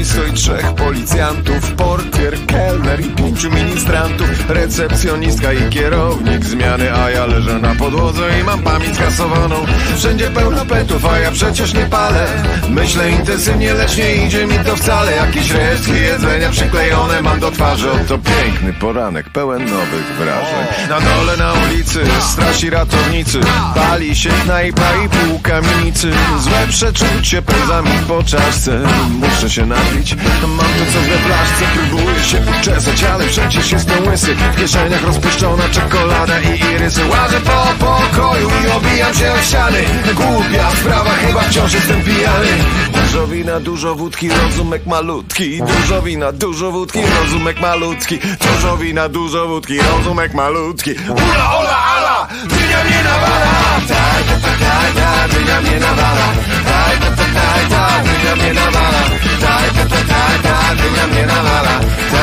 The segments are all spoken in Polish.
drzwi stoi 3 policjantów, portier, kelner i 5 ministrantów, recepcjonistka i kierownik zmiany, a ja leżę na podłodze i mam pamięć skasowaną. Wszędzie pełno pletów, a ja przecież nie palę. Myślę intensywnie, lecz nie idzie mi to wcale. Jakieś resztki jedzenia przyklejone mam do twarzy. Oto piękny poranek, pełen nowych wrażeń. Na dole na ulicy strasi ratownicy, pali się knajpa i pół kamienicy. Złe przeczucie pełza mi po czaszce. Muszę się napić, mam to co we flaszce. Próbuję się uczesać, ale przecież jestem łysy. W kieszeniach rozpuszczona czekolada i irysy. Łażę po pokoju i obijam się o ściany. Głupia sprawa, chyba wciąż jestem pijany. Dużo wina, dużo wódki, rozumek malutki. Dużo wina, dużo wódki, rozumek malutki. Dużo wina, dużo wódki, rozumek malutki. Ula, ola, ala, dynia mnie nawala. Tak, tak, tak, tak, dynia mnie nawala. Tak, tak, tak, tak, tak, dynia mnie nawala. Tak, tak, tak, tak, tak, dynia mnie nawala.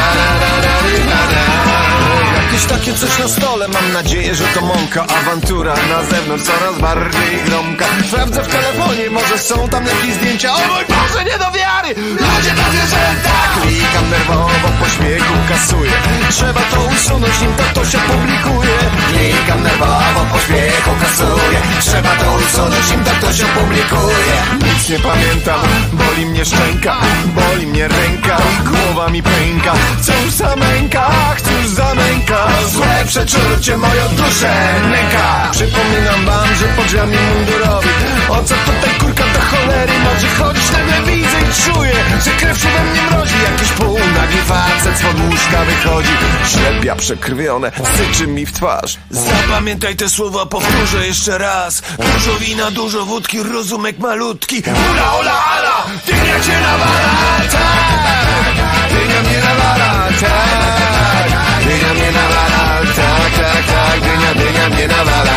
Jakieś takie coś na stole, mam nadzieję, że to mąka. Awantura na zewnątrz coraz bardziej gromka. Sprawdzę w telefonie, może są tam jakieś zdjęcia. O mój Boże, nie do wiary! Ludzie to zwierzęta! Klikam nerwowo, po śmiechu kasuję. Trzeba to usunąć, nim to się publikuje. Klikam nerwowo, po śmiechu kasuję. Trzeba to usunąć, nim to się publikuje. Nic nie pamiętam, boli mnie szczęka, boli mnie ręka i głowa mi pęka. Wciąż zamęka, wciąż zamęka. Złe przeczucie moją duszę nęka. Przypominam wam, że pod drzwiami mundurowi. O co tutaj kurka do cholery może chodzić? Nagle widzę i czuję, że krew się we mnie mrozi. Jakiś półnagi facet z łóżka wychodzi. Ślepia przekrwione, syczy mi w twarz. Zapamiętaj te słowa, powtórzę jeszcze raz. Dużo wina, dużo wódki, rozumek malutki. Ula, ola, ala, dynia cię nawala. Tak, dynia mnie nawala. Tak, dynia mnie nawala. Tak, tak, tak, dynia mnie nawala.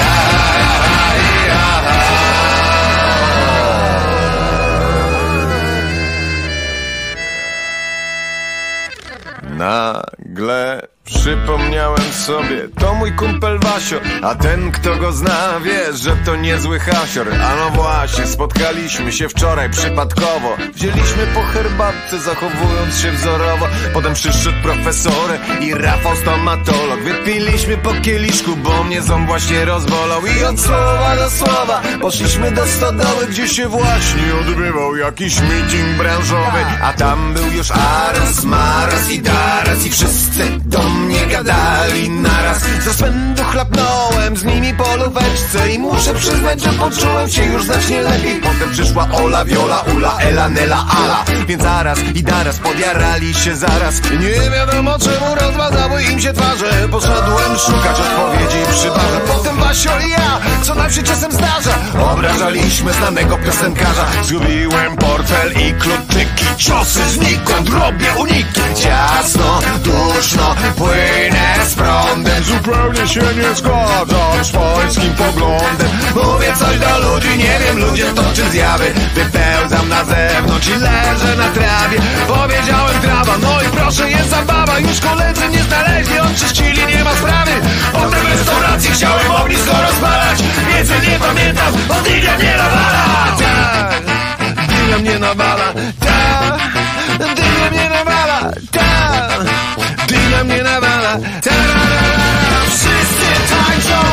Nagle przypomniałem sobie, to mój kumpel Wasio, a ten kto go zna wie, że to niezły hasior. A no właśnie, spotkaliśmy się wczoraj przypadkowo. Wzięliśmy po herbatce, zachowując się wzorowo. Potem przyszedł profesor i Rafał stomatolog. Wypiliśmy po kieliszku, bo mnie ząb właśnie rozbolał. I od słowa do słowa poszliśmy do stodoły, gdzie się właśnie odbywał jakiś meeting branżowy. A tam był już Aras, Maras i Daras i wszyscy do mnie gadali naraz. Z rozpędu chlapnąłem z nimi po lóweczce i muszę przyznać, że poczułem się już znacznie lepiej. Potem przyszła Ola, Viola, Ula, Ela, Nela, Ala. Więc Aras i Daras podjarali się zaraz. Nie wiadomo czemu rozmazały im się twarze. Poszedłem szukać odpowiedzi przy barze. Potem Wasio i ja, co nam się czasem zdarza, obrażaliśmy znanego piosenkarza. Zgubiłem portfel i kluczyki, ciosy znikąd, robię uniki. Ciasno, duszno, płynę z prądem. Zupełnie się nie zgadzam z pańskim poglądem. Mówię coś do ludzi, nie wiem, ludzie toczy zjawy. Wypełzam na zewnątrz i leżę na trawie. Powiedziałem trawa, no i proszę, jest zabawa. Już koledzy nie znaleźli, odczyścili, nie ma sprawy. Potem w restauracji chciałem ognisko rozpalać. Więcej nie pamiętam, bo dynia mnie nawala. Tak, dynia mnie nawala. Tak, dynia mnie nawala. Tak, dynia mnie nawala. Wszyscy tańczą.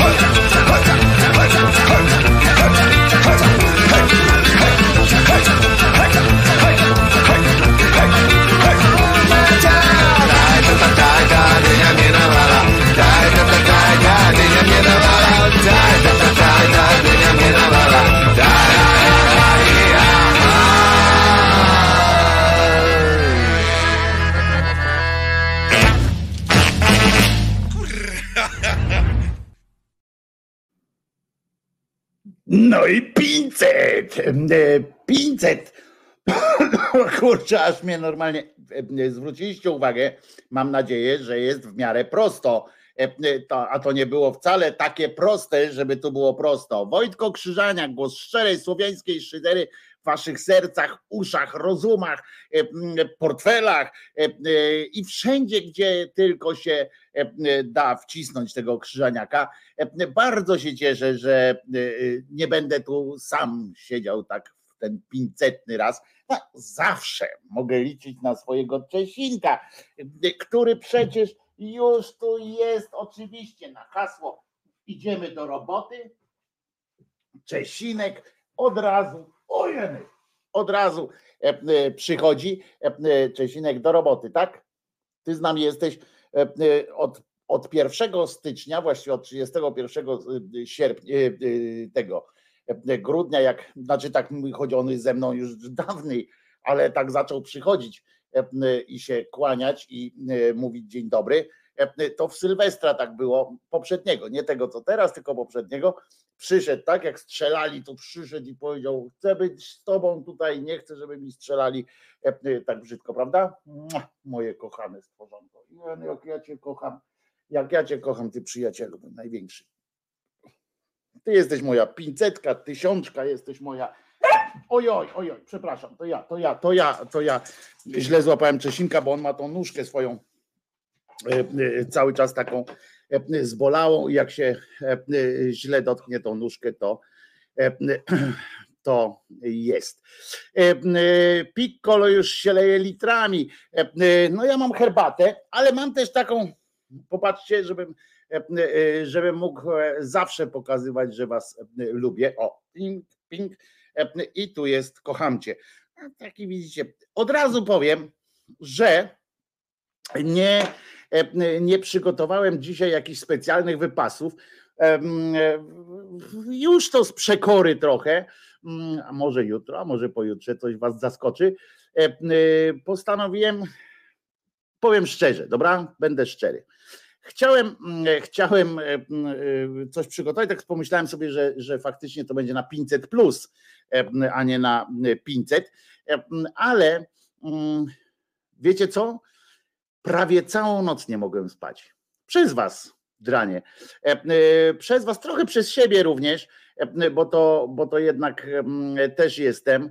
No i 500! 500! Kurczę, aż mnie normalnie zwróciliście uwagę. Mam nadzieję, że jest w miarę prosto. A to nie było wcale takie proste, żeby tu było prosto. Wojtko Krzyżaniak, głos szczerej słowiańskiej szydery w waszych sercach, uszach, rozumach, portfelach i wszędzie, gdzie tylko się da wcisnąć tego Krzyżaniaka. Bardzo się cieszę, że nie będę tu sam siedział tak w ten 500 raz, no, zawsze mogę liczyć na swojego Czesinka, który przecież już tu jest oczywiście na hasło idziemy do roboty. Czesinek od razu przychodzi Czesinek do roboty, tak? Ty z nami jesteś od 1 stycznia, właściwie od 31 sierpnia tego grudnia, znaczy tak chodzi, on jest ze mną już dawniej, ale tak zaczął przychodzić i się kłaniać i mówić dzień dobry. To w Sylwestra tak było, poprzedniego, nie tego co teraz, tylko poprzedniego. Przyszedł tak, jak strzelali, to przyszedł i powiedział: chcę być z tobą tutaj, nie chcę, żeby mi strzelali tak brzydko, prawda? Moje kochane stworzonko. Jak ja cię kocham, ty przyjacielu, największy. Ty jesteś moja 500, 1000, jesteś moja. Ojoj, przepraszam, to ja źle złapałem Czesinka, bo on ma tą nóżkę swoją cały czas taką zbolałą i jak się źle dotknie tą nóżkę, to jest. Piccolo już się leje litrami. No ja mam herbatę, ale mam też taką, popatrzcie, żebym mógł zawsze pokazywać, że was lubię. O, ping, i tu jest, kocham cię. Taki widzicie. Od razu powiem, że nie przygotowałem dzisiaj jakichś specjalnych wypasów. Już to z przekory trochę, a może jutro, a może pojutrze coś was zaskoczy. Postanowiłem, powiem szczerze, dobra? Będę szczery. Chciałem coś przygotować, tak pomyślałem sobie, że faktycznie to będzie na 500 plus, a nie na 500, ale wiecie co? Prawie całą noc nie mogłem spać. Przez was, dranie. Przez was, trochę przez siebie również, bo to jednak też jestem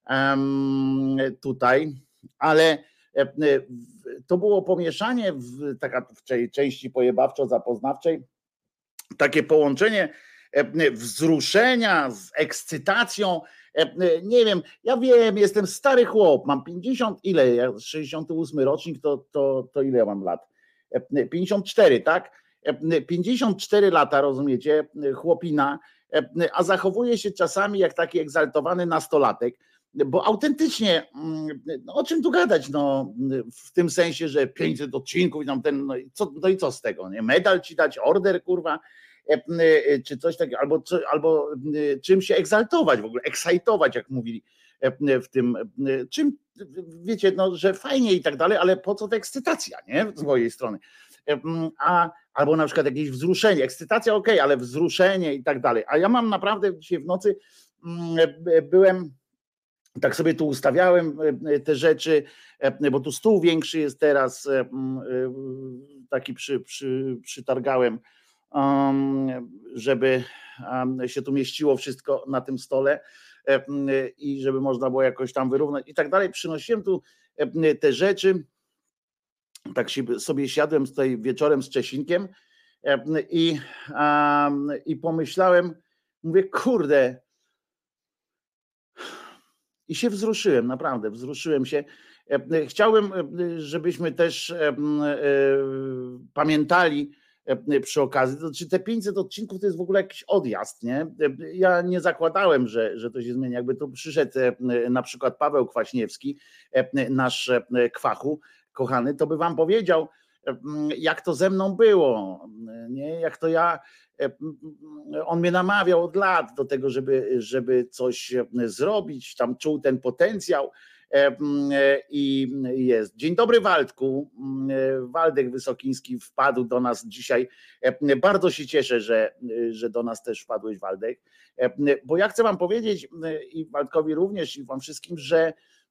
tutaj, ale to było pomieszanie w tej części pojebawczo-zapoznawczej, takie połączenie wzruszenia z ekscytacją. Nie wiem, ja wiem, jestem stary chłop, mam 50, ile, ja 68 rocznik, to ile ja mam lat? 54, tak? 54 lata, rozumiecie, chłopina, a zachowuje się czasami jak taki egzaltowany nastolatek, bo autentycznie, no o czym tu gadać, no w tym sensie, że 500 odcinków i tam ten, no i co z tego, nie? Medal ci dać, order, kurwa, czy coś takiego, albo czym się egzaltować w ogóle, ekscytować, jak mówili w tym, czym, wiecie, no, że fajnie i tak dalej, ale po co ta ekscytacja, nie? Z mojej strony. Albo na przykład jakieś wzruszenie, ekscytacja okej, ale wzruszenie i tak dalej. A ja mam naprawdę dzisiaj w nocy byłem, tak sobie tu ustawiałem te rzeczy, bo tu stół większy jest teraz, taki przytargałem, żeby się tu mieściło wszystko na tym stole i żeby można było jakoś tam wyrównać i tak dalej. Przynosiłem tu te rzeczy, tak sobie siadłem tutaj wieczorem z Czesinkiem i pomyślałem, mówię, kurde, i się wzruszyłem, naprawdę, wzruszyłem się. Chciałbym, żebyśmy też pamiętali przy okazji, to czy te 500 odcinków to jest w ogóle jakiś odjazd, nie? Ja nie zakładałem, że to się zmieni. Jakby tu przyszedł na przykład Paweł Kwaśniewski, nasz Kwachu kochany, to by wam powiedział, jak to ze mną było, nie? Jak to ja, on mnie namawiał od lat do tego, żeby coś zrobić, tam czuł ten potencjał. I jest. Dzień dobry, Waldku. Waldek Wysokiński wpadł do nas dzisiaj. Bardzo się cieszę, że do nas też wpadłeś, Waldek, bo ja chcę wam powiedzieć i Waldkowi również i wam wszystkim, że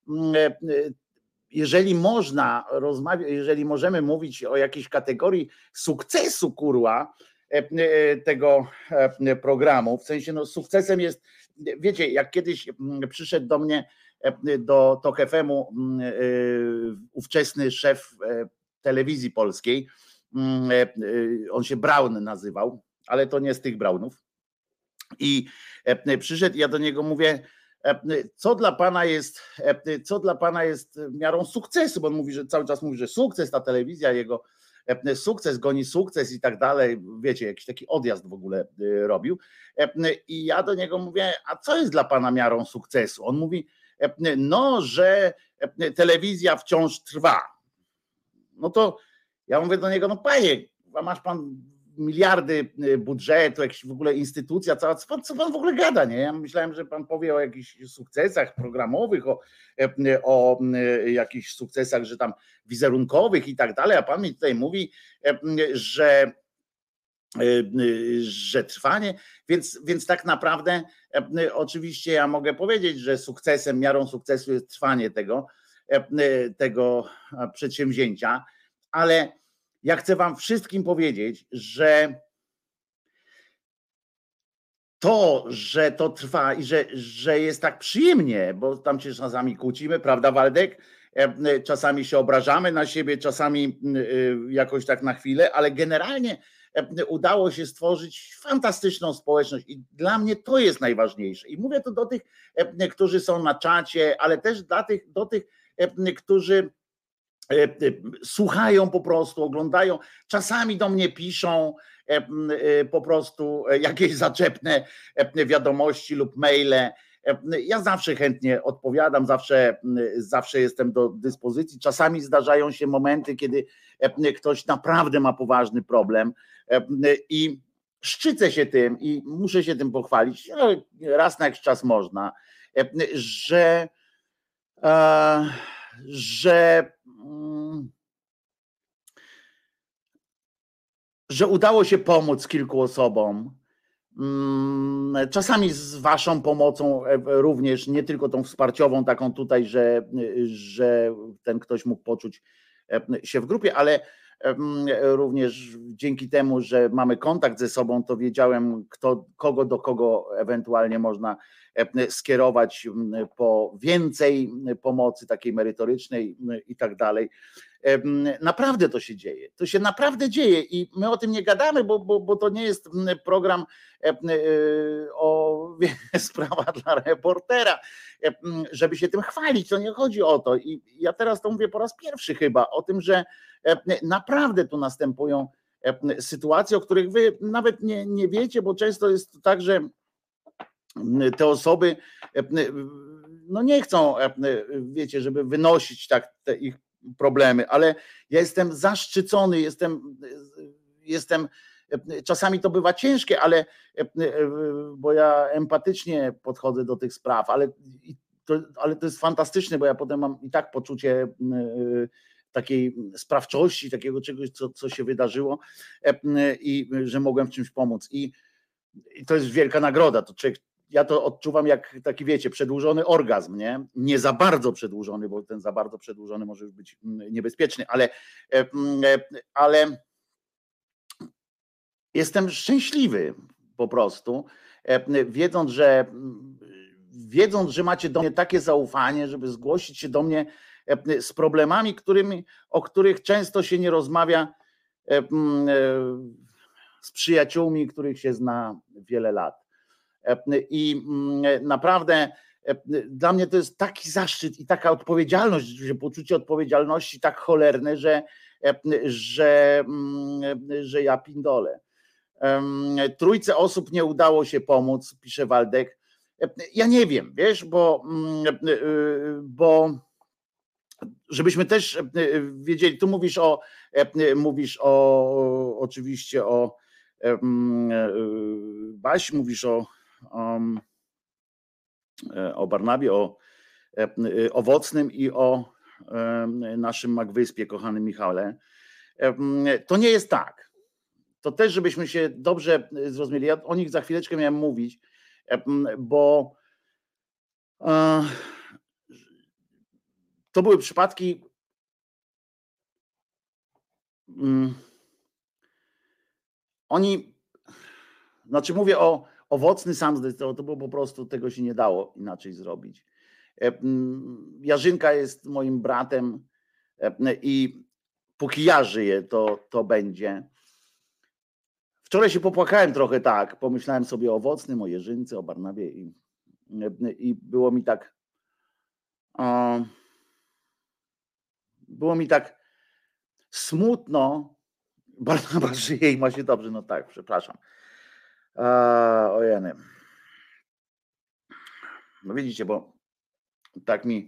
jeżeli można rozmawiać, jeżeli możemy mówić o jakiejś kategorii sukcesu, kurwa, tego programu, w sensie no sukcesem jest, wiecie, jak kiedyś przyszedł do mnie do TOK FM-u ówczesny szef telewizji polskiej, on się Braun nazywał, ale to nie z tych Braunów, i przyszedł, ja do niego mówię, co dla pana jest miarą sukcesu, bo on mówi, że cały czas mówi, że sukces, ta telewizja, jego sukces goni sukces i tak dalej, wiecie, jakiś taki odjazd w ogóle robił. I ja do niego mówię, a co jest dla pana miarą sukcesu? On mówi, no, że telewizja wciąż trwa. No to ja mówię do niego, no panie, masz pan miliardy budżetu, jakaś w ogóle instytucja cała, co pan w ogóle gada, nie? Ja myślałem, że pan powie o jakichś sukcesach programowych, o jakichś sukcesach, że tam wizerunkowych i tak dalej, a pan mi tutaj mówi, że trwanie, więc tak naprawdę oczywiście ja mogę powiedzieć, że sukcesem, miarą sukcesu jest trwanie tego przedsięwzięcia, ale ja chcę wam wszystkim powiedzieć, że to trwa i że jest tak przyjemnie, bo tam się czasami kłócimy, prawda, Waldek? Czasami się obrażamy na siebie, czasami jakoś tak na chwilę, ale generalnie udało się stworzyć fantastyczną społeczność i dla mnie to jest najważniejsze. I mówię to do tych, którzy są na czacie, ale też do tych, którzy słuchają po prostu, oglądają, czasami do mnie piszą po prostu jakieś zaczepne wiadomości lub maile. Ja zawsze chętnie odpowiadam, zawsze jestem do dyspozycji. Czasami zdarzają się momenty, kiedy ktoś naprawdę ma poważny problem i szczycę się tym i muszę się tym pochwalić, raz na jakiś czas można, że udało się pomóc kilku osobom. Czasami z waszą pomocą również, nie tylko tą wsparciową, taką tutaj, że ten ktoś mógł poczuć się w grupie, ale również dzięki temu, że mamy kontakt ze sobą, to wiedziałem, kogo do kogo ewentualnie można skierować po więcej pomocy takiej merytorycznej i tak dalej. Naprawdę to się dzieje. To się naprawdę dzieje i my o tym nie gadamy, bo to nie jest program o sprawa dla reportera, żeby się tym chwalić. To nie chodzi o to. I ja teraz to mówię po raz pierwszy chyba, o tym, że naprawdę tu następują sytuacje, o których wy nawet nie wiecie, bo często jest tak, że te osoby no nie chcą, wiecie, żeby wynosić tak te ich problemy, ale ja jestem zaszczycony, jestem czasami to bywa ciężkie, bo ja empatycznie podchodzę do tych spraw, ale to jest fantastyczne, bo ja potem mam i tak poczucie takiej sprawczości, takiego czegoś, co się wydarzyło i że mogłem w czymś pomóc. I to jest wielka nagroda. Ja to odczuwam jak taki, wiecie, przedłużony orgazm, nie? Nie za bardzo przedłużony, bo ten za bardzo przedłużony może już być niebezpieczny, ale jestem szczęśliwy po prostu, wiedząc, że macie do mnie takie zaufanie, żeby zgłosić się do mnie z problemami, o których często się nie rozmawia z przyjaciółmi, których się zna wiele lat. I naprawdę dla mnie to jest taki zaszczyt i taka odpowiedzialność, poczucie odpowiedzialności tak cholerne, że ja pindolę. 3 osób nie udało się pomóc, pisze Waldek. Ja nie wiem, wiesz, bo żebyśmy też wiedzieli, tu mówisz oczywiście o Baś, mówisz o Barnabie, o Owocnym i o naszym Magwyspie, kochany Michale. To nie jest tak. To też, żebyśmy się dobrze zrozumieli. Ja o nich za chwileczkę miałem mówić, bo to były przypadki znaczy mówię o Owocny sam, to było po prostu, tego się nie dało inaczej zrobić. Jarzynka jest moim bratem i póki ja żyję, to będzie. Wczoraj się popłakałem trochę, tak, pomyślałem sobie o Owocnym, o Jerzynce, o Barnabie I było mi tak smutno. Barnaba żyje i ma się dobrze, no tak, przepraszam. Ojeny. No widzicie, bo tak mi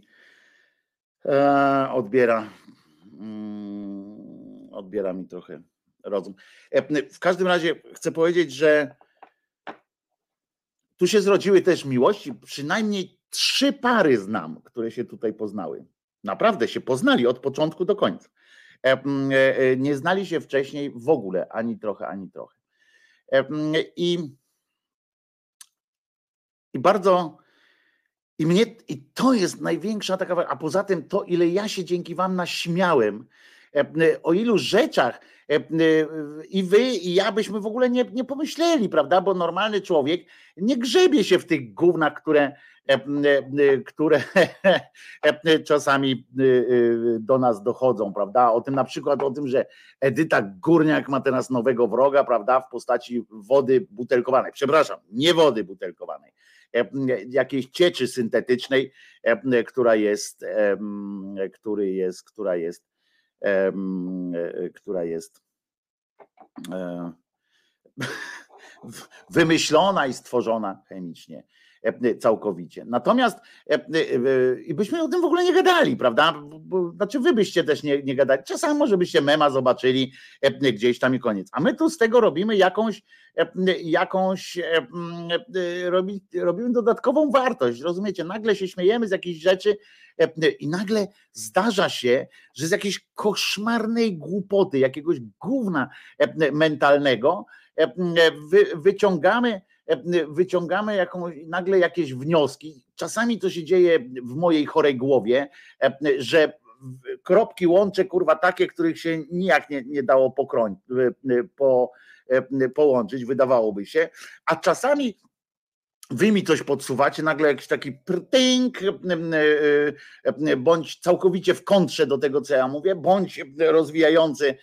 odbiera mi trochę rozum. W każdym razie chcę powiedzieć, że tu się zrodziły też miłości. Przynajmniej 3 pary znam, które się tutaj poznały. Naprawdę się poznali od początku do końca. Nie znali się wcześniej w ogóle, ani trochę, ani trochę. I bardzo. I to jest największa taka, a poza tym to, ile ja się dzięki wam naśmiałem, o ilu rzeczach i wy, i ja byśmy w ogóle nie pomyśleli, prawda? Bo normalny człowiek nie grzebie się w tych gównach, które czasami do nas dochodzą, prawda? O tym na przykład, że Edyta Górniak ma teraz nowego wroga, prawda? W postaci wody butelkowanej. Przepraszam, nie wody butelkowanej. Jakiejś cieczy syntetycznej, która jest wymyślona i stworzona chemicznie całkowicie. Natomiast i byśmy o tym w ogóle nie gadali, prawda? Znaczy wy byście też nie gadali. Czasami może byście mema zobaczyli gdzieś tam i koniec. A my tu z tego robimy robimy dodatkową wartość, rozumiecie? Nagle się śmiejemy z jakichś rzeczy i nagle zdarza się, że z jakiejś koszmarnej głupoty, jakiegoś gówna mentalnego wyciągamy nagle jakieś wnioski. Czasami to się dzieje w mojej chorej głowie, że kropki łączę, kurwa, takie, których się nijak nie dało połączyć, wydawałoby się, a czasami wy mi coś podsuwacie, nagle jakiś taki prtynk, bądź całkowicie w kontrze do tego, co ja mówię, bądź rozwijający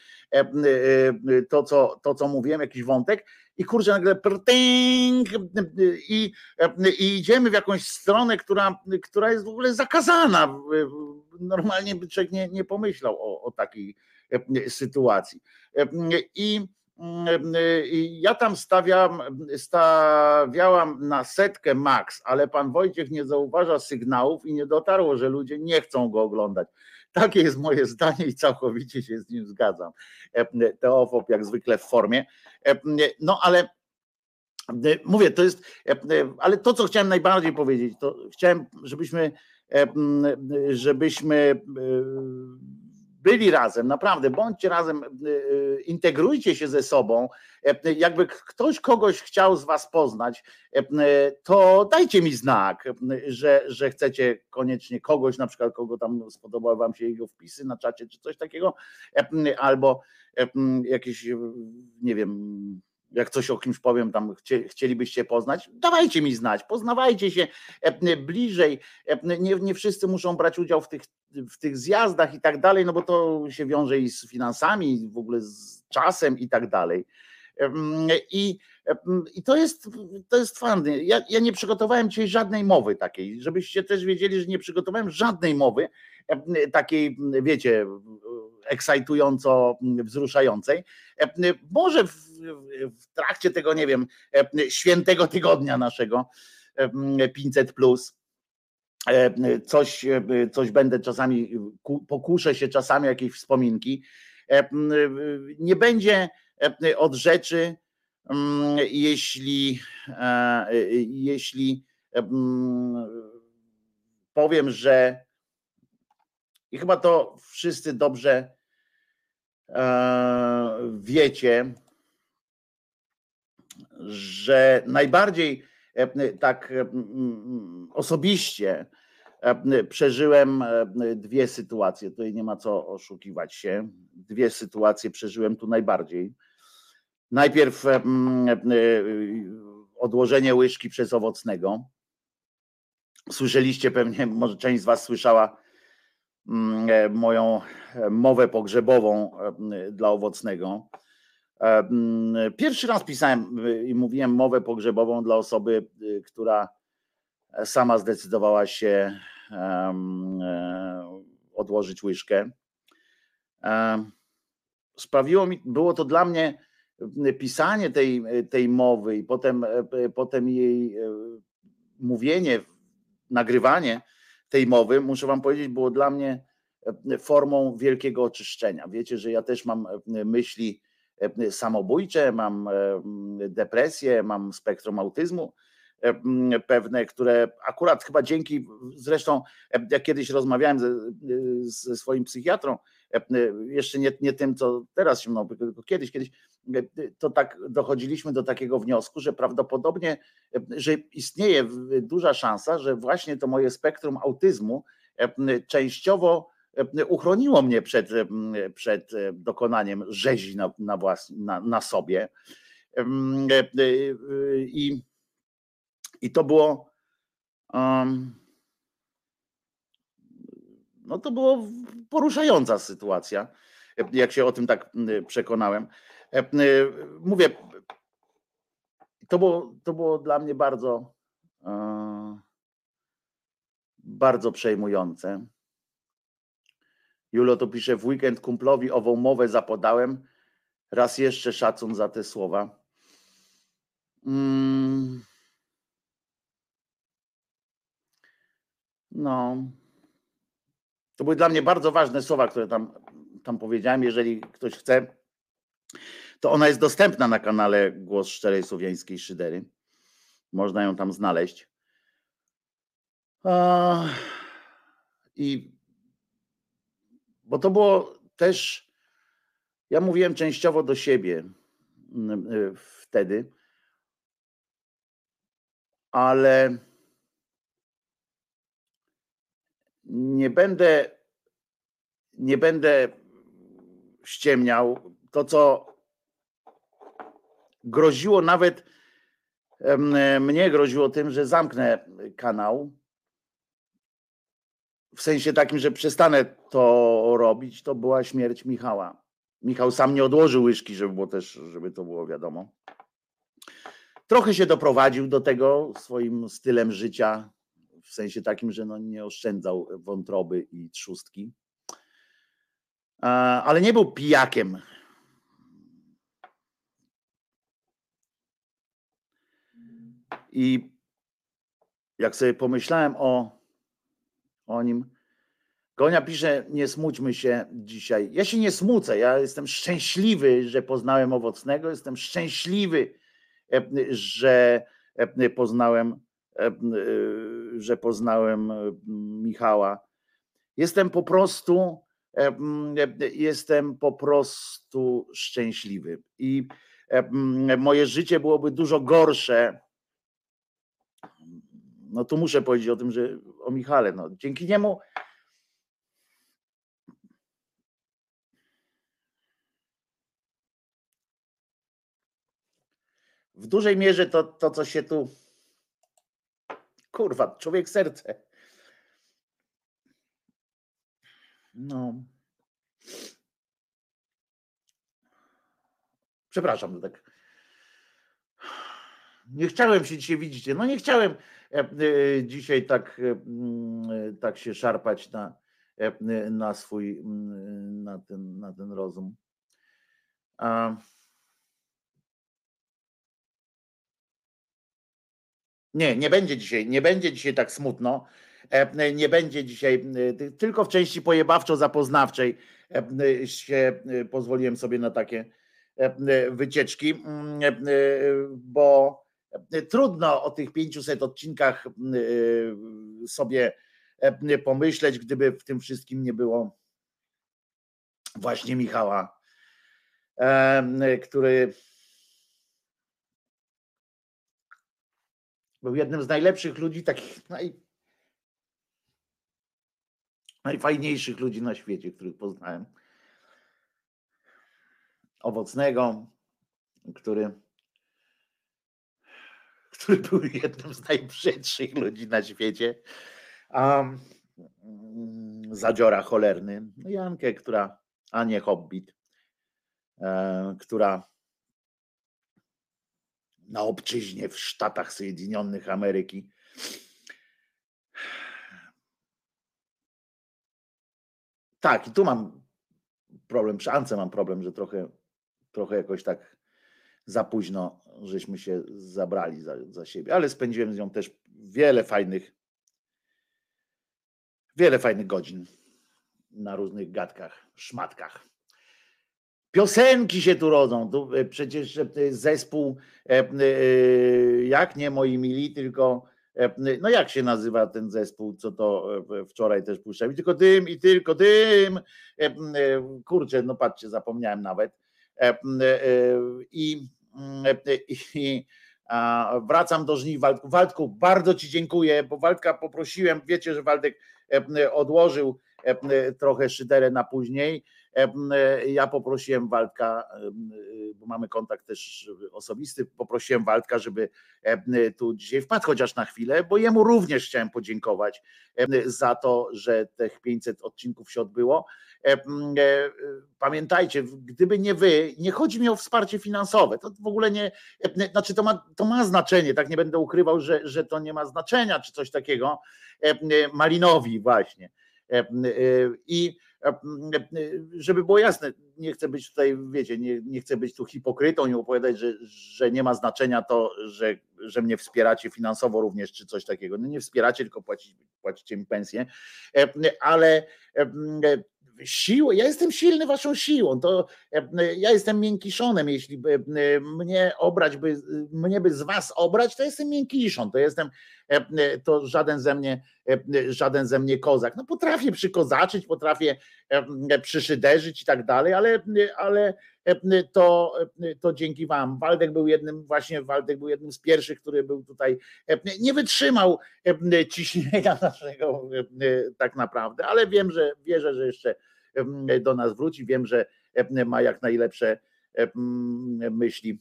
to, co mówiłem, jakiś wątek i kurczę, nagle prtynk i idziemy w jakąś stronę, która jest w ogóle zakazana. Normalnie by człowiek nie pomyślał o takiej sytuacji. I ja tam stawiałam na 100 max, ale pan Wojciech nie zauważa sygnałów i nie dotarło, że ludzie nie chcą go oglądać. Takie jest moje zdanie i całkowicie się z nim zgadzam. Teofob jak zwykle w formie. No ale mówię, to jest, ale to, co chciałem najbardziej powiedzieć, to chciałem, żebyśmy byli razem, naprawdę, bądźcie razem, integrujcie się ze sobą. Jakby ktoś kogoś chciał z was poznać, to dajcie mi znak, że chcecie koniecznie kogoś, na przykład kogo tam spodobały wam się jego wpisy na czacie, czy coś takiego, albo jakieś, nie wiem, jak coś o kimś powiem, tam chcielibyście poznać, dawajcie mi znać, poznawajcie się bliżej. Nie wszyscy muszą brać udział w tych zjazdach i tak dalej, no bo to się wiąże i z finansami, i w ogóle z czasem i tak dalej. I to jest fajne. Ja nie przygotowałem dzisiaj żadnej mowy takiej, żebyście też wiedzieli, że nie przygotowałem żadnej mowy takiej, wiecie, ekscytująco wzruszającej. Może w trakcie tego, nie wiem, świętego tygodnia naszego 500+, coś będę czasami, pokuszę się czasami jakieś wspominki. Nie będzie od rzeczy, jeśli powiem, że i chyba to wszyscy dobrze wiecie, że najbardziej tak osobiście przeżyłem 2 sytuacje. Tutaj nie ma co oszukiwać się. 2 sytuacje przeżyłem tu najbardziej. Najpierw odłożenie łyżki przez Owocnego. Słyszeliście pewnie, może część z was słyszała moją mowę pogrzebową dla Owocnego. Pierwszy raz pisałem i mówiłem mowę pogrzebową dla osoby, która sama zdecydowała się odłożyć łyżkę. Było to dla mnie pisanie tej mowy i potem jej mówienie, nagrywanie tej mowy, muszę wam powiedzieć, było dla mnie formą wielkiego oczyszczenia. Wiecie, że ja też mam myśli samobójcze, mam depresję, mam spektrum autyzmu pewne, które akurat chyba zresztą jak kiedyś rozmawiałem ze swoim psychiatrą, jeszcze nie tym, co teraz się mną, tylko kiedyś, to tak dochodziliśmy do takiego wniosku, że prawdopodobnie, że istnieje duża szansa, że właśnie to moje spektrum autyzmu częściowo uchroniło mnie przed dokonaniem rzezi na sobie. I to było no to było poruszająca sytuacja, jak się o tym tak przekonałem. Mówię, to było dla mnie bardzo przejmujące. Julo to pisze, w weekend kumplowi ową mowę zapodałem. Raz jeszcze szacun za te słowa. No. To były dla mnie bardzo ważne słowa, które tam powiedziałem. Jeżeli ktoś chce, to ona jest dostępna na kanale Głos Szczerej Słowiańskiej Szydery. Można ją tam znaleźć. Bo to było też, ja mówiłem częściowo do siebie wtedy, ale nie będę ściemniał. To, co groziło, nawet mnie groziło tym, że zamknę kanał. W sensie takim, że przestanę to robić, to była śmierć Michała. Michał sam nie odłożył łyżki, żeby to było wiadomo. Trochę się doprowadził do tego swoim stylem życia, w sensie takim, że nie oszczędzał wątroby i trzustki. Ale nie był pijakiem. I jak sobie pomyślałem o nim, Gonia pisze, nie smućmy się dzisiaj. Ja się nie smucę, ja jestem szczęśliwy, że poznałem Owocnego, jestem szczęśliwy, że poznałem Michała. Jestem po prostu szczęśliwy. I moje życie byłoby dużo gorsze. No tu muszę powiedzieć o tym, że o Michale. No, dzięki niemu w dużej mierze to co się tu... Kurwa, człowiek serce. No. Przepraszam, tak. Nie chciałem się dzisiaj, widzicie, nie chciałem dzisiaj tak się szarpać na swój, na ten rozum. Nie będzie dzisiaj tak smutno. Nie będzie dzisiaj, tylko w części pojebawczo-zapoznawczej się pozwoliłem sobie na takie wycieczki, bo trudno o tych 500 odcinkach sobie pomyśleć, gdyby w tym wszystkim nie było właśnie Michała, który był jednym z najlepszych ludzi, takich najfajniejszych ludzi na świecie, których poznałem. Owocnego, który był jednym z najbrzydszych ludzi na świecie. Zadziora cholerny. No Jankę, a nie Hobbit, która na obczyźnie w Stanach Zjednoczonych Ameryki Tak, i tu mam problem, przy Ance mam problem, że trochę jakoś tak za późno żeśmy się zabrali za siebie, ale spędziłem z nią też wiele fajnych godzin na różnych gadkach, szmatkach. Piosenki się tu rodzą, przecież zespół, jak nie moi mili, tylko no jak się nazywa ten zespół, co to wczoraj też puszczali, tylko dym i tylko dym, kurczę, no patrzcie, zapomniałem nawet i wracam do żniw. Waldku, bardzo ci dziękuję, bo Waldka poprosiłem, wiecie, że Waldek odłożył trochę szyderę na później. Ja poprosiłem Waldka, bo mamy kontakt też osobisty, poprosiłem Waldka, żeby tu dzisiaj wpadł chociaż na chwilę, bo jemu również chciałem podziękować za to, że tych 500 odcinków się odbyło. Pamiętajcie, gdyby nie wy, nie chodzi mi o wsparcie finansowe, to w ogóle nie, znaczy to ma znaczenie, tak nie będę ukrywał, że to nie ma znaczenia, czy coś takiego, Malinowi właśnie. I żeby było jasne, nie chcę być tutaj, wiecie, nie chcę być tu hipokrytą i opowiadać, że nie ma znaczenia to, że mnie wspieracie finansowo również, czy coś takiego. No nie wspieracie, tylko płacicie mi pensję, ale siłą, ja jestem silny waszą siłą, to ja jestem miękiszonem, jeśli mnie by z was obrać, to jestem miękiszon, to żaden ze mnie kozak. No potrafię przykozaczyć, potrafię przyszyderzyć i tak dalej, ale to dzięki wam. Waldek był jednym z pierwszych, który był tutaj, nie wytrzymał ciśnienia naszego tak naprawdę, ale wierzę, że jeszcze do nas wróci. Wiem, że ma jak najlepsze myśli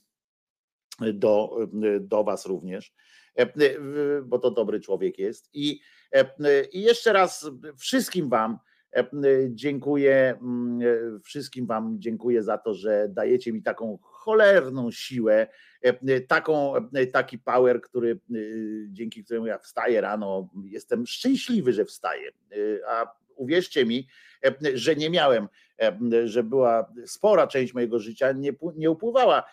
do was również, bo to dobry człowiek jest. I jeszcze raz wszystkim wam dziękuję za to, że dajecie mi taką cholerną siłę, taki power, dzięki któremu ja wstaję rano, jestem szczęśliwy, że wstaję, a uwierzcie mi, że nie miałem, że była spora część mojego życia, nie upływała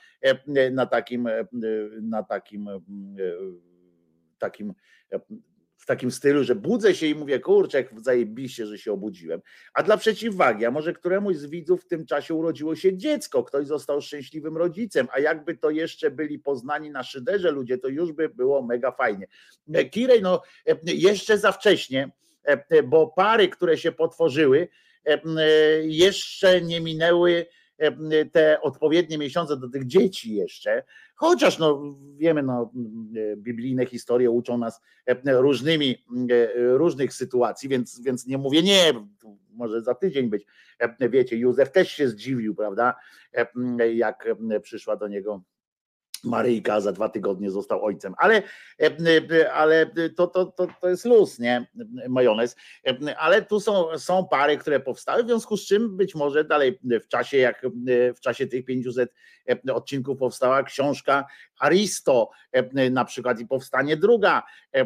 w takim stylu, że budzę się i mówię, kurczę, jak zajebiście, że się obudziłem. A dla przeciwwagi, a może któremuś z widzów w tym czasie urodziło się dziecko, ktoś został szczęśliwym rodzicem, a jakby to jeszcze byli poznani na szyderze ludzie, to już by było mega fajnie. Kirej, no jeszcze za wcześnie, bo pary, które się potworzyły, jeszcze nie minęły te odpowiednie miesiące do tych dzieci jeszcze, chociaż no wiemy, no biblijne historie uczą nas różnych sytuacji, więc nie mówię nie, może za tydzień być, wiecie, Józef też się zdziwił, prawda, jak przyszła do niego Maryjka, za 2 tygodnie został ojcem, ale to jest luz, nie, majonez, ale tu są pary, które powstały, w związku z czym być może dalej w czasie tych 500 odcinków powstała książka Aristo na przykład i powstanie druga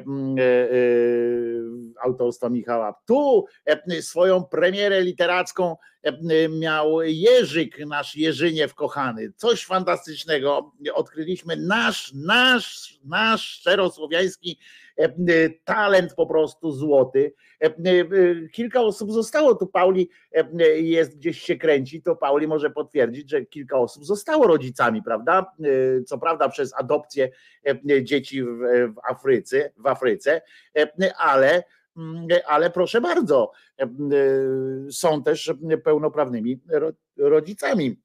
autorstwa Michała. Tu swoją premierę literacką miał Jerzyk, nasz Jerzyniew kochany. Coś fantastycznego. Odkryliśmy nasz szczerosłowiański talent po prostu złoty. Kilka osób zostało, tu Pauli jest, gdzieś się kręci, to Pauli może potwierdzić, że kilka osób zostało rodzicami, prawda? Co prawda przez adopcję dzieci w Afryce, ale proszę bardzo, są też pełnoprawnymi rodzicami.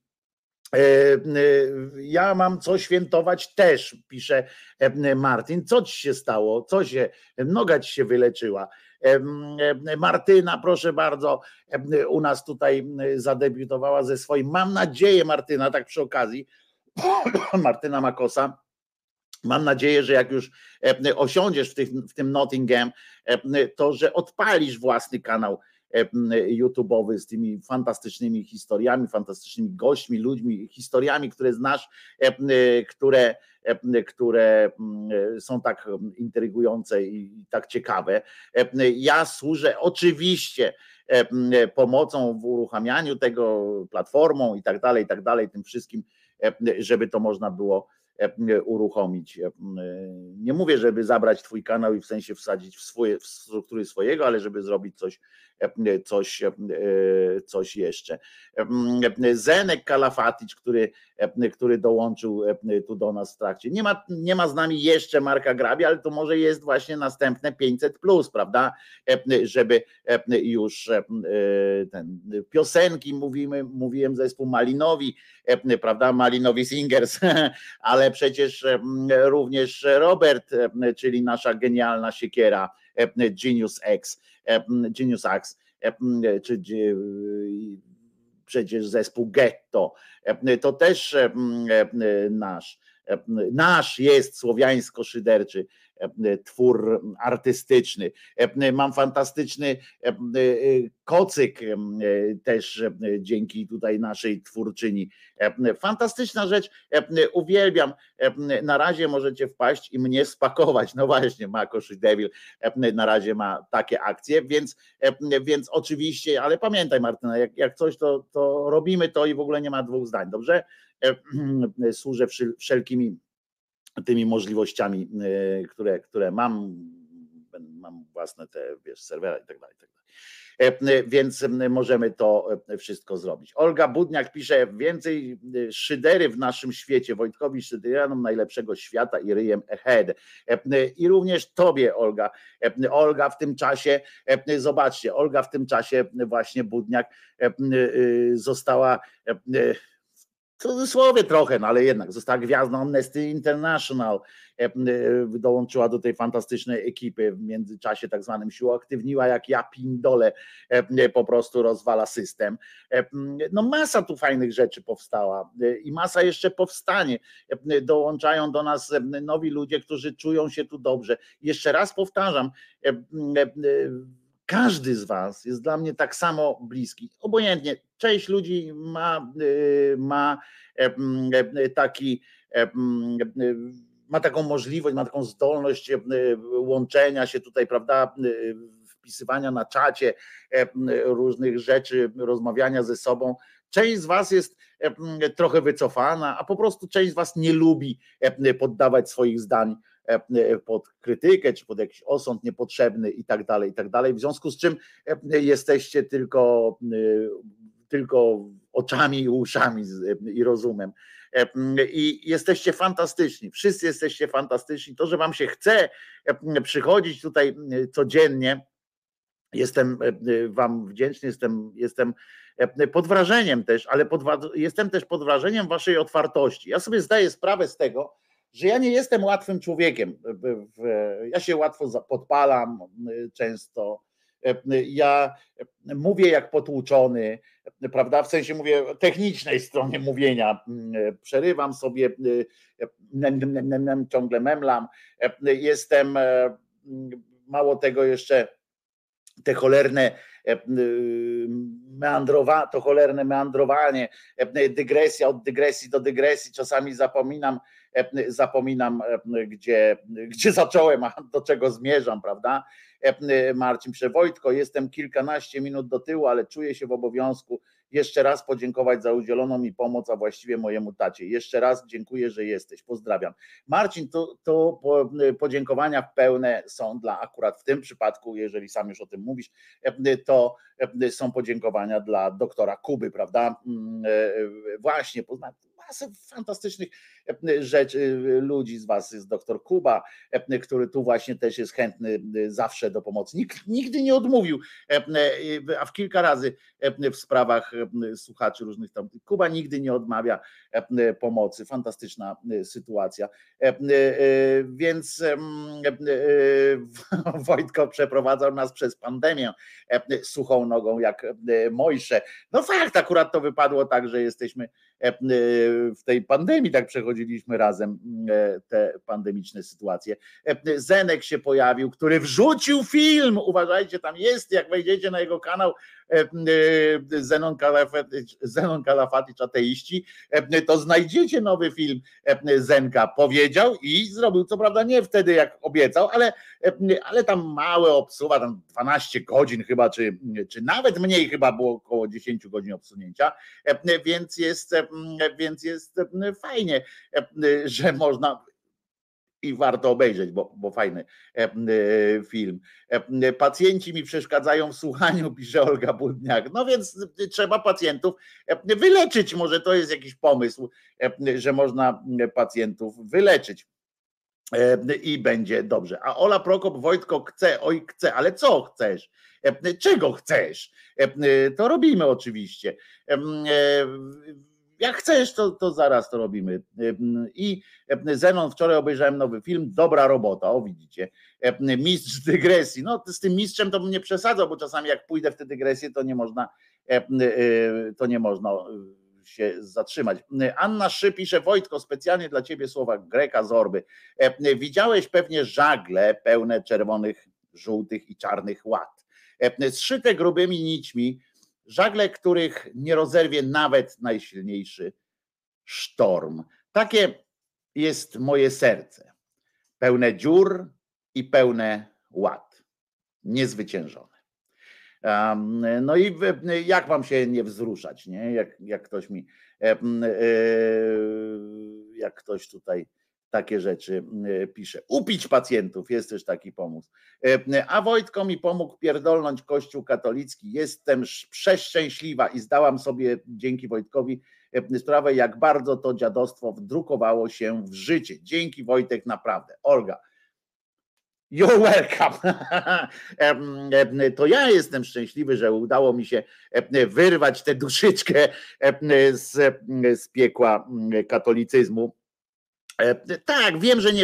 Ja mam co świętować też, pisze Martin. Co ci się stało? Noga ci się wyleczyła. Martyna, proszę bardzo, u nas tutaj zadebiutowała ze swoim, mam nadzieję, Martyna, tak przy okazji, Martyna Makosa, mam nadzieję, że jak już osiądziesz w tym Nottingham, to że odpalisz własny kanał YouTube'owy z tymi fantastycznymi historiami, fantastycznymi gośćmi, ludźmi, historiami, które znasz, które są tak intrygujące i tak ciekawe. Ja służę oczywiście pomocą w uruchamianiu tego, platformą i tak dalej, tym wszystkim, żeby to można było uruchomić. Nie mówię, żeby zabrać twój kanał i w sensie wsadzić w struktury swojego, ale żeby zrobić coś jeszcze. Zenek Kalafatic, który dołączył tu do nas w trakcie. Nie ma z nami jeszcze Marka Grabi, ale to może jest właśnie następne 500+, prawda? Żeby już ten piosenki mówiłem zespół Malinowi, prawda? Malinowi Singers, ale przecież również Robert, czyli nasza genialna siekiera, Genius X, czy przecież zespół Getto, to też nasz jest słowiańsko-szyderczy twór artystyczny. Mam fantastyczny kocyk też dzięki tutaj naszej twórczyni. Fantastyczna rzecz, uwielbiam. Na razie możecie wpaść i mnie spakować. No właśnie, Mako Devil na razie ma takie akcje, więc oczywiście, ale pamiętaj, Martyna, jak coś, to robimy to i w ogóle nie ma dwóch zdań, dobrze? Służę wszelkimi tymi możliwościami, które mam własne te, serwera i tak dalej. Więc możemy to wszystko zrobić. Olga Budniak pisze, więcej szydery w naszym świecie, Wojtkowi Szyderynom najlepszego świata i ryjem ahead. I również tobie, Olga. Olga w tym czasie, zobaczcie, Olga w tym czasie właśnie Budniak została, w cudzysłowie trochę, no ale jednak została gwiazdą Amnesty International, dołączyła do tej fantastycznej ekipy, w międzyczasie tak zwanym się uaktywniła, jak ja pindole, po prostu rozwala system. No masa tu fajnych rzeczy powstała i masa jeszcze powstanie. Dołączają do nas nowi ludzie, którzy czują się tu dobrze. Jeszcze raz powtarzam, każdy z was jest dla mnie tak samo bliski. Obojętnie, część ludzi ma taki, ma taką możliwość, ma taką zdolność łączenia się tutaj, prawda, wpisywania na czacie różnych rzeczy, rozmawiania ze sobą. Część z was jest trochę wycofana, a po prostu część z was nie lubi poddawać swoich zdań pod krytykę, czy pod jakiś osąd niepotrzebny i tak dalej, w związku z czym jesteście tylko oczami i uszami i rozumem. I jesteście fantastyczni, wszyscy jesteście fantastyczni. To, że wam się chce przychodzić tutaj codziennie, jestem wam wdzięczny, jestem pod wrażeniem też, ale jestem też pod wrażeniem waszej otwartości. Ja sobie zdaję sprawę z tego, że ja nie jestem łatwym człowiekiem. Ja się łatwo podpalam często. Ja mówię jak potłuczony, prawda? W sensie mówię technicznej stronie mówienia. Przerywam sobie, ciągle memlam. Jestem, mało tego jeszcze, te cholerne meandrowanie, dygresja od dygresji do dygresji, czasami zapominam gdzie zacząłem, a do czego zmierzam, prawda? Marcin Przewojtko, jestem kilkanaście minut do tyłu, ale czuję się w obowiązku jeszcze raz podziękować za udzieloną mi pomoc, a właściwie mojemu tacie. Jeszcze raz dziękuję, że jesteś. Pozdrawiam. Marcin, to podziękowania pełne są akurat w tym przypadku, jeżeli sam już o tym mówisz, to są podziękowania dla doktora Kuby, prawda? Właśnie, poznałem masę fantastycznych rzeczy, ludzi z was jest doktor Kuba, który tu właśnie też jest chętny zawsze do pomocy. Nikt nigdy nie odmówił, a w kilka razy w sprawach słuchaczy różnych tam. Kuba nigdy nie odmawia pomocy. Fantastyczna sytuacja. Więc Wojtko przeprowadzał nas przez pandemię suchą nogą jak Mojsze. No fakt, akurat to wypadło tak, że jesteśmy w tej pandemii tak przechodziliśmy razem te pandemiczne sytuacje. Zenek się pojawił, który wrzucił film, uważajcie, tam jest, jak wejdziecie na jego kanał Zenon Kalafatycz Ateiści, to znajdziecie nowy film Zenka. Powiedział i zrobił, co prawda nie wtedy jak obiecał, ale tam małe obsuwa, tam 12 godzin chyba, czy nawet mniej, chyba było około 10 godzin obsunięcia, więc jest fajnie, że można i warto obejrzeć, bo fajny film. Pacjenci mi przeszkadzają w słuchaniu, pisze Olga Budniak. No więc trzeba pacjentów wyleczyć, może to jest jakiś pomysł, że można pacjentów wyleczyć. I będzie dobrze. A Ola Prokop, Wojtko chce, oj chce, ale co chcesz? Czego chcesz? To robimy oczywiście. Jak chcesz, to zaraz to robimy. I Zenon, wczoraj obejrzałem nowy film, dobra robota, o widzicie. Mistrz dygresji. No z tym mistrzem to bym nie przesadzał, bo czasami jak pójdę w tę dygresję, to nie można się zatrzymać. Anna Szy pisze, Wojtko, specjalnie dla ciebie słowa Greka z Orby. Widziałeś pewnie żagle pełne czerwonych, żółtych i czarnych łat. Zszyte grubymi nićmi, żagle, których nie rozerwie nawet najsilniejszy sztorm. Takie jest moje serce. Pełne dziur i pełne łat. Niezwyciężone. No i jak mam się nie wzruszać, nie? Jak ktoś mi, jak ktoś tutaj takie rzeczy pisze. Upić pacjentów, jest też taki pomysł. A Wojtko mi pomógł pierdolnąć Kościół katolicki. Jestem przeszczęśliwa i zdałam sobie dzięki Wojtkowi sprawę, jak bardzo to dziadostwo wdrukowało się w życie. Dzięki Wojtek, naprawdę. Olga. You're welcome. To ja jestem szczęśliwy, że udało mi się wyrwać tę duszyczkę z piekła katolicyzmu. Tak, wiem, że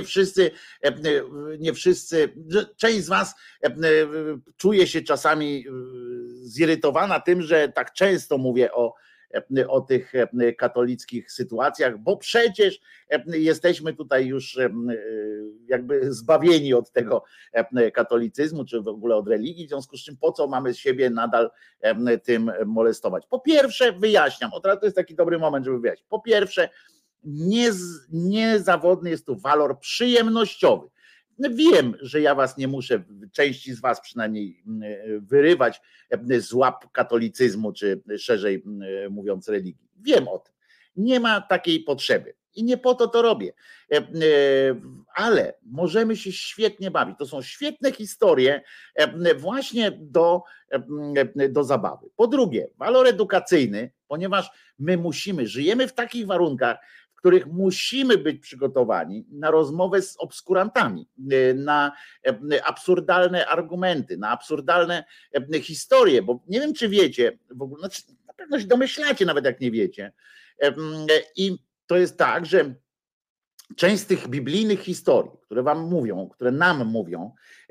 nie wszyscy, część z was czuje się czasami zirytowana tym, że tak często mówię o tych katolickich sytuacjach, bo przecież jesteśmy tutaj już jakby zbawieni od tego katolicyzmu, czy w ogóle od religii, w związku z czym po co mamy siebie nadal tym molestować? Po pierwsze, wyjaśniam, to jest taki dobry moment, żeby wyjaśnić. Po pierwsze, niezawodny jest tu walor przyjemnościowy. Wiem, że ja was nie muszę, części z was przynajmniej, wyrywać z łap katolicyzmu, czy szerzej mówiąc religii. Wiem o tym. Nie ma takiej potrzeby. I nie po to robię. Ale możemy się świetnie bawić. To są świetne historie właśnie do zabawy. Po drugie, walor edukacyjny, ponieważ my żyjemy w takich warunkach, w których musimy być przygotowani na rozmowę z obskurantami, na absurdalne argumenty, na absurdalne historie, bo nie wiem, czy wiecie, w ogóle, znaczy, na pewno się domyślacie, nawet jak nie wiecie. I to jest tak, że część z tych biblijnych historii, które wam mówią, które nam mówią,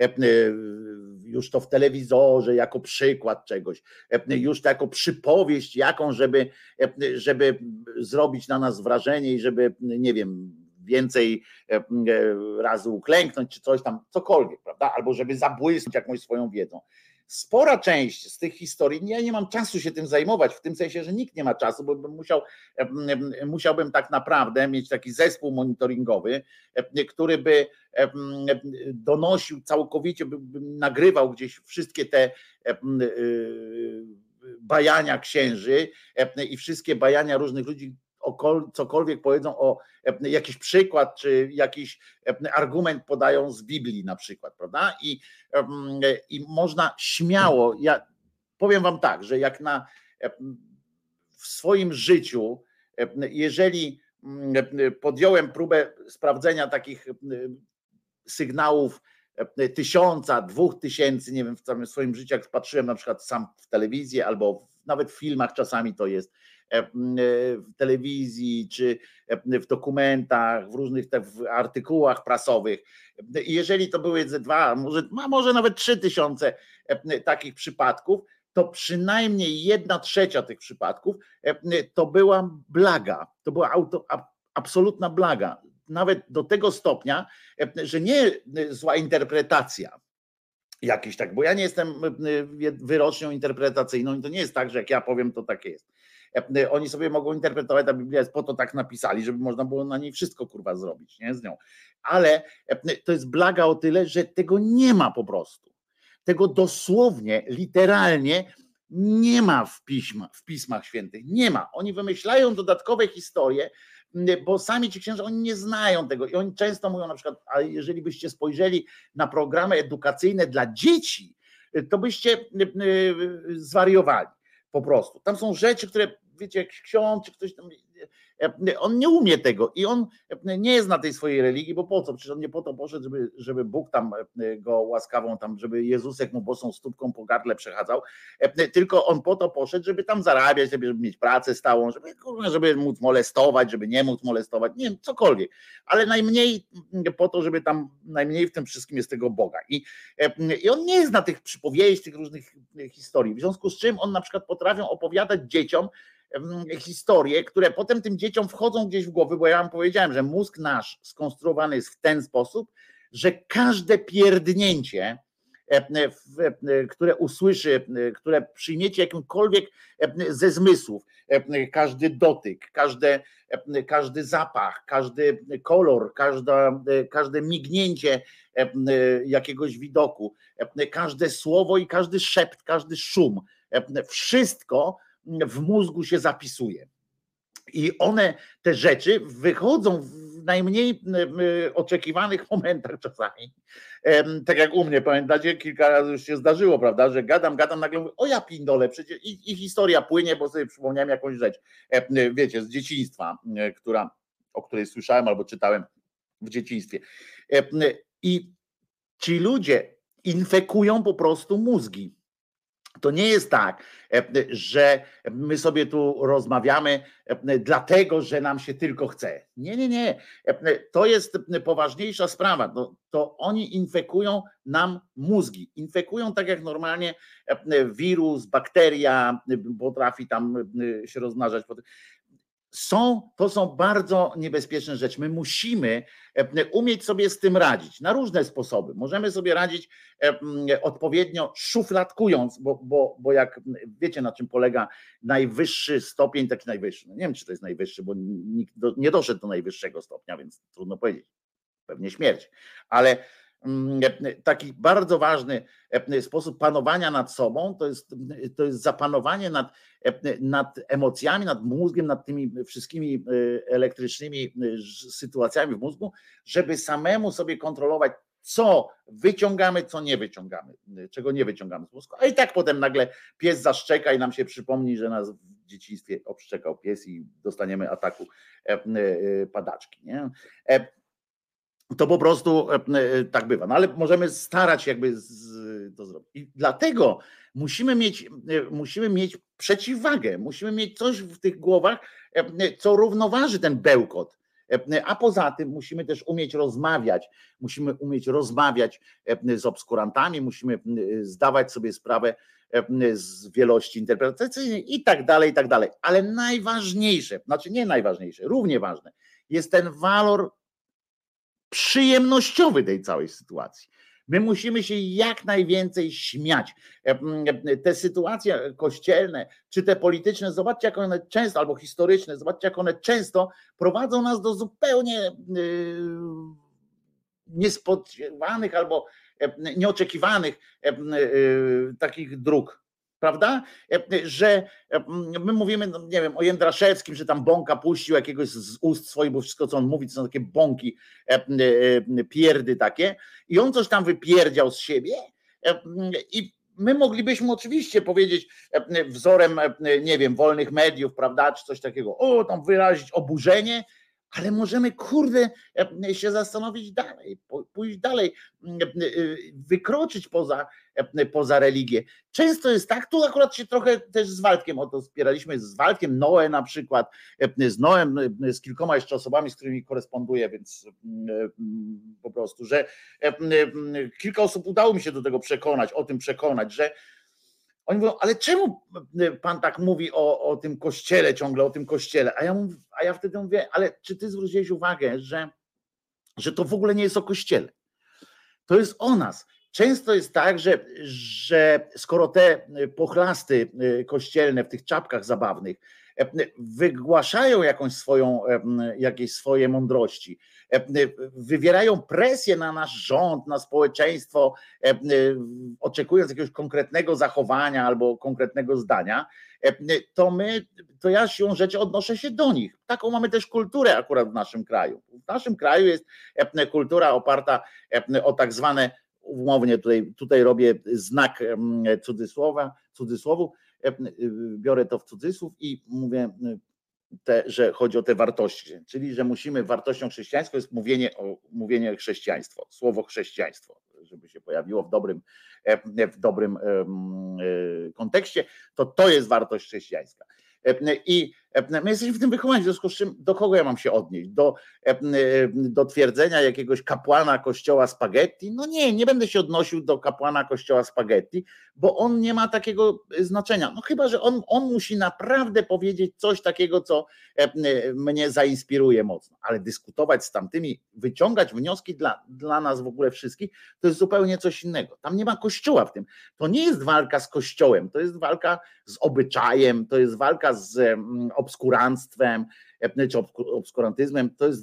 już to w telewizorze jako przykład czegoś, już to jako przypowieść jaką, żeby zrobić na nas wrażenie i żeby, nie wiem, więcej razy uklęknąć, czy coś tam, cokolwiek, prawda? Albo żeby zabłysnąć jakąś swoją wiedzą. Spora część z tych historii, ja nie mam czasu się tym zajmować, w tym sensie, że nikt nie ma czasu, bo musiałbym tak naprawdę mieć taki zespół monitoringowy, który by donosił całkowicie, by nagrywał gdzieś wszystkie te bajania księży i wszystkie bajania różnych ludzi, cokolwiek powiedzą o jakiś przykład, czy jakiś argument podają z Biblii na przykład, prawda? I można śmiało, ja powiem wam tak, że jak w swoim życiu, jeżeli podjąłem próbę sprawdzenia takich sygnałów 1000, 2000, nie wiem, w całym swoim życiu, jak patrzyłem na przykład sam w telewizję, albo nawet w filmach czasami to jest, w telewizji, czy w dokumentach, w różnych w artykułach prasowych. I jeżeli to były ze 2, może nawet 3000 takich przypadków, to przynajmniej 1/3 tych przypadków to była blaga, to była absolutna blaga. Nawet do tego stopnia, że nie zła interpretacja jakiś tak, bo ja nie jestem wyrocznią interpretacyjną i to nie jest tak, że jak ja powiem, to tak jest. Oni sobie mogą interpretować, ta Biblia jest po to tak napisali, żeby można było na niej wszystko kurwa zrobić, nie, z nią. Ale to jest blaga o tyle, że tego nie ma po prostu. Tego dosłownie, literalnie nie ma w pismach świętych. Nie ma. Oni wymyślają dodatkowe historie, bo sami ci księża, oni nie znają tego i oni często mówią na przykład, a jeżeli byście spojrzeli na programy edukacyjne dla dzieci, to byście zwariowali po prostu. Tam są rzeczy, które wiecie, jak ksiądz czy ktoś tam, on nie umie tego i on nie jest na tej swojej religii, bo po co? Przecież on nie po to poszedł, żeby Bóg tam go łaskawą, tam, żeby Jezusek mu bosą stópką po gardle przechadzał, tylko on po to poszedł, żeby tam zarabiać, żeby mieć pracę stałą, żeby móc molestować, żeby nie móc molestować, nie wiem, cokolwiek, ale najmniej po to, żeby tam, najmniej w tym wszystkim jest tego Boga. I on nie zna tych przypowieści, tych różnych historii, w związku z czym on na przykład potrafią opowiadać dzieciom historie, które potem tym dzieciom wchodzą gdzieś w głowy, bo ja wam powiedziałem, że mózg nasz skonstruowany jest w ten sposób, że każde pierdnięcie, które usłyszy, które przyjmiecie jakimkolwiek ze zmysłów, każdy dotyk, każdy zapach, każdy kolor, każde mignięcie jakiegoś widoku, każde słowo i każdy szept, każdy szum, wszystko w mózgu się zapisuje. I one, te rzeczy wychodzą w najmniej oczekiwanych momentach czasami. Tak jak u mnie, pamiętacie, kilka razy już się zdarzyło, prawda, że gadam, nagle mówię, o ja pindole, przecież i historia płynie, bo sobie przypomniałem jakąś rzecz, wiecie, z dzieciństwa, o której słyszałem albo czytałem w dzieciństwie. I ci ludzie infekują po prostu mózgi. To nie jest tak, że my sobie tu rozmawiamy dlatego, że nam się tylko chce. Nie. To jest poważniejsza sprawa. To oni infekują nam mózgi. Infekują tak jak normalnie wirus, bakteria potrafi tam się rozmnażać. To są bardzo niebezpieczne rzeczy. My musimy umieć sobie z tym radzić na różne sposoby. Możemy sobie radzić odpowiednio szufladkując, bo jak wiecie, na czym polega najwyższy stopień, taki najwyższy. No nie wiem, czy to jest najwyższy, bo nikt nie doszedł do najwyższego stopnia, więc trudno powiedzieć. Pewnie śmierć. Ale taki bardzo ważny sposób panowania nad sobą to jest zapanowanie nad emocjami, nad mózgiem, nad tymi wszystkimi elektrycznymi sytuacjami w mózgu, żeby samemu sobie kontrolować, co wyciągamy, co nie wyciągamy, czego nie wyciągamy z mózgu. A i tak potem nagle pies zaszczeka i nam się przypomni, że nas w dzieciństwie obszczekał pies i dostaniemy ataku padaczki. Nie? To po prostu tak bywa. No ale możemy starać się jakby to zrobić. I dlatego musimy mieć przeciwwagę, musimy mieć coś w tych głowach, co równoważy ten bełkot. A poza tym musimy też umieć rozmawiać z obskurantami, musimy zdawać sobie sprawę z wielości interpretacyjnej i tak dalej. Ale najważniejsze, znaczy nie najważniejsze, równie ważne jest ten walor przyjemnościowy tej całej sytuacji. My musimy się jak najwięcej śmiać. Te sytuacje kościelne, czy te polityczne, zobaczcie jak one często, albo historyczne, zobaczcie jak one często prowadzą nas do zupełnie niespodziewanych albo nieoczekiwanych takich dróg. Prawda? Że my mówimy, no nie wiem, o Jędraszewskim, że tam bąka puścił jakiegoś z ust swoich, bo wszystko co on mówi to są takie bąki, pierdy takie i on coś tam wypierdział z siebie i my moglibyśmy oczywiście powiedzieć wzorem, nie wiem, wolnych mediów, prawda, czy coś takiego, tam wyrazić oburzenie, ale możemy, kurde, się zastanowić dalej, pójść dalej, wykroczyć poza religię. Często jest tak, tu akurat się trochę też z Waldkiem o to spieraliśmy, z Waldkiem, Noe na przykład, z Noem, z kilkoma jeszcze osobami, z którymi koresponduję, więc po prostu, że kilka osób udało mi się do tego przekonać, że Oni mówią, ale czemu pan tak mówi o tym kościele, ciągle o tym kościele? A ja wtedy mówię, ale czy ty zwróciłeś uwagę, że to w ogóle nie jest o kościele? To jest o nas. Często jest tak, że skoro te pochlasty kościelne w tych czapkach zabawnych wygłaszają jakieś swoje mądrości, wywierają presję na nasz rząd, na społeczeństwo, oczekując jakiegoś konkretnego zachowania albo konkretnego zdania, to ja siłą rzeczy odnoszę się do nich. Taką mamy też kulturę akurat w naszym kraju. W naszym kraju jest kultura oparta o tak zwane, umownie tutaj robię znak cudzysłowu, biorę to w cudzysłów i mówię, że chodzi o te wartości, czyli że wartością chrześcijańską jest mówienie chrześcijaństwo, słowo chrześcijaństwo, żeby się pojawiło w dobrym kontekście, to jest wartość chrześcijańska. I my jesteśmy w tym wychowani, w związku z czym do kogo ja mam się odnieść? Do twierdzenia jakiegoś kapłana kościoła spaghetti? No nie będę się odnosił do kapłana kościoła spaghetti, bo on nie ma takiego znaczenia. No chyba, że on musi naprawdę powiedzieć coś takiego, co mnie zainspiruje mocno, ale dyskutować z tamtymi, wyciągać wnioski dla nas w ogóle wszystkich, to jest zupełnie coś innego. Tam nie ma kościoła w tym. To nie jest walka z kościołem, to jest walka z obyczajem, to jest walka z obskuranstwem, czy obskurantyzmem, to jest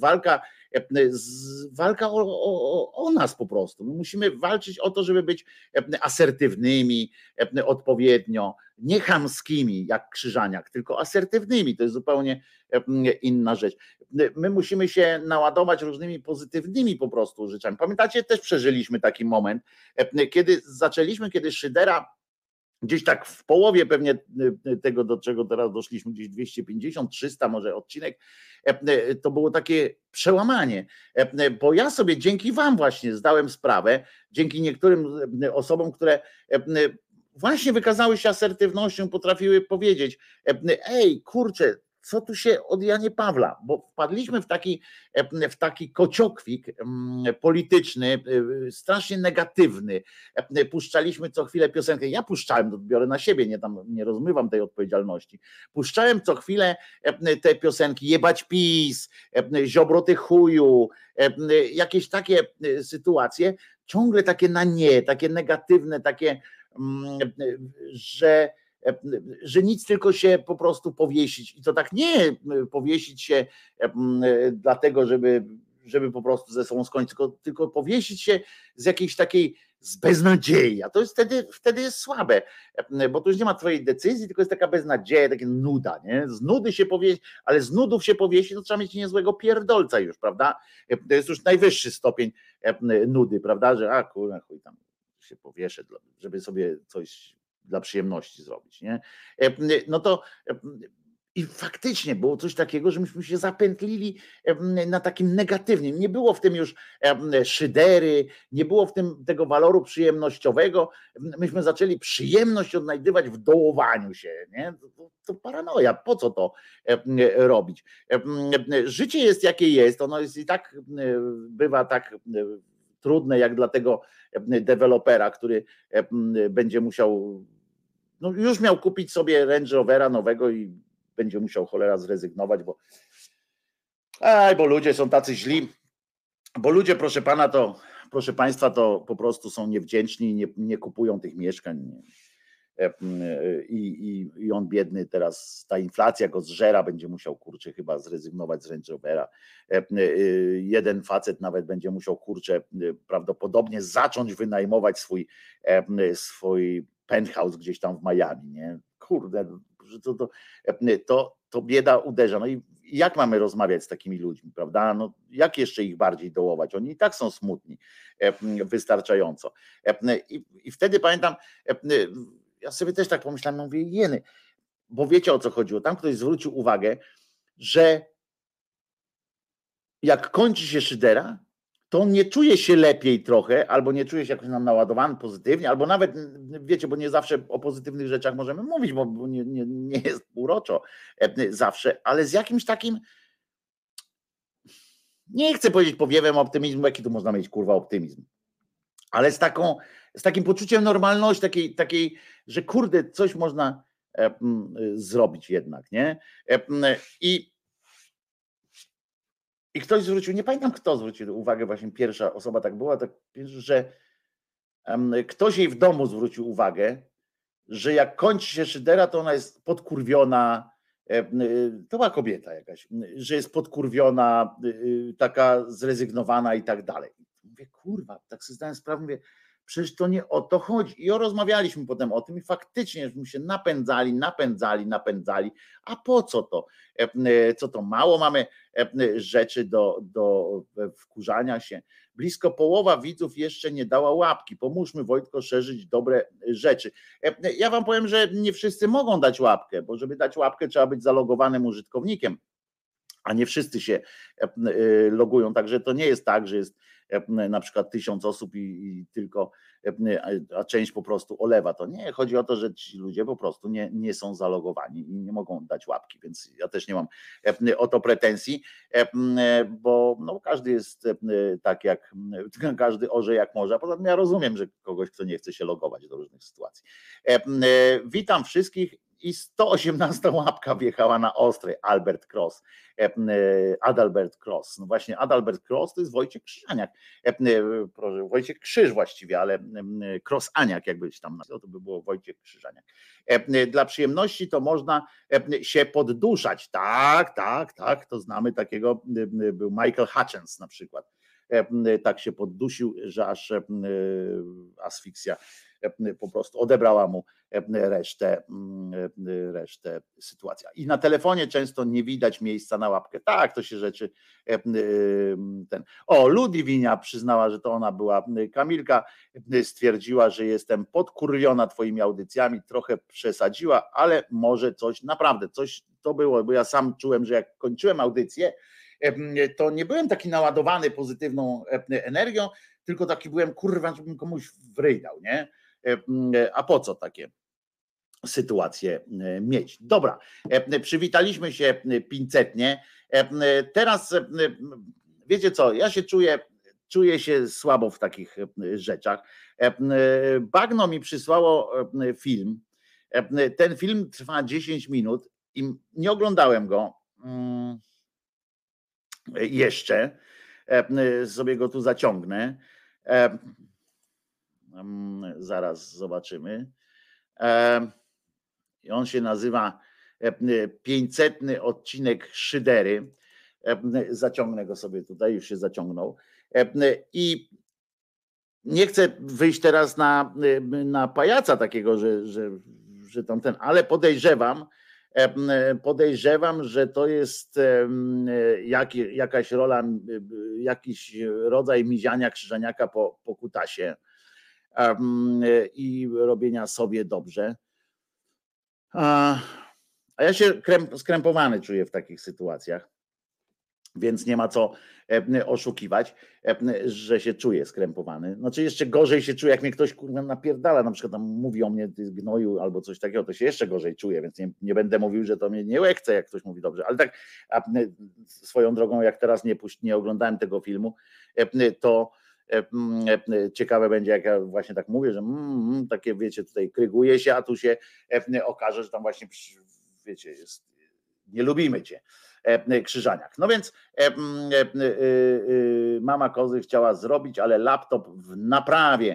walka o nas po prostu. My musimy walczyć o to, żeby być asertywnymi odpowiednio, nie chamskimi jak Krzyżaniak, tylko asertywnymi, to jest zupełnie inna rzecz. My musimy się naładować różnymi pozytywnymi po prostu rzeczami. Pamiętacie, też przeżyliśmy taki moment, kiedy Szydera gdzieś tak w połowie pewnie tego, do czego teraz doszliśmy, gdzieś 250, 300 może odcinek, to było takie przełamanie, bo ja sobie dzięki wam właśnie zdałem sprawę, dzięki niektórym osobom, które właśnie wykazały się asertywnością, potrafiły powiedzieć, ej, kurczę, co tu się od Janie Pawła, bo wpadliśmy w taki kociokwik polityczny, strasznie negatywny. Puszczaliśmy co chwilę piosenkę. Ja puszczałem, biorę na siebie, nie rozmywam tej odpowiedzialności. Puszczałem co chwilę te piosenki, jebać PiS, Ziobro ty chuju, jakieś takie sytuacje, ciągle takie na nie, takie negatywne, takie, że nic, tylko się po prostu powiesić. I to tak nie powiesić się dlatego, żeby po prostu ze sobą skończyć, tylko powiesić się z jakiejś takiej z beznadziei. A to jest wtedy jest słabe, bo tu już nie ma twojej decyzji, tylko jest taka beznadzieja, takie nuda. Nie? Z nudy się powiesi, ale z nudów się powiesi, to trzeba mieć niezłego pierdolca już, prawda? To jest już najwyższy stopień nudy, prawda? Że kurwa, chuj tam się powieszę, żeby sobie coś dla przyjemności zrobić, nie? No to i faktycznie było coś takiego, że myśmy się zapętlili na takim negatywnym. Nie było w tym już szydery, nie było w tym tego waloru przyjemnościowego. Myśmy zaczęli przyjemność odnajdywać w dołowaniu się, nie? To paranoja, po co to robić? Życie jest jakie jest, ono jest i tak bywa tak trudne jak dla tego dewelopera, który będzie musiał, no już miał kupić sobie Range Rovera nowego i będzie musiał cholera zrezygnować, bo ludzie są tacy źli, bo ludzie, proszę państwa, to po prostu są niewdzięczni i nie kupują tych mieszkań. I on biedny teraz, ta inflacja go zżera, będzie musiał kurczę chyba zrezygnować z Range Rovera. Jeden facet nawet będzie musiał kurczę prawdopodobnie zacząć wynajmować swój penthouse gdzieś tam w Miami, nie? Kurde, to bieda uderza. No i jak mamy rozmawiać z takimi ludźmi, prawda? No, jak jeszcze ich bardziej dołować? Oni i tak są smutni wystarczająco. I wtedy pamiętam, ja sobie też tak pomyślałem, mówię, jeny, bo wiecie, o co chodziło. Tam ktoś zwrócił uwagę, że jak kończy się Szydera, to on nie czuje się lepiej trochę, albo nie czuje się jakoś nam naładowany pozytywnie, albo nawet, wiecie, bo nie zawsze o pozytywnych rzeczach możemy mówić, bo nie jest uroczo zawsze, ale z jakimś takim, nie chcę powiedzieć powiewem optymizmu, jaki tu można mieć kurwa optymizm, ale z takim poczuciem normalności, takiej, że kurde, coś można zrobić jednak, nie? I, I ktoś zwrócił, nie pamiętam kto zwrócił uwagę, właśnie pierwsza osoba tak była, tak, że ktoś jej w domu zwrócił uwagę, że jak kończy się szydera, to ona jest podkurwiona, to była kobieta jakaś, że jest podkurwiona, taka zrezygnowana i tak dalej. Mówię, kurwa, tak sobie zdałem sprawę, mówię, przecież to nie o to chodzi. I rozmawialiśmy potem o tym i faktycznie żeśmy się napędzali. A po co to? Co to, mało mamy rzeczy do wkurzania się? Blisko połowa widzów jeszcze nie dała łapki. Pomóżmy, Wojtko, szerzyć dobre rzeczy. Ja wam powiem, że nie wszyscy mogą dać łapkę, bo żeby dać łapkę, trzeba być zalogowanym użytkownikiem, a nie wszyscy się logują. Także to nie jest tak, że jest na przykład 1000 osób i tylko, a część po prostu olewa. To nie, chodzi o to, że ci ludzie po prostu nie są zalogowani i nie mogą dać łapki, więc ja też nie mam o to pretensji, bo no, każdy jest tak jak, każdy orze jak może, a poza tym ja rozumiem, że kogoś, kto nie chce się logować do różnych sytuacji. Witam wszystkich. I 118 łapka wjechała na ostrej. Adalbert Cross. No właśnie, Adalbert Cross to jest Wojciech Krzyżaniak. Wojciech Krzyż właściwie, ale Cross-Aniak jakbyś tam nazwał, to by było Wojciech Krzyżaniak. Dla przyjemności to można się podduszać. Tak, to znamy takiego, był Michael Hutchence na przykład. Tak się poddusił, że aż asfiksja po prostu odebrała mu resztę sytuacja. I na telefonie często nie widać miejsca na łapkę. Tak, to się rzeczy Ludwinia przyznała, że to ona była. Kamilka stwierdziła, że jestem podkurwiona twoimi audycjami, trochę przesadziła, ale może coś, naprawdę coś to było, bo ja sam czułem, że jak kończyłem audycję, to nie byłem taki naładowany pozytywną energią, tylko taki byłem, kurwa, żebym komuś w ryj dał, nie? A po co takie sytuacje mieć? Dobra, przywitaliśmy się 500-nie. Teraz wiecie co, ja się czuję się słabo w takich rzeczach. Bagno mi przysłało film. Ten film trwa 10 minut i nie oglądałem go jeszcze. Sobie go tu zaciągnę. Zaraz zobaczymy. I on się nazywa 500 odcinek Szydery. Zaciągnę go sobie tutaj, już się zaciągnął. I nie chcę wyjść teraz na pajaca takiego, że tamten, ale podejrzewam, że to jest jakaś rola, jakiś rodzaj miziania Krzyżaniaka po kutasie i robienia sobie dobrze. A ja się skrępowany czuję w takich sytuacjach, więc nie ma co oszukiwać, że się czuję skrępowany. Znaczy jeszcze gorzej się czuję, jak mnie ktoś kurwa napierdala, na przykład tam mówi o mnie ty gnoju albo coś takiego, to się jeszcze gorzej czuję, więc nie będę mówił, że to mnie nie łechce, jak ktoś mówi dobrze, ale tak swoją drogą, jak teraz nie oglądałem tego filmu, to ciekawe będzie, jak ja właśnie tak mówię, że takie wiecie, tutaj kryguje się, a tu się okaże, że tam właśnie wiecie, jest, nie lubimy cię. Krzyżaniak. No więc mama kozy chciała zrobić, ale laptop w naprawie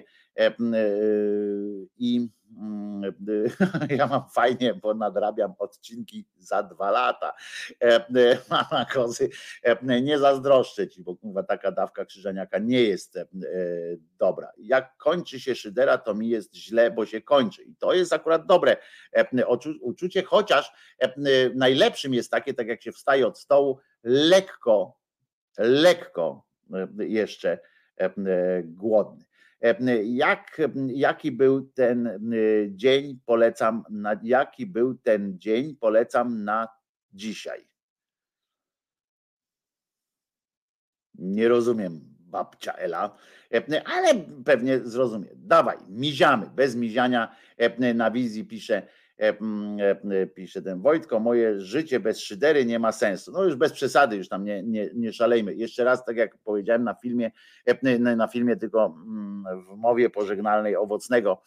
i ja mam fajnie, bo nadrabiam odcinki za 2 lata. Mama kozy, nie zazdroszczę ci, bo kurwa taka dawka Krzyżaniaka nie jest dobra. Jak kończy się szydera, to mi jest źle, bo się kończy. I to jest akurat dobre uczucie, chociaż najlepszym jest takie, tak jak się wstaje od stołu, lekko jeszcze głodny. Jaki był ten dzień, polecam na dzisiaj. Nie rozumiem, babcia Ela, ale pewnie zrozumie. Dawaj, miziamy, bez miziania. Na wizji pisze ten Wojtko, moje życie bez szydery nie ma sensu. No już bez przesady, już tam nie szalejmy. Jeszcze raz, tak jak powiedziałem na filmie tylko w mowie pożegnalnej Owocnego,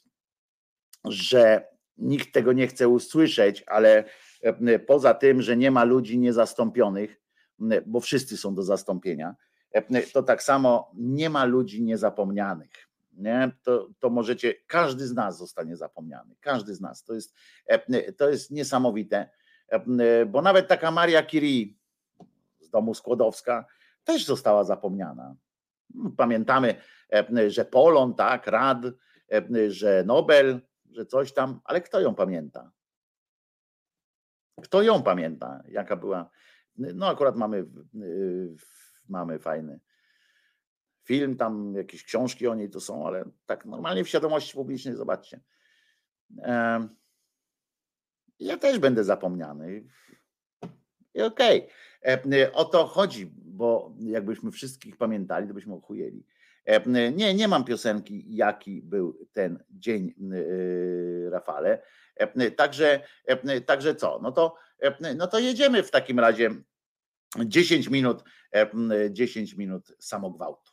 że nikt tego nie chce usłyszeć, ale poza tym, że nie ma ludzi niezastąpionych, bo wszyscy są do zastąpienia, to tak samo nie ma ludzi niezapomnianych. Nie? To możecie, każdy z nas zostanie zapomniany, każdy z nas. To jest niesamowite, bo nawet taka Maria Curie z domu Skłodowska też została zapomniana. Pamiętamy, że Polon, tak, Rad, że Nobel, że coś tam, ale kto ją pamięta? Kto ją pamięta? Jaka była? No akurat mamy fajny film, tam jakieś książki o niej to są, ale tak normalnie w świadomości publicznej zobaczcie. Ja też będę zapomniany. I okej. O to chodzi, bo jakbyśmy wszystkich pamiętali, to byśmy ochujeli. Nie mam piosenki, jaki był ten dzień, Rafale. Także co? No to jedziemy w takim razie 10 minut samogwałtu.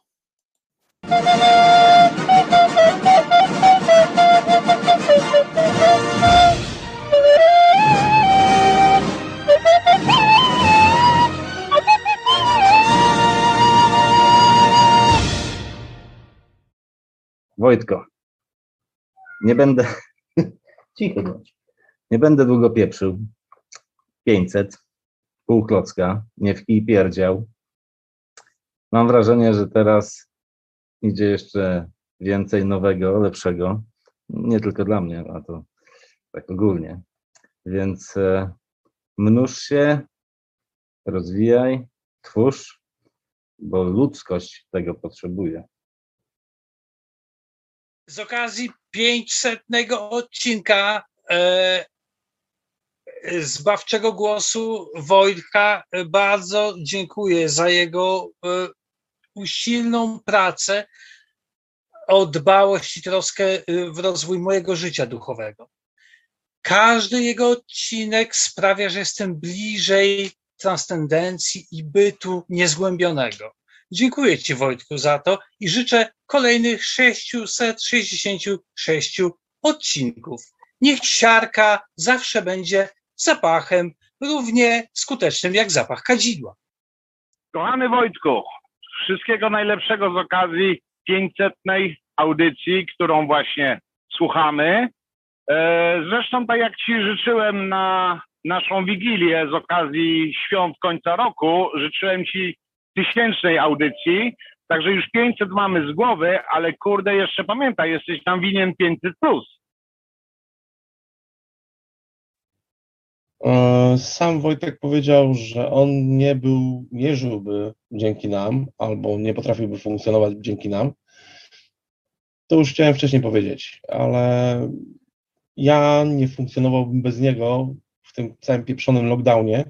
Wojtko, nie będę cicho bądź. Nie będę długo pieprzył. 500, pół klocka, nie w kij pierdział. Mam wrażenie, że teraz idzie jeszcze więcej nowego, lepszego. Nie tylko dla mnie, a to tak ogólnie. Więc mnóż się, rozwijaj, twórz, bo ludzkość tego potrzebuje. Z okazji 500 odcinka Zbawczego Głosu Wojtka bardzo dziękuję za jego usilną pracę o dbałość i troskę w rozwój mojego życia duchowego. Każdy jego odcinek sprawia, że jestem bliżej transcendencji i bytu niezgłębionego. Dziękuję Ci, Wojtku, za to i życzę kolejnych 666 odcinków. Niech siarka zawsze będzie zapachem równie skutecznym jak zapach kadzidła. Kochany Wojtku, wszystkiego najlepszego z okazji 500. audycji, którą właśnie słuchamy. Zresztą tak jak Ci życzyłem na naszą Wigilię z okazji świąt końca roku, życzyłem Ci 1000. audycji, także już 500 mamy z głowy, ale kurde, jeszcze pamiętaj, jesteś tam winien 500+. Sam Wojtek powiedział, że on nie żyłby dzięki nam, albo nie potrafiłby funkcjonować dzięki nam. To już chciałem wcześniej powiedzieć, ale ja nie funkcjonowałbym bez niego w tym całym pieprzonym lockdownie.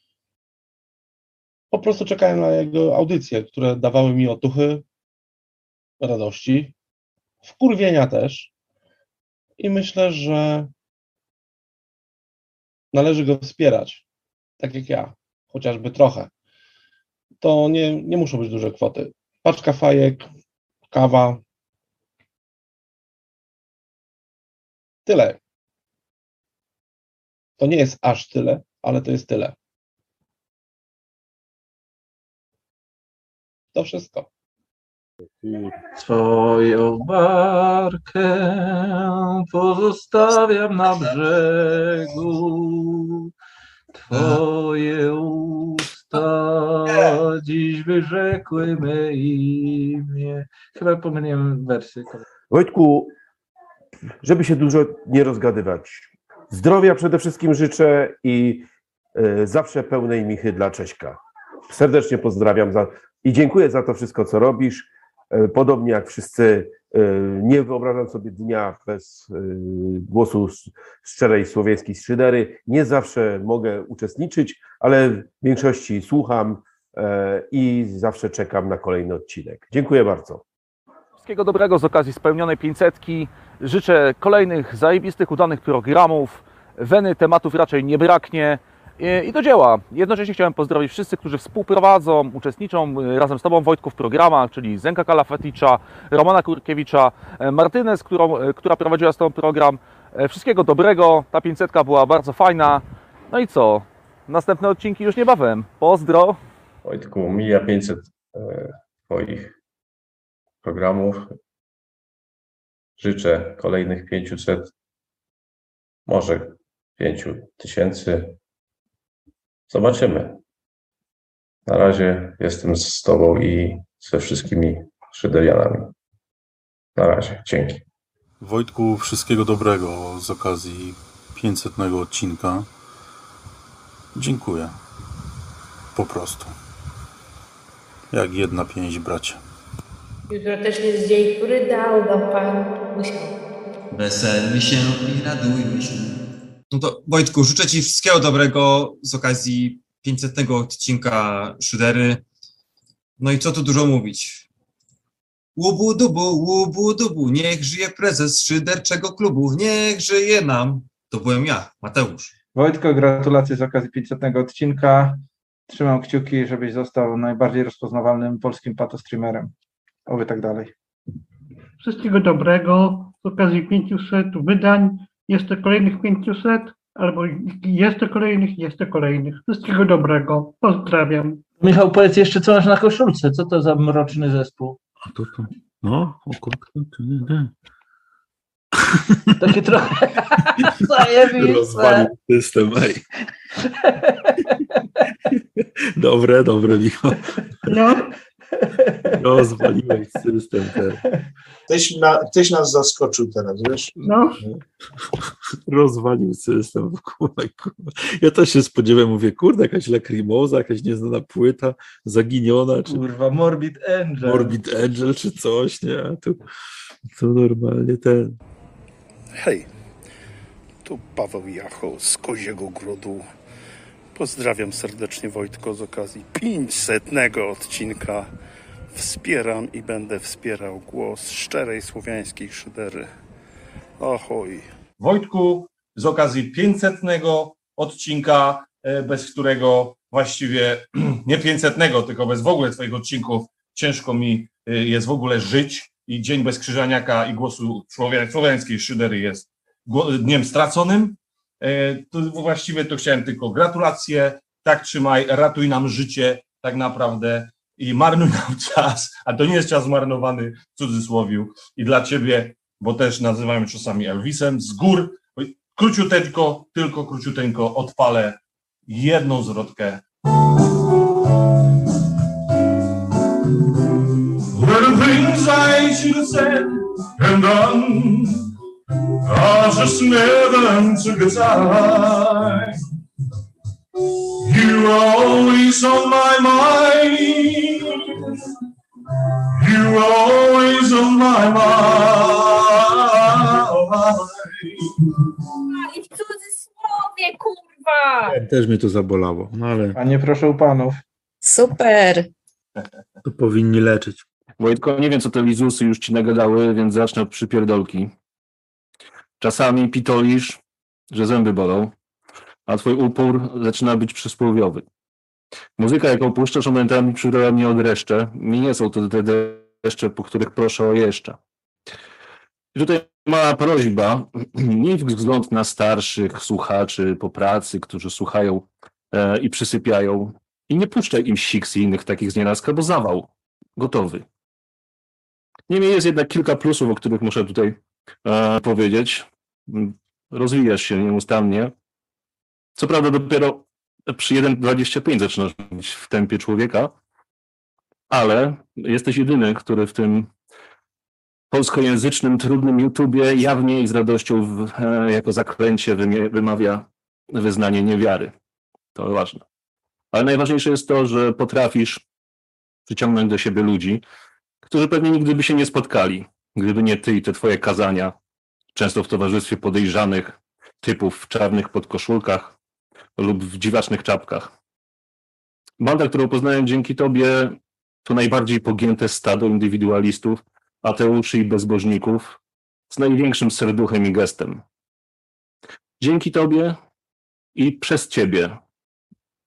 Po prostu czekałem na jego audycje, które dawały mi otuchy, radości, wkurwienia też. I myślę, że należy go wspierać, tak jak ja, chociażby trochę. To nie muszą być duże kwoty. Paczka fajek, kawa. Tyle. To nie jest aż tyle, ale to jest tyle. To wszystko. Swoją barkę pozostawiam na brzegu. Twoje usta dziś wyrzekły me imię. Chyba pomyliłem wersję. Wojtku, żeby się dużo nie rozgadywać. Zdrowia przede wszystkim życzę i zawsze pełnej michy dla Cześka. Serdecznie pozdrawiam i dziękuję za to wszystko, co robisz. Podobnie jak wszyscy, nie wyobrażam sobie dnia bez głosu szczerej słowiańskiej szydery. Nie zawsze mogę uczestniczyć, ale w większości słucham i zawsze czekam na kolejny odcinek. Dziękuję bardzo. Wszystkiego dobrego z okazji spełnionej 500. Życzę kolejnych zajebistych, udanych programów. Weny tematów raczej nie braknie I do dzieła. Jednocześnie chciałem pozdrowić wszyscy, którzy współprowadzą, uczestniczą razem z Tobą, Wojtku, w programach, czyli Zenka Kalafeticza, Romana Kurkiewicza, Martynez, która prowadziła z Tobą program. Wszystkiego dobrego, ta 500 była bardzo fajna. No i co? Następne odcinki już niebawem. Pozdro! Wojtku, mija 500 Twoich programów. Życzę kolejnych 500, może 5000. Zobaczymy. Na razie jestem z Tobą i ze wszystkimi szyderianami. Na razie. Dzięki. Wojtku, wszystkiego dobrego z okazji 500 odcinka. Dziękuję. Po prostu. Jak jedna pięść, bracie. Jutro też jest dzień, który dał nam Pan. Musiał. Weselmy się i radujmy się. No to Wojtku, życzę Ci wszystkiego dobrego z okazji 500 odcinka Szydery. No i co tu dużo mówić. Łubu dubu, niech żyje prezes szyderczego klubu, niech żyje nam. To byłem ja, Mateusz. Wojtko, gratulacje z okazji 500 odcinka. Trzymam kciuki, żebyś został najbardziej rozpoznawalnym polskim patostreamerem. Oby tak dalej. Wszystkiego dobrego z okazji 500 wydań. Jeszcze kolejnych 500, albo jeszcze kolejnych. Wszystkiego dobrego. Pozdrawiam. Michał, powiedz jeszcze, co masz na koszulce. Co to za mroczny zespół? A to. No, o kurczę. Takie trochę zajebiste. Rozwalił system, ej. Dobre, Michał. No. Rozwaliłeś system teraz. Tyś nas zaskoczył teraz, wiesz? No. Rozwalił system. Kurwa. Ja też się spodziewałem, mówię, kurde, jakaś Lacrimosa, jakaś nieznana płyta, zaginiona. Czy... Kurwa, Morbid Angel czy coś, nie? A tu normalnie ten... Hej, tu Paweł Jacho z Koziego Grodu. Pozdrawiam serdecznie, Wojtko, z okazji 500 odcinka. Wspieram i będę wspierał głos szczerej słowiańskiej szydery. Ahoj. Wojtku, z okazji 500 odcinka, bez którego właściwie nie 500, tylko bez w ogóle Twoich odcinków ciężko mi jest w ogóle żyć i dzień bez Krzyżaniaka i głosu słowiańskiej szydery jest dniem straconym. To właściwie to chciałem tylko gratulacje, tak trzymaj, ratuj nam życie tak naprawdę i marnuj nam czas, a to nie jest czas zmarnowany w cudzysłowiu i dla Ciebie, bo też nazywamy czasami Elvisem, z gór, króciuteńko odpalę jedną zwrotkę. The things I should have said and done, I just never took the time. You were always on my mind. You were always on my mind. I w cudzysłowie, kurwa! Też mnie to zabolało, no ale... Panie, proszę panów. Super! To powinni leczyć. Wojtko, nie wiem, co te lizusy już ci nagadały, więc zacznę od przypierdolki. Czasami pitolisz, że zęby bolą, a twój upór zaczyna być przysłowiowy. Muzyka, jaką puszczasz, momentami przybrała mnie od dreszcze. Mi nie są to te deszcze, po których proszę o jeszcze. I tutaj mała prośba, miej wzgląd na starszych słuchaczy po pracy, którzy słuchają i przysypiają. I nie puszczaj im siks i innych takich znienacka, bo zawał. Gotowy. Niemniej jest jednak kilka plusów, o których muszę tutaj powiedzieć. Rozwijasz się nieustannie. Co prawda dopiero przy 1,25 zaczynasz być w tempie człowieka, ale jesteś jedyny, który w tym polskojęzycznym, trudnym YouTubie jawnie i z radością jako zaklęcie wymawia wyznanie niewiary. To ważne. Ale najważniejsze jest to, że potrafisz przyciągnąć do siebie ludzi, którzy pewnie nigdy by się nie spotkali, gdyby nie ty i te twoje kazania, często w towarzystwie podejrzanych typów w czarnych podkoszulkach lub w dziwacznych czapkach. Banda, którą poznałem dzięki tobie, to najbardziej pogięte stado indywidualistów, ateuszy i bezbożników z największym serduchem i gestem. Dzięki tobie i przez ciebie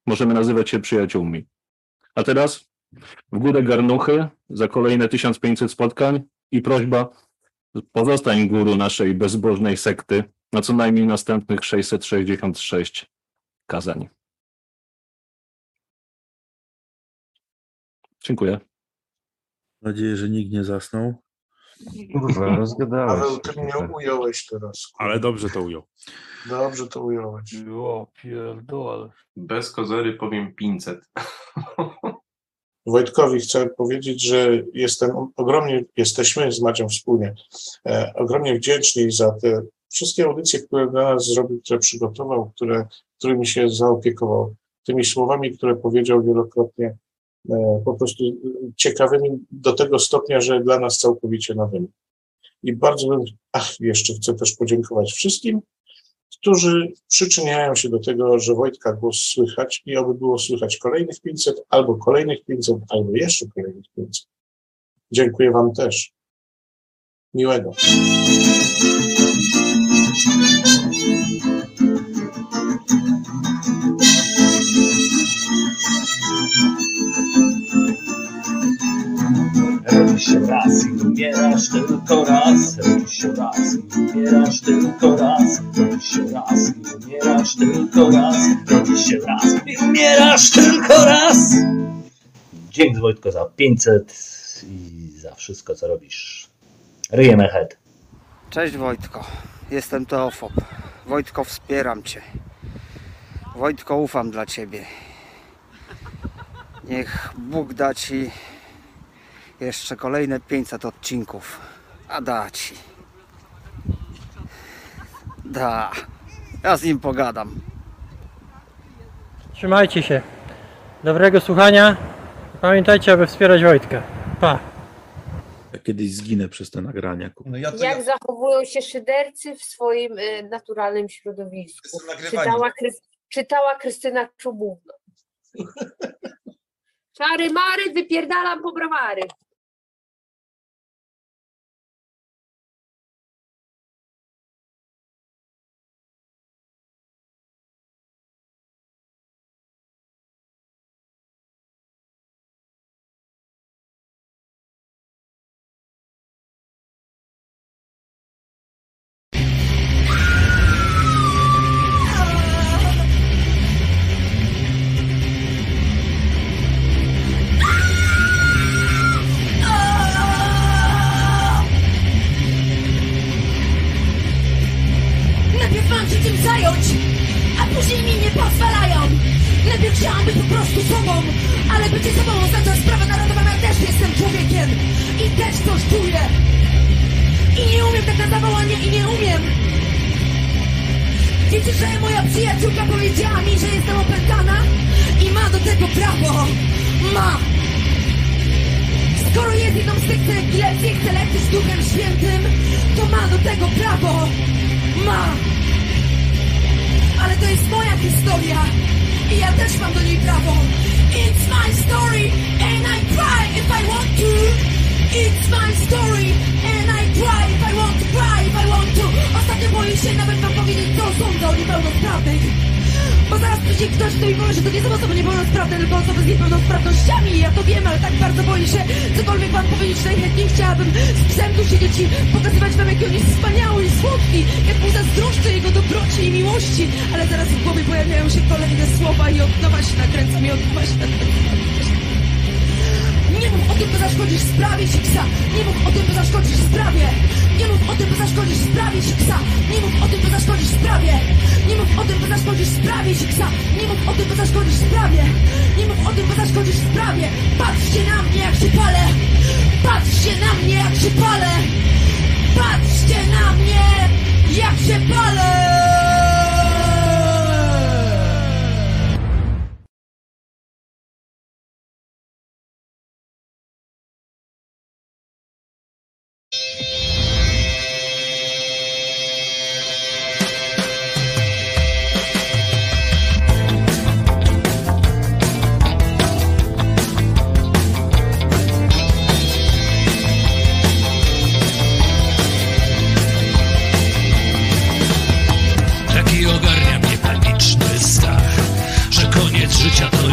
możemy nazywać się przyjaciółmi. A teraz w górę garnuchy za kolejne 1500 spotkań i prośba, pozostań guru naszej bezbożnej sekty na co najmniej następnych 666 kazań. Dziękuję. Mam nadzieję, że nikt nie zasnął. Kurwa, rozgadałeś. Paweł, ty mnie ująłeś teraz. Ale dobrze to ujął. Dobrze to ująłeś. O pierdol. Bez kozery powiem 500. Wojtkowi chcę powiedzieć, że jesteśmy z Macią wspólnie ogromnie wdzięczni za te wszystkie audycje, które dla nas zrobił, które przygotował, którymi się zaopiekował. Tymi słowami, które powiedział wielokrotnie, po prostu ciekawymi do tego stopnia, że dla nas całkowicie nowymi. I bardzo jeszcze chcę też podziękować wszystkim, którzy przyczyniają się do tego, że Wojtka głos słychać i oby było słychać kolejnych 500, albo kolejnych 500, albo jeszcze kolejnych 500. Dziękuję wam też. Miłego. Rodzisz się raz i umierasz tylko raz. Rodzisz się raz i umierasz tylko raz. Rodzisz się raz i umierasz tylko raz. Rodzisz się raz i umierasz tylko raz. Dzięki Wojtko za 500 i za wszystko co robisz. Ryjemy head. Cześć Wojtko, jestem Teofob. Wojtko, wspieram Cię. Wojtko, ufam dla Ciebie. Niech Bóg da Ci jeszcze kolejne 500 odcinków. A da Ci. Da. Ja z nim pogadam. Trzymajcie się. Dobrego słuchania. Pamiętajcie, aby wspierać Wojtka. Pa. Ja kiedyś zginę przez te nagrania. Jak zachowują się szydercy w swoim naturalnym środowisku? Czytała Krystyna Czubówna. Czary mary, wypierdalam po browary. Ale bycie sobą oznacza sprawa narodowa, ja też jestem człowiekiem i też coś czuję i nie umiem tak na zawołanie i nie umiem. Wiecie, że moja przyjaciółka powiedziała mi, że jestem opętana i ma do tego prawo. Ma. Skoro jest jedną z tych, co epilepsję chce leczyć Duchem Świętym, to ma do tego prawo. Ma. Ale to jest moja historia i ja też mam do niej prawo. It's my story and I cry if I want to. It's my story and I cry if I want to cry if I want to. Ostatnio boję się nawet wam powiedzieć, co sądzę o niepełnosprawnych. Bo zaraz przyjdzie ktoś, kto mi powie, że to nie są osoby niepełnosprawne, tylko osoby z niepełnosprawnościami. Ja to wiem, ale tak bardzo boję się cokolwiek wam powiedzieć. Najchętniej chciałabym z psem tu siedzieć i pokazywać wam, jaki on jest wspaniały i słodki, jak mu zazdroszczę jego dobroci i miłości. Ale zaraz w głowie pojawiają się kolejne słowa i od nowa się nakręcam i od nowa się nakręcam. Nie mów o tym, bo zaszkodzisz sprawie Siksa. Nie mów o tym, bo zaszkodzisz sprawie. Nie mów o tym, bo zaszkodzisz sprawie Siksa. Nie mów o tym, bo zaszkodzisz sprawie. Nie mów o tym, bo zaszkodzisz sprawie Siksa. Nie mów o tym, bo zaszkodzisz sprawie. Nie mów o tym, bo zaszkodzisz sprawie. Patrzcie na mnie, jak się palę. Patrzcie na mnie, jak się palę. Patrzcie na mnie, jak się palę.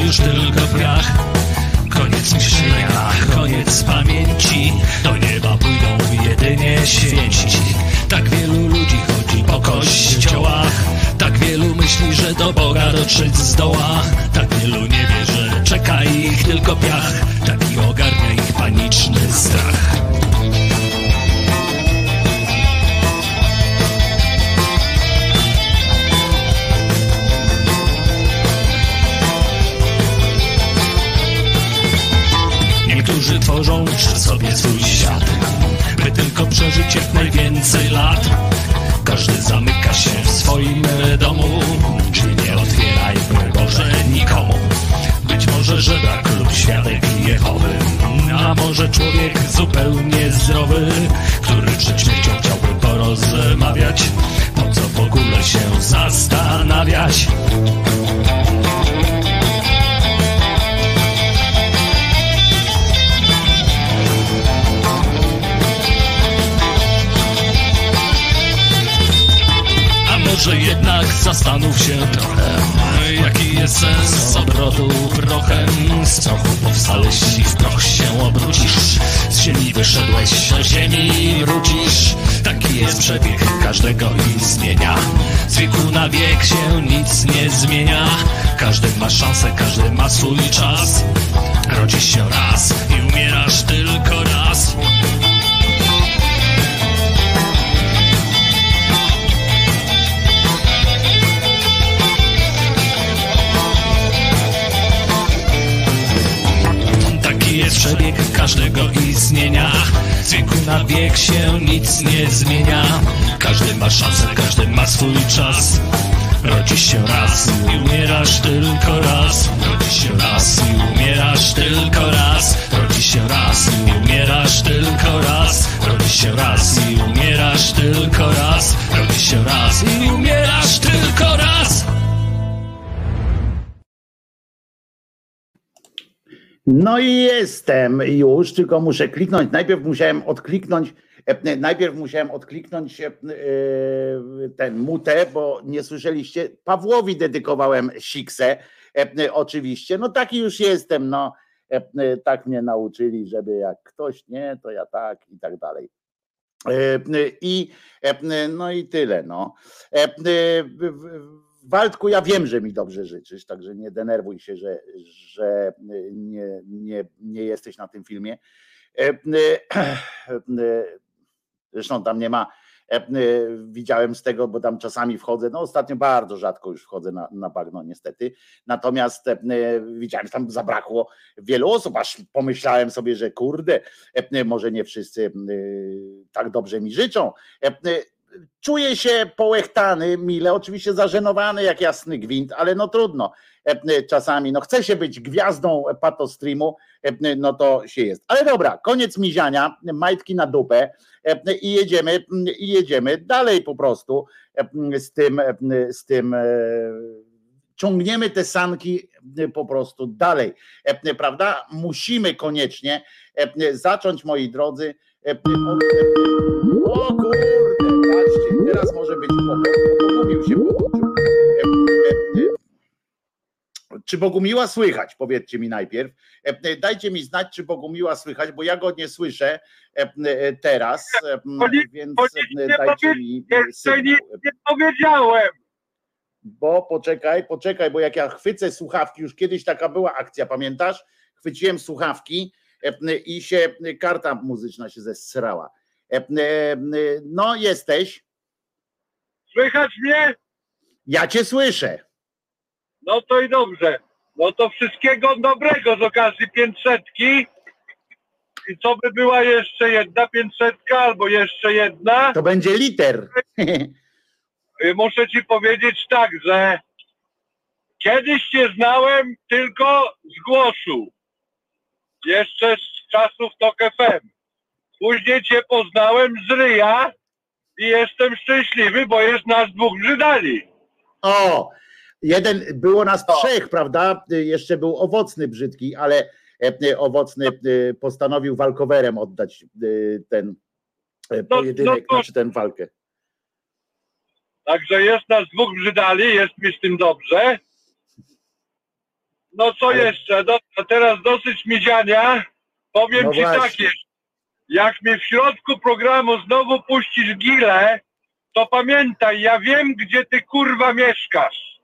już tylko piach. Koniec myślenia, koniec pamięci, do nieba pójdą jedynie święci. Tak wielu ludzi chodzi po kościołach, tak wielu myśli, że do Boga dotrzeć zdoła. Tak wielu nie wie, że czeka ich tylko piach, taki ogarnia ich paniczny strach. Niektórzy tworzą przy sobie swój świat, by tylko przeżyć jak najwięcej lat. Każdy zamyka się w swoim domu, drzwi nie otwieraj, broń Boże, nikomu. Być może żebrak lub świadek Jehowy, a może człowiek zupełnie zdrowy, który przed śmiercią chciałby porozmawiać. Po co w ogóle się zastanawiać? Może jednak zastanów się trochę, jaki jest sens obrotu prochem. Z prochu powstałeś i w proch się obrócisz, z ziemi wyszedłeś, do ziemi wrócisz. Taki jest przebieg każdego istnienia, z wieku na wiek się nic nie zmienia. Każdy ma szansę, każdy ma swój czas. Rodzisz się raz i umierasz tylko raz. Jest przebieg każdego istnienia, z wieku na wiek się nic nie zmienia. Każdy ma szansę, każdy ma swój czas. Rodzisz się raz i umierasz tylko raz. Rodzisz się raz i umierasz tylko raz. Rodzisz się raz i umierasz tylko raz. Rodzisz się raz i umierasz tylko raz. Rodzisz się raz i umierasz tylko raz. No i jestem już, tylko muszę kliknąć. Najpierw musiałem odkliknąć ten mutę, bo nie słyszeliście. Pawłowi dedykowałem siksę, oczywiście. No taki już jestem, no. Tak mnie nauczyli, żeby jak ktoś nie, to ja tak i tak dalej. No i tyle, no. Waldku, ja wiem, że mi dobrze życzysz, także nie denerwuj się, że nie jesteś na tym filmie. Zresztą tam nie ma, widziałem z tego, bo tam czasami wchodzę, no ostatnio bardzo rzadko już wchodzę na bagno niestety, natomiast widziałem, że tam zabrakło wielu osób, aż pomyślałem sobie, że kurde, może nie wszyscy tak dobrze mi życzą. Czuję się połechtany, mile, oczywiście zażenowany jak jasny gwint, ale no trudno. Czasami, no chce się być gwiazdą patostreamu, no to się jest. Ale dobra, koniec miziania, majtki na dupę i jedziemy dalej po prostu z tym ciągniemy te sanki po prostu dalej, prawda? Musimy koniecznie zacząć, moi drodzy, o kurde, patrzcie, teraz może być Bogumił się podłączył. Czy Bogumiła słychać? Powiedzcie mi najpierw. Dajcie mi znać, czy Bogumiła słychać, bo ja go nie słyszę teraz, więc dajcie mi sygnał. Nie powiedziałem. Bo poczekaj, bo jak ja chwycę słuchawki, już kiedyś taka była akcja, pamiętasz? Chwyciłem słuchawki i się karta muzyczna się zesrała. No jesteś. Słychać mnie? Ja cię słyszę. No to i dobrze. No to wszystkiego dobrego z okazji 500. I co by była jeszcze jedna 500 albo jeszcze jedna? To będzie liter. Muszę ci powiedzieć tak, że kiedyś cię znałem tylko z głosu. Jeszcze z czasów TOK FM. Później cię poznałem z ryja i jestem szczęśliwy, bo jest nas dwóch brzydali. O, było nas trzech, prawda? Jeszcze był Owocny brzydki, ale Owocny postanowił walkowerem oddać ten pojedynek, znaczy tę walkę. Także jest nas dwóch brzydali, jest mi z tym dobrze. No co jeszcze? A teraz dosyć miedziania. Powiem No ci właśnie. tak jest. Jak mnie w środku programu znowu puścisz gilę, to pamiętaj, ja wiem, gdzie ty kurwa mieszkasz.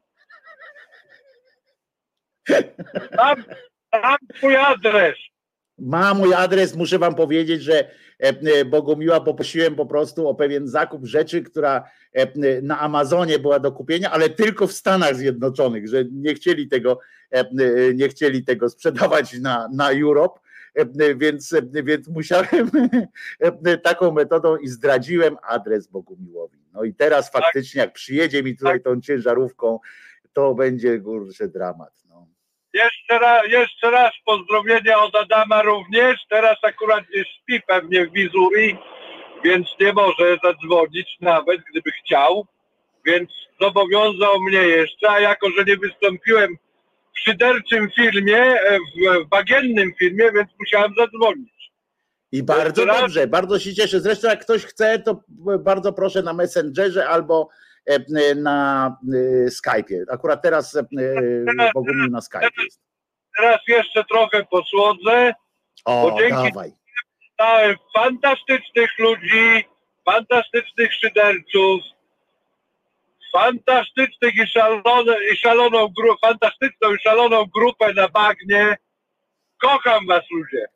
Mam twój adres. Ma mój adres, muszę wam powiedzieć, że Bogumiła poprosiłem po prostu o pewien zakup rzeczy, która na Amazonie była do kupienia, ale tylko w Stanach Zjednoczonych, że nie chcieli tego sprzedawać na Europe, więc musiałem taką metodą i zdradziłem adres Bogumiłowi. No i teraz faktycznie jak przyjedzie mi tutaj tą ciężarówką, to będzie kurczę dramat. No. Jeszcze raz pozdrowienia od Adama również. Teraz akurat śpi pewnie w Missouri, więc nie może zadzwonić nawet, gdyby chciał. Więc zobowiązał mnie jeszcze, a jako, że nie wystąpiłem w szyderczym filmie, w bagiennym filmie, więc musiałem zadzwonić. I bardzo dobrze, bardzo się cieszę. Zresztą jak ktoś chce, to bardzo proszę na Messengerze albo na Skype'ie. Akurat teraz Bogumił na Skype'ie jest. Teraz jeszcze trochę posłodzę. O, bo dzięki dawaj. Fantastycznych ludzi, fantastycznych szyderców, fantastycznych fantastyczną i szaloną grupę na bagnie. Kocham was, ludzie.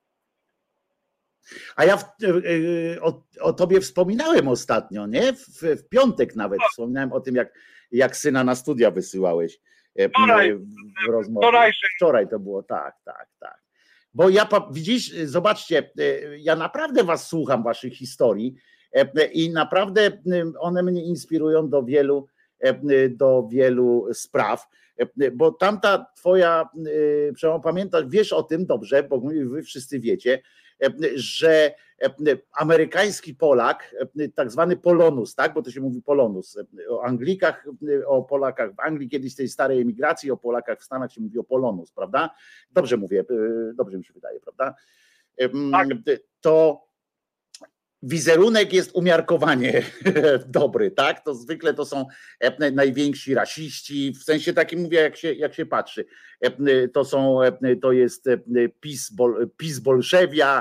A ja o tobie wspominałem ostatnio, nie? W piątek nawet wspominałem o tym, jak syna na studia wysyłałeś w rozmowie. Wczoraj to było, tak. Bo widzisz, zobaczcie, ja naprawdę was słucham, waszych historii i naprawdę one mnie inspirują do wielu spraw, bo tamta twoja, pamiętasz, wiesz o tym dobrze, bo wy wszyscy wiecie, że amerykański Polak, tak zwany Polonus, tak, bo to się mówi Polonus, o Anglikach, o Polakach w Anglii kiedyś tej starej emigracji, o Polakach w Stanach się mówi o Polonus, prawda? Dobrze mówię, dobrze mi się wydaje, prawda? Tak. To wizerunek jest umiarkowanie dobry, tak? To zwykle to są najwięksi rasiści, w sensie takim mówię, jak się patrzy. To jest PiS Bolszewia,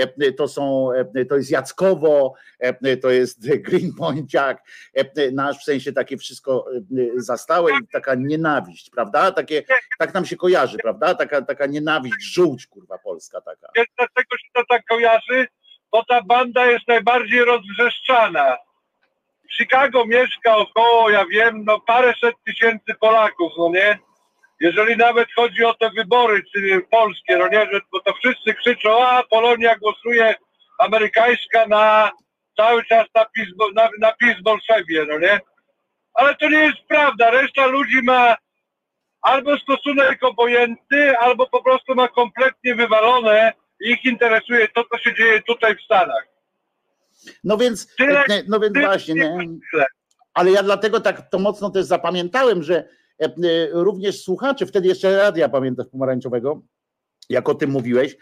to jest Jackowo, to jest Greenpointiak, nasz w sensie takie wszystko zastałe i taka nienawiść, prawda? Tak nam się kojarzy, prawda? Taka nienawiść, żółć, kurwa, polska taka. Dlaczego się to tak kojarzy? Bo ta banda jest najbardziej rozwrzeszczana. W Chicago mieszka około, ja wiem, no paręset tysięcy Polaków, no nie? Jeżeli nawet chodzi o te wybory polskie, no nie, bo to wszyscy krzyczą, a Polonia głosuje amerykańska cały czas na PiS Bolszewie, no nie? Ale to nie jest prawda, reszta ludzi ma albo stosunek obojętny, albo po prostu ma kompletnie wywalone. Ich interesuje to, co się dzieje tutaj w Stanach. No więc właśnie, nie? Ale ja dlatego tak to mocno też zapamiętałem, że również słuchacze, wtedy jeszcze radia, pamiętasz, pomarańczowego, jak o tym mówiłeś,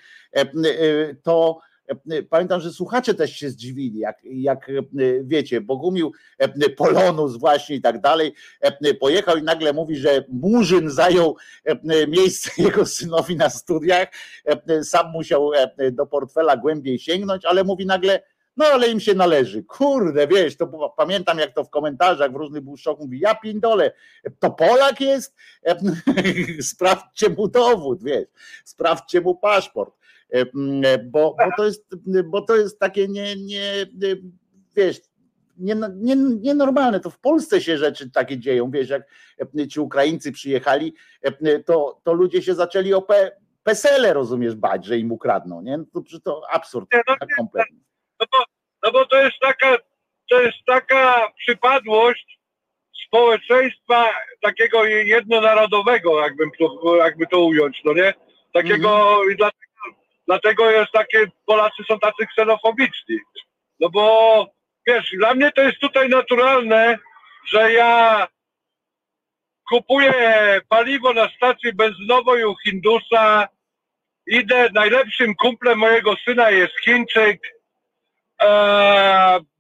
to pamiętam, że słuchacze też się zdziwili, jak wiecie, Bogumił, Polonus właśnie i tak dalej, pojechał i nagle mówi, że Murzyn zajął miejsce jego synowi na studiach, sam musiał do portfela głębiej sięgnąć, ale mówi nagle, no ale im się należy. Kurde, wiesz, to pamiętam, jak to w komentarzach w różnych błyszczach mówi, ja pindole, to Polak jest? Sprawdźcie mu dowód, wiesz, sprawdźcie mu paszport. Bo to jest takie nienormalne. To w Polsce się rzeczy takie dzieją. Wiesz, jak ci Ukraińcy przyjechali, to ludzie się zaczęli o PESEL-e, rozumiesz, bać, że im ukradną. Nie? To absurd tak kompletny. No bo to jest taka przypadłość społeczeństwa takiego jednonarodowego, jakby to ująć, no nie? Takiego i dlatego jest Polacy są tacy ksenofobiczni. No bo wiesz, dla mnie to jest tutaj naturalne, że ja kupuję paliwo na stacji benzynowej u Hindusa, idę, najlepszym kumplem mojego syna jest Chińczyk,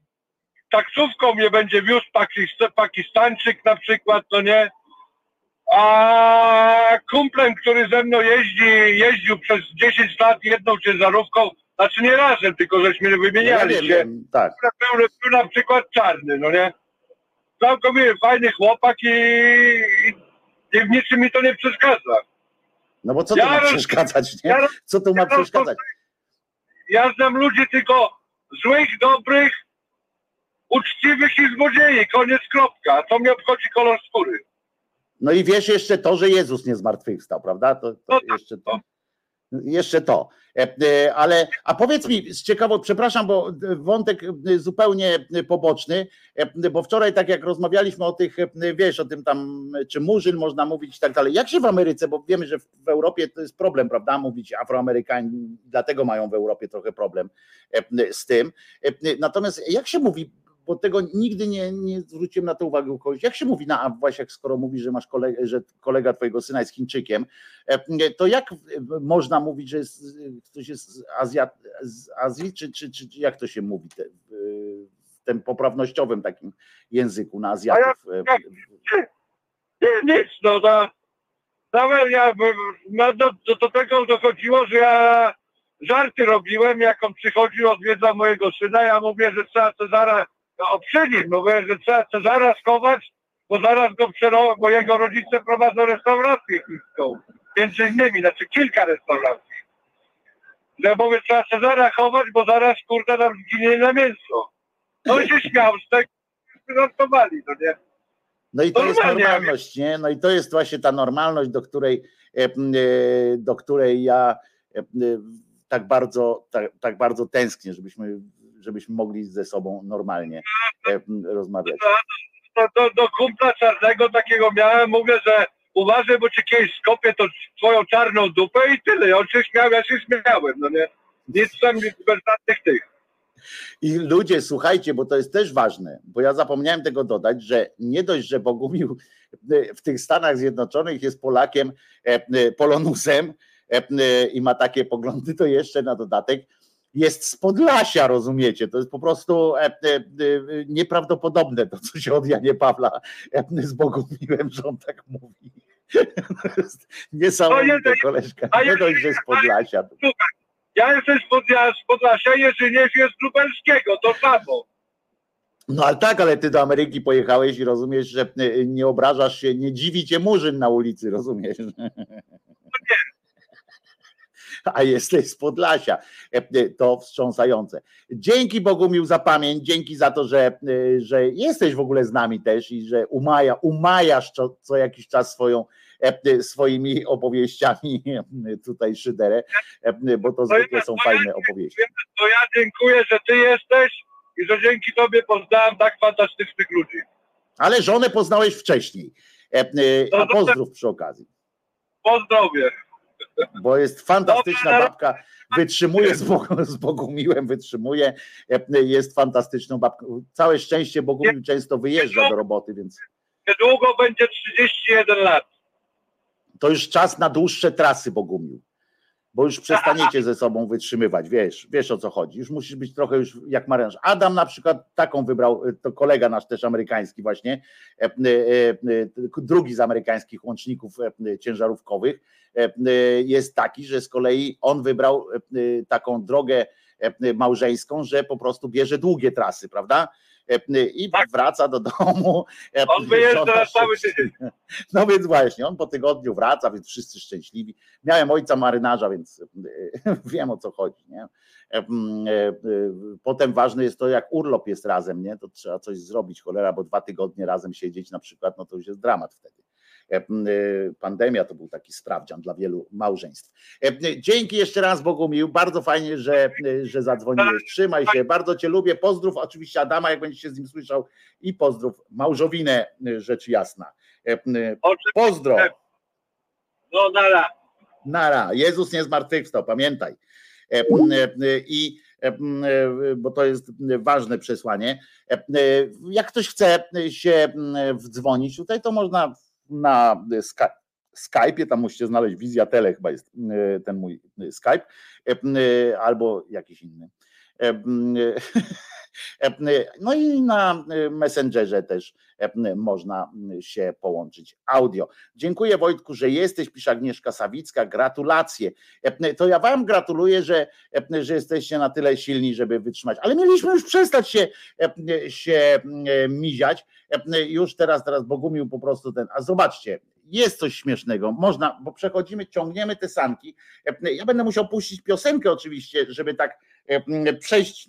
taksówką mnie będzie wiózł Pakistańczyk na przykład, no nie? A kumplem, który ze mną jeździł przez 10 lat jedną ciężarówką, znaczy nie razem, tylko żeśmy wymieniali się. Tak. Był na przykład Czarny, no nie? Całkowicie fajny chłopak i w niczym mi to nie przeszkadza. No bo co tu ma przeszkadzać, nie? Co tu ma przeszkadzać? Ja znam ludzi tylko złych, dobrych, uczciwych i złodziei. Koniec, kropka. Co mnie obchodzi kolor skóry? No i wiesz jeszcze to, że Jezus nie zmartwychwstał, prawda? To jeszcze to. Jeszcze to. Ale, a powiedz mi z ciekawości, przepraszam, bo wątek zupełnie poboczny, bo wczoraj tak jak rozmawialiśmy o tych, wiesz, o tym tam, czy murzyn można mówić i tak dalej. Jak się w Ameryce, bo wiemy, że w Europie to jest problem, prawda, mówić Afroamerykanie, dlatego mają w Europie trochę problem z tym. Natomiast jak się mówi, bo tego nigdy nie zwróciłem na to uwagę u kogoś. Jak się mówi na właśnie, skoro mówisz, że masz że kolega twojego syna jest Chińczykiem, to jak można mówić, że ktoś jest z Azji, czy jak to się mówi w tym poprawnościowym takim języku na Azjatów? Nic, do tego dochodziło, że ja żarty robiłem, jak on przychodził, odwiedza mojego syna, ja mówię, że trzeba Cezara obszynić, mówię, że trzeba Cezara schować, bo zaraz go bo jego rodzice prowadzą restaurację chińską. Między innymi, znaczy kilka restauracji. Ja mówię, trzeba Cezara chować, bo zaraz kurde nam zginie na mięso. No i się śmiał z tego, żartowali, no nie? No i to jest normalność, nie? No i to jest właśnie ta normalność, do której ja tak bardzo tęsknię, żebyśmy mogli ze sobą normalnie rozmawiać. Do kumpla czarnego takiego miałem, mówię, że uważaj, bo cię kiedyś skopię to twoją czarną dupę i tyle. On się śmiał, ja się śmiałem, no nie? Nic tam bez tych. I ludzie, słuchajcie, bo to jest też ważne, bo ja zapomniałem tego dodać, że nie dość, że Bogumił w tych Stanach Zjednoczonych jest Polakiem, Polonusem i ma takie poglądy, to jeszcze na dodatek jest z Podlasia, rozumiecie? To jest po prostu nieprawdopodobne to, co się od Janie Pawła z Bogumiłem, że on tak mówi. To jest niesamowite, koleżka. Nie dość, że z Podlasia. Ja jestem z Podlasia, Jerzyniew jest z Lubelskiego, to samo. No ale tak, ale ty do Ameryki pojechałeś i rozumiesz, że nie obrażasz się, nie dziwi cię murzyn na ulicy, rozumiesz? A jesteś z Podlasia. To wstrząsające. Dzięki Bogumił za pamięć, dzięki za to, że jesteś w ogóle z nami też i że umajasz co jakiś czas swoimi opowieściami tutaj szyderę, bo to zwykle są fajne opowieści. To ja dziękuję, że ty jesteś i że dzięki tobie poznałem tak fantastycznych ludzi. Ale żonę poznałeś wcześniej. A pozdrów przy okazji. Pozdrowie. Bo jest fantastyczna babka, wytrzymuje z Bogumiłem, jest fantastyczną babką. Całe szczęście Bogumił często wyjeżdża do roboty, więc... Niedługo będzie 31 lat. To już czas na dłuższe trasy, Bogumił, bo już przestaniecie ze sobą wytrzymywać, wiesz o co chodzi. Już musisz być trochę już jak marynarz. Adam na przykład taką wybrał, to kolega nasz też amerykański właśnie, drugi z amerykańskich łączników ciężarówkowych, jest taki, że z kolei on wybrał taką drogę małżeńską, że po prostu bierze długie trasy, prawda? I wraca do domu. On wyjeżdża na cały tydzień. No więc właśnie, on po tygodniu wraca, więc wszyscy szczęśliwi. Miałem ojca marynarza, więc wiem o co chodzi. Nie? Potem ważne jest to, jak urlop jest razem, nie? To trzeba coś zrobić, cholera, bo 2 tygodnie razem siedzieć na przykład, no to już jest dramat wtedy. Pandemia to był taki sprawdzian dla wielu małżeństw. Dzięki jeszcze raz Bogumił, bardzo fajnie, że zadzwoniłeś. Trzymaj się, bardzo cię lubię. Pozdrów oczywiście Adama, jak będziesz się z nim słyszał, i pozdrów małżowinę, rzecz jasna. Pozdro. No nara. Nara. Jezus nie zmartwychwstał, pamiętaj. Bo to jest ważne przesłanie. Jak ktoś chce się wdzwonić tutaj, to można na Skype'ie, tam musicie znaleźć Wizja Tele, chyba jest ten mój Skype, albo jakiś inny. No i na Messengerze też można się połączyć audio. Dziękuję Wojtku, że jesteś, pisze Agnieszka Sawicka, gratulacje. To ja wam gratuluję, że jesteście na tyle silni, żeby wytrzymać, ale mieliśmy już przestać się miziać. Już teraz Bogumił po prostu a zobaczcie, jest coś śmiesznego, można, bo ciągniemy te sanki. Ja będę musiał puścić piosenkę oczywiście, żeby tak przejść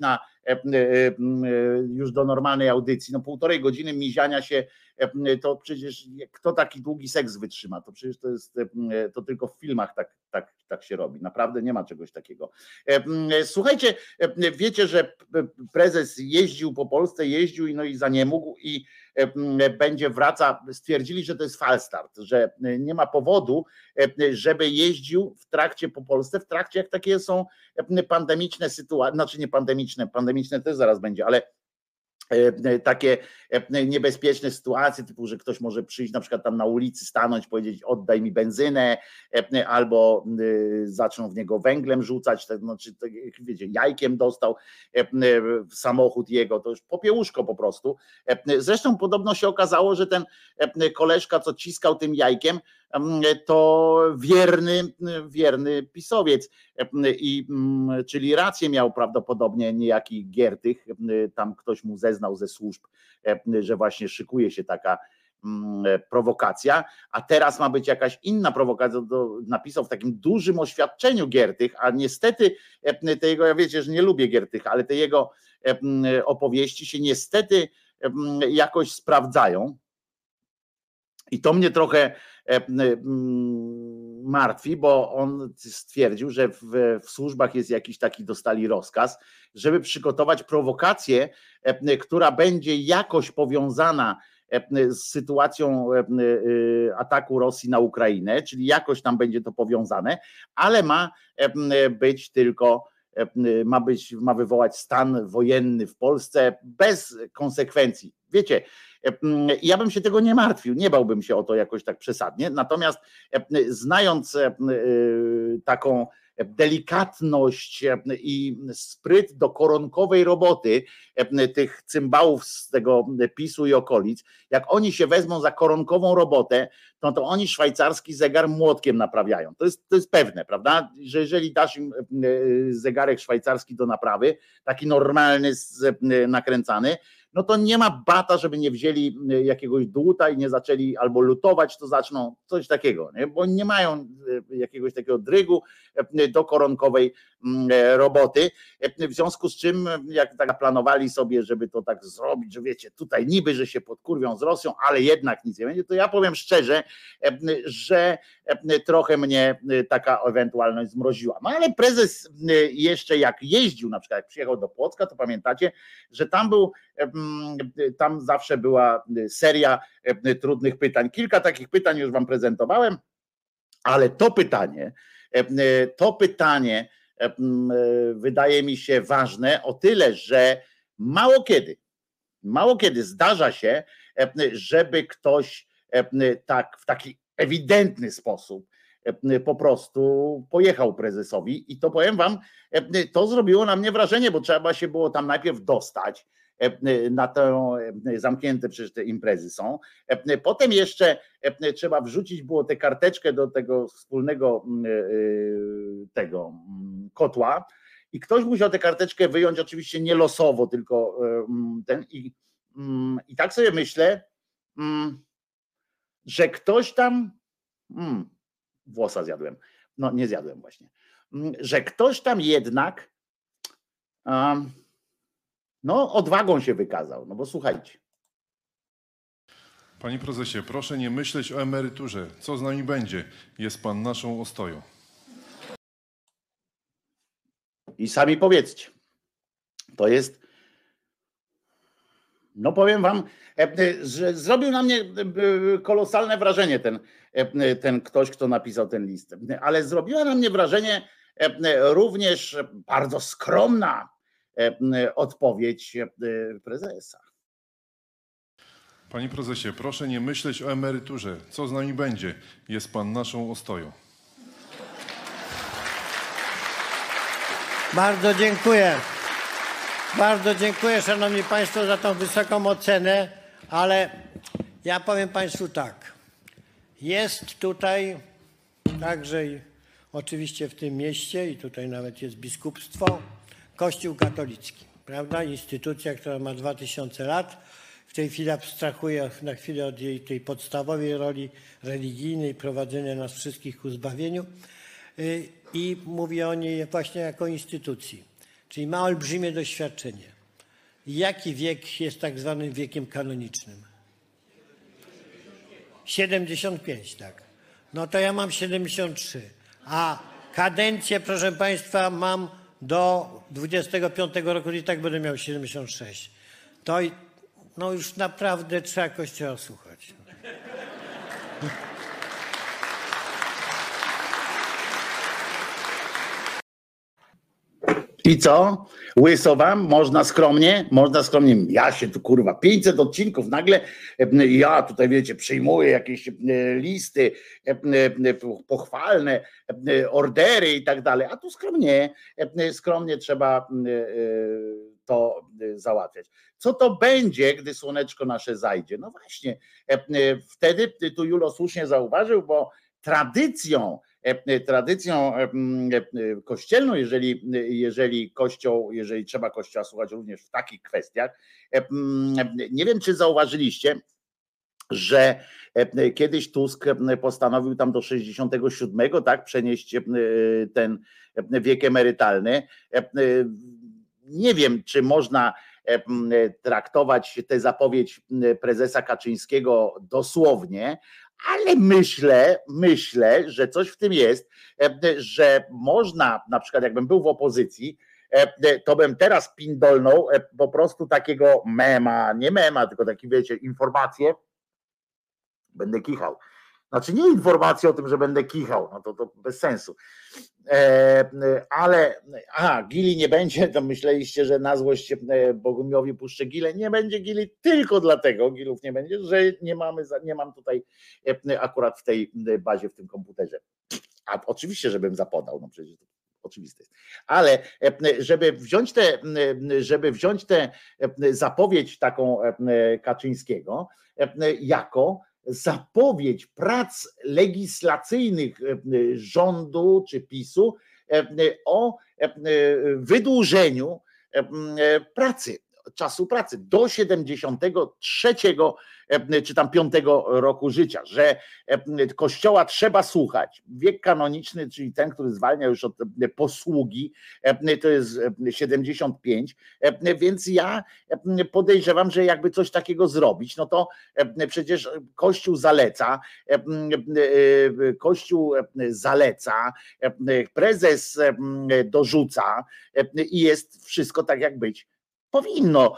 już do normalnej audycji. No 1,5 godziny miziania się, to przecież kto taki długi seks wytrzyma? To przecież to tylko w filmach tak się robi. Naprawdę nie ma czegoś takiego. Słuchajcie, wiecie, że prezes jeździł po Polsce, no i zaniemógł i wraca. Stwierdzili, że to jest falstart, że nie ma powodu, żeby jeździł po Polsce, w trakcie jak takie są pandemiczne sytuacje, znaczy nie pandemiczne też zaraz będzie, ale takie niebezpieczne sytuacje, typu, że ktoś może przyjść na przykład tam na ulicy, stanąć, powiedzieć oddaj mi benzynę, albo zaczną w niego węglem rzucać, znaczy, wiecie, jajkiem dostał w samochód jego, to już popiełuszko po prostu. Zresztą podobno się okazało, że ten koleżka, co ciskał tym jajkiem, to wierny pisowiec, czyli rację miał prawdopodobnie niejaki Giertych, tam ktoś mu zeznał ze służb, że właśnie szykuje się taka prowokacja, a teraz ma być jakaś inna prowokacja, napisał w takim dużym oświadczeniu Giertych, a niestety te jego, ja wiecie, że nie lubię Giertycha, ale te jego opowieści się niestety jakoś sprawdzają i to mnie trochę martwi, bo on stwierdził, że w służbach jest jakiś taki, dostali rozkaz, żeby przygotować prowokację, która będzie jakoś powiązana z sytuacją ataku Rosji na Ukrainę, czyli jakoś tam będzie to powiązane, ale ma być tylko, ma wywołać stan wojenny w Polsce bez konsekwencji. Wiecie, ja bym się tego nie martwił, nie bałbym się o to jakoś tak przesadnie, natomiast znając taką delikatność i spryt do koronkowej roboty tych cymbałów z tego PiS-u i okolic, jak oni się wezmą za koronkową robotę, to oni szwajcarski zegar młotkiem naprawiają. To jest pewne, prawda? Że jeżeli dasz im zegarek szwajcarski do naprawy, taki normalny, nakręcany, no to nie ma bata, żeby nie wzięli jakiegoś dłuta i nie zaczęli albo lutować, to zaczną coś takiego, nie? Bo nie mają jakiegoś takiego drygu do koronkowej roboty, w związku z czym jak tak planowali sobie, żeby to tak zrobić, że wiecie, tutaj niby, że się podkurwią z Rosją, ale jednak nic nie będzie, to ja powiem szczerze, że trochę mnie taka ewentualność zmroziła. No ale prezes jeszcze jak jeździł, na przykład jak przyjechał do Płocka, to pamiętacie, że tam zawsze była seria trudnych pytań. Kilka takich pytań już wam prezentowałem, ale to pytanie wydaje mi się ważne o tyle, że mało kiedy zdarza się, żeby ktoś tak w taki ewidentny sposób po prostu pojechał prezesowi i to powiem wam, to zrobiło na mnie wrażenie, bo trzeba się było tam najpierw dostać na te zamknięte przecież te imprezy są. Potem jeszcze trzeba wrzucić było tę karteczkę do tego wspólnego tego kotła i ktoś musiał tę karteczkę wyjąć, oczywiście nie losowo, tylko ten i tak sobie myślę, że ktoś tam włosa zjadłem, no nie zjadłem właśnie, że ktoś tam jednak no odwagą się wykazał, no bo słuchajcie. Panie prezesie, proszę nie myśleć o emeryturze. Co z nami będzie? Jest pan naszą ostoją. I sami powiedzcie. To jest, no powiem wam, że zrobił na mnie kolosalne wrażenie ten ktoś, kto napisał ten list. Ale zrobiła na mnie wrażenie również bardzo skromna odpowiedź prezesa. Panie prezesie, proszę nie myśleć o emeryturze. Co z nami będzie? Jest pan naszą ostoją. Bardzo dziękuję. Bardzo dziękuję, szanowni państwo, za tą wysoką ocenę, ale ja powiem państwu tak. Jest tutaj także oczywiście w tym mieście i tutaj nawet jest biskupstwo, Kościół katolicki, prawda? Instytucja, która ma 2000 lat. W tej chwili abstrahuję na chwilę od jej tej podstawowej roli religijnej, prowadzenia nas wszystkich ku zbawieniu i mówię o niej właśnie jako instytucji. Czyli ma olbrzymie doświadczenie. Jaki wiek jest tak zwanym wiekiem kanonicznym? 75, tak. No to ja mam 73. A kadencję, proszę państwa, mam do 25 roku i tak będę miał 76. To no już naprawdę trzeba Kościoła słuchać. I co? Łysowam? Można skromnie? Można skromnie. Ja się tu kurwa, 500 odcinków, nagle ja tutaj wiecie, przyjmuję jakieś listy pochwalne, ordery i tak dalej, a tu skromnie trzeba to załatwiać. Co to będzie, gdy słoneczko nasze zajdzie? No właśnie, wtedy tu Julo słusznie zauważył, bo tradycją kościelną, jeżeli trzeba Kościoła słuchać również w takich kwestiach. Nie wiem, czy zauważyliście, że kiedyś Tusk postanowił tam do 67, tak, przenieść ten wiek emerytalny. Nie wiem, czy można traktować tę zapowiedź prezesa Kaczyńskiego dosłownie, ale myślę, że coś w tym jest, że można, na przykład jakbym był w opozycji, to bym teraz pindolnął po prostu takiego nie mema, tylko taki, wiecie, informację, będę kichał. Znaczy nie informację o tym, że będę kichał, no to bez sensu. Ale Gili nie będzie, to myśleliście, że na złość Bogumiowi puszczę Gilę. Nie będzie Gili tylko dlatego, Gilów nie będzie, że nie mam tutaj akurat w tej bazie, w tym komputerze. A oczywiście, żebym zapodał, no przecież to oczywiste jest. Ale żeby wziąć tę zapowiedź taką Kaczyńskiego jako zapowiedź prac legislacyjnych rządu czy PiS-u o wydłużeniu pracy, czasu pracy do 73 czy tam 5 roku życia, że Kościoła trzeba słuchać. Wiek kanoniczny, czyli ten, który zwalnia już od posługi, to jest 75, więc ja podejrzewam, że jakby coś takiego zrobić, no to przecież Kościół zaleca, prezes dorzuca i jest wszystko tak, jak być powinno.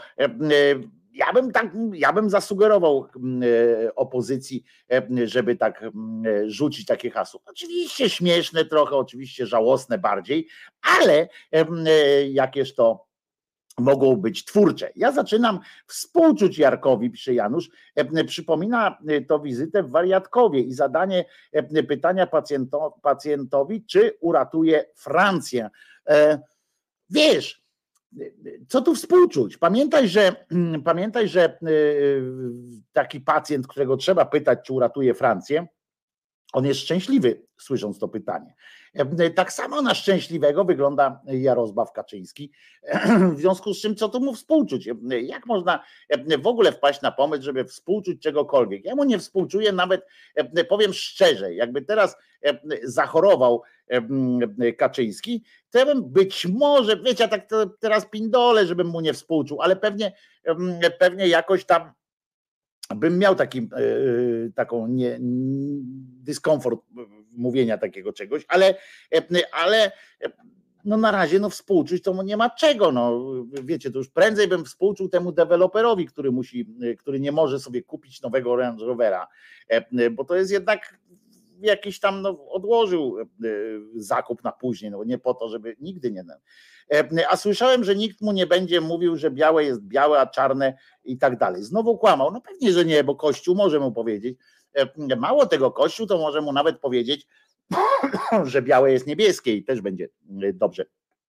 Ja bym zasugerował opozycji, żeby tak rzucić takie hasło. Oczywiście śmieszne trochę, oczywiście żałosne bardziej, ale jakież to mogą być twórcze. Ja zaczynam współczuć Jarkowi, pisze Janusz. Przypomina to wizytę w Wariatkowie i zadanie pytania pacjentowi, czy uratuje Francję. Wiesz, co tu współczuć? Pamiętaj, że taki pacjent, którego trzeba pytać, czy uratuje Francję, on jest szczęśliwy, słysząc to pytanie. Tak samo na szczęśliwego wygląda Jarosław Kaczyński, w związku z czym co tu mu współczuć? Jak można w ogóle wpaść na pomysł, żeby współczuć czegokolwiek? Ja mu nie współczuję, nawet powiem szczerze, jakby teraz zachorował Kaczyński, to ja bym być może, wiecie, ja tak teraz pindolę, żebym mu nie współczuł, ale pewnie jakoś tam bym miał taką dyskomfort mówienia takiego czegoś, ale no na razie współczuć to mu nie ma czego. No, wiecie, to już prędzej bym współczuł temu deweloperowi, który nie może sobie kupić nowego Range Rovera, bo to jest jednak jakiś tam odłożył zakup na później, no nie po to, żeby nigdy nie. A słyszałem, że nikt mu nie będzie mówił, że białe jest białe, a czarne i tak dalej. Znowu kłamał. No pewnie, że nie, bo Kościół może mu powiedzieć. Mało tego, Kościół to może mu nawet powiedzieć, że białe jest niebieskie i też będzie dobrze.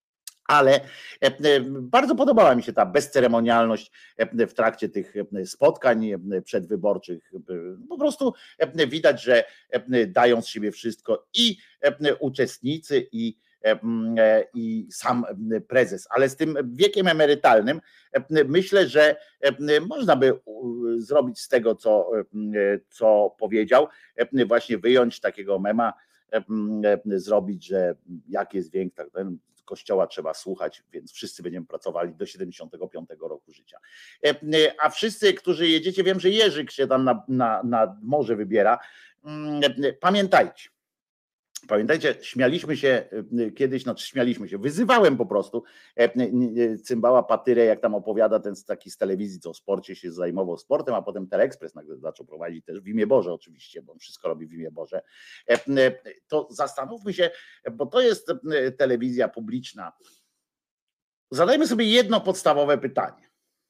Ale bardzo podobała mi się ta bezceremonialność w trakcie tych spotkań przedwyborczych. Po prostu widać, że dają z siebie wszystko i uczestnicy, i sam prezes. Ale z tym wiekiem emerytalnym myślę, że można by zrobić z tego, co powiedział, właśnie wyjąć takiego mema, zrobić, że jak jest wiek, tak Kościoła trzeba słuchać, więc wszyscy będziemy pracowali do 75 roku życia. A wszyscy, którzy jedziecie, wiem, że Jerzyk się tam na morze wybiera, pamiętajcie, śmialiśmy się kiedyś, wyzywałem po prostu Cymbała Patyrę, jak tam opowiada ten taki z telewizji, co o sporcie się zajmował sportem, a potem Teleekspres nagle zaczął prowadzić też w imię Boże oczywiście, bo on wszystko robi w imię Boże. To zastanówmy się, bo to jest telewizja publiczna. Zadajmy sobie jedno podstawowe pytanie.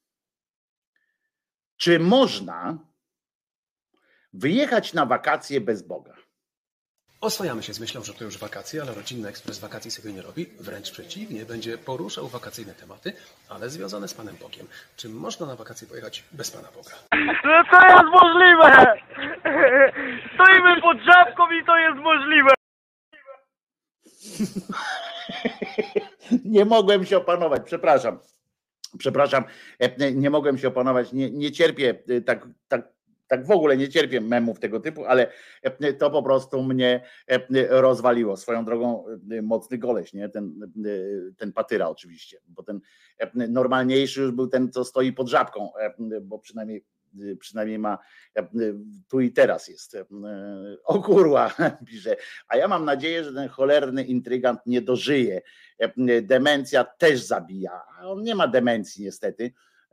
Czy można wyjechać na wakacje bez Boga? Oswajamy się z myślą, że to już wakacje, ale Rodzinny Ekspres wakacji sobie nie robi. Wręcz przeciwnie, będzie poruszał wakacyjne tematy, ale związane z Panem Bogiem. Czy można na wakacje pojechać bez Pana Boga? To jest możliwe! Stoimy pod żabką i to jest możliwe! Nie mogłem się opanować, przepraszam, nie mogłem się opanować, nie cierpię tak w ogóle nie cierpię memów tego typu, ale to po prostu mnie rozwaliło. Swoją drogą mocny goleś, nie? Ten Patyra oczywiście, bo ten normalniejszy już był ten, co stoi pod żabką, bo przynajmniej ma tu i teraz jest. O kurwa, pisze. A ja mam nadzieję, że ten cholerny intrygant nie dożyje. Demencja też zabija, a on nie ma demencji niestety.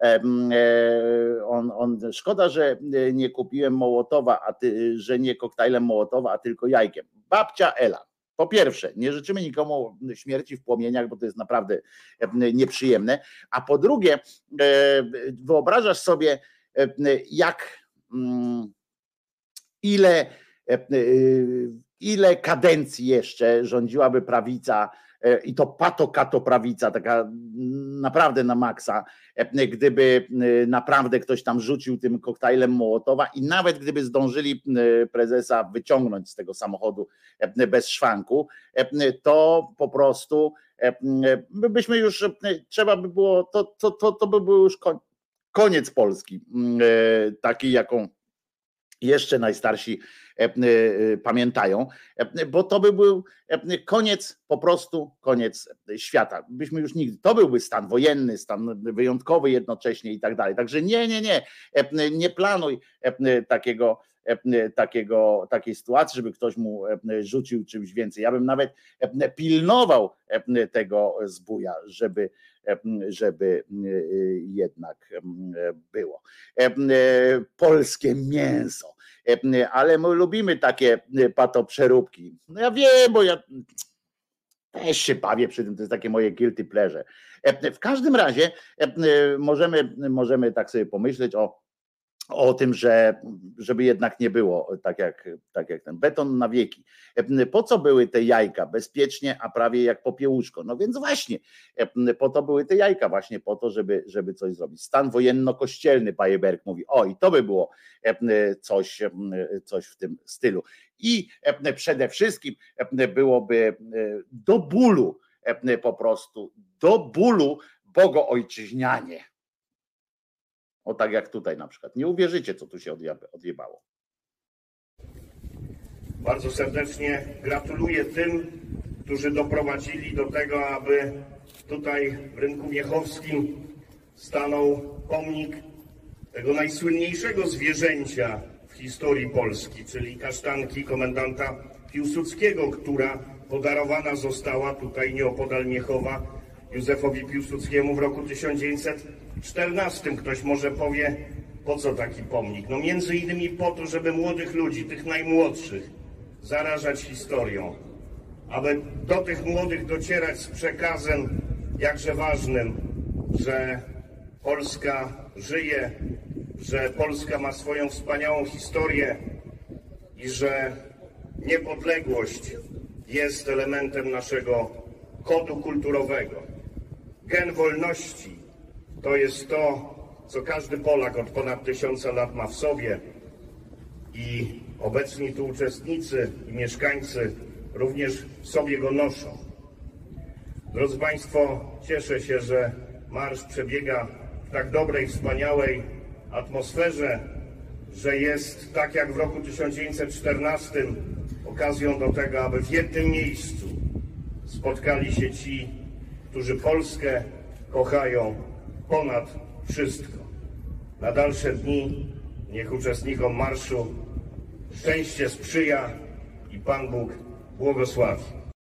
Szkoda, że nie kupiłem Mołotowa, że nie koktajlem Mołotowa, a tylko jajkiem. Babcia Ela. Po pierwsze, nie życzymy nikomu śmierci w płomieniach, bo to jest naprawdę nieprzyjemne. A po drugie, wyobrażasz sobie, ile kadencji jeszcze rządziłaby prawica, i to pato-kato-prawica, taka naprawdę na maksa, gdyby naprawdę ktoś tam rzucił tym koktajlem Mołotowa i nawet gdyby zdążyli prezesa wyciągnąć z tego samochodu bez szwanku, to po prostu byśmy już, trzeba by było, to by był już koniec Polski, taki jaką jeszcze najstarsi pamiętają, bo to by był koniec, po prostu koniec świata. Byśmy już nigdy, to byłby stan wojenny, stan wyjątkowy jednocześnie i tak dalej. Także nie planuj takiej sytuacji, żeby ktoś mu rzucił czymś więcej. Ja bym nawet pilnował tego zbója, żeby jednak było. Polskie mięso. Ale my lubimy takie patoprzeróbki. No ja wiem, bo ja też się bawię przy tym, to jest takie moje guilty pleasure. W każdym razie możemy tak sobie pomyśleć o tym, żeby jednak nie było tak jak ten beton na wieki. Po co były te jajka? Bezpiecznie, a prawie jak popiełuszko. No więc właśnie, po to były te jajka, właśnie po to, żeby coś zrobić. Stan wojenno-kościelny, Pajeberg mówi, i to by było coś w tym stylu. I przede wszystkim byłoby do bólu, po prostu do bólu bogoojczyźnianie. O tak jak tutaj na przykład. Nie uwierzycie, co tu się odjebało. Bardzo serdecznie gratuluję tym, którzy doprowadzili do tego, aby tutaj w Rynku Miechowskim stanął pomnik tego najsłynniejszego zwierzęcia w historii Polski, czyli kasztanki komendanta Piłsudskiego, która podarowana została tutaj nieopodal Miechowa Józefowi Piłsudskiemu w roku 1914. Ktoś może powie, po co taki pomnik? No między innymi po to, żeby młodych ludzi, tych najmłodszych, zarażać historią, aby do tych młodych docierać z przekazem jakże ważnym, że Polska żyje, że Polska ma swoją wspaniałą historię i że niepodległość jest elementem naszego kodu kulturowego. gen wolności to jest to, co każdy Polak od ponad 1000 lat ma w sobie i obecni tu uczestnicy i mieszkańcy również w sobie go noszą. Drodzy Państwo, cieszę się, że marsz przebiega w tak dobrej, wspaniałej atmosferze, że jest tak jak w roku 1914 okazją do tego, aby w jednym miejscu spotkali się ci, którzy Polskę kochają ponad wszystko. Na dalsze dni niech uczestnikom marszu szczęście sprzyja i Pan Bóg błogosławi.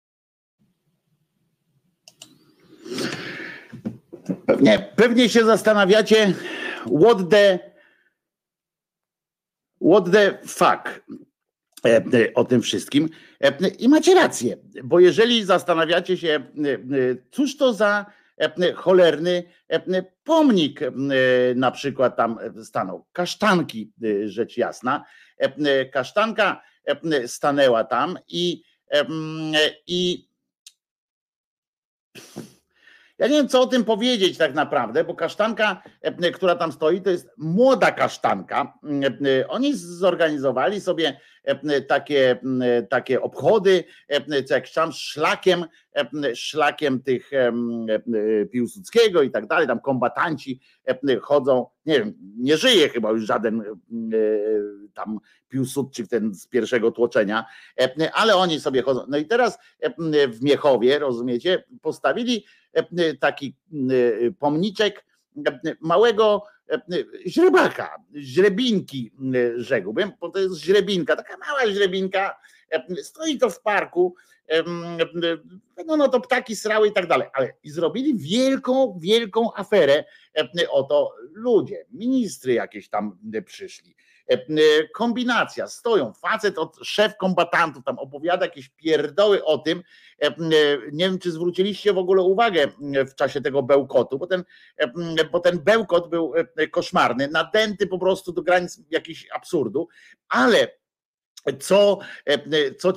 Pewnie się zastanawiacie, what the fuck o tym wszystkim. I macie rację, bo jeżeli zastanawiacie się, cóż to za cholerny pomnik na przykład tam stanął. Kasztanki, rzecz jasna. Kasztanka stanęła tam i ja nie wiem, co o tym powiedzieć tak naprawdę, bo kasztanka, która tam stoi, to jest młoda kasztanka. Oni zorganizowali sobie takie obchody, co jakiś tam szlakiem tych Piłsudskiego i tak dalej, tam kombatanci chodzą, nie wiem, nie żyje chyba już żaden tam Piłsudczyk, ten z pierwszego tłoczenia, ale oni sobie chodzą. No i teraz w Miechowie, rozumiecie, postawili taki pomniczek małego źrebaka, źrebinki rzekłbym, bo to jest źrebinka, taka mała źrebinka, stoi to w parku, no to ptaki srały i tak dalej, ale i zrobili wielką aferę, oto ludzie, ministry jakieś tam przyszli, kombinacja, stoją, facet, szef kombatantów tam opowiada jakieś pierdoły o tym, nie wiem, czy zwróciliście w ogóle uwagę w czasie tego bełkotu, bo ten bełkot był koszmarny, nadęty po prostu do granic jakichś absurdu, ale co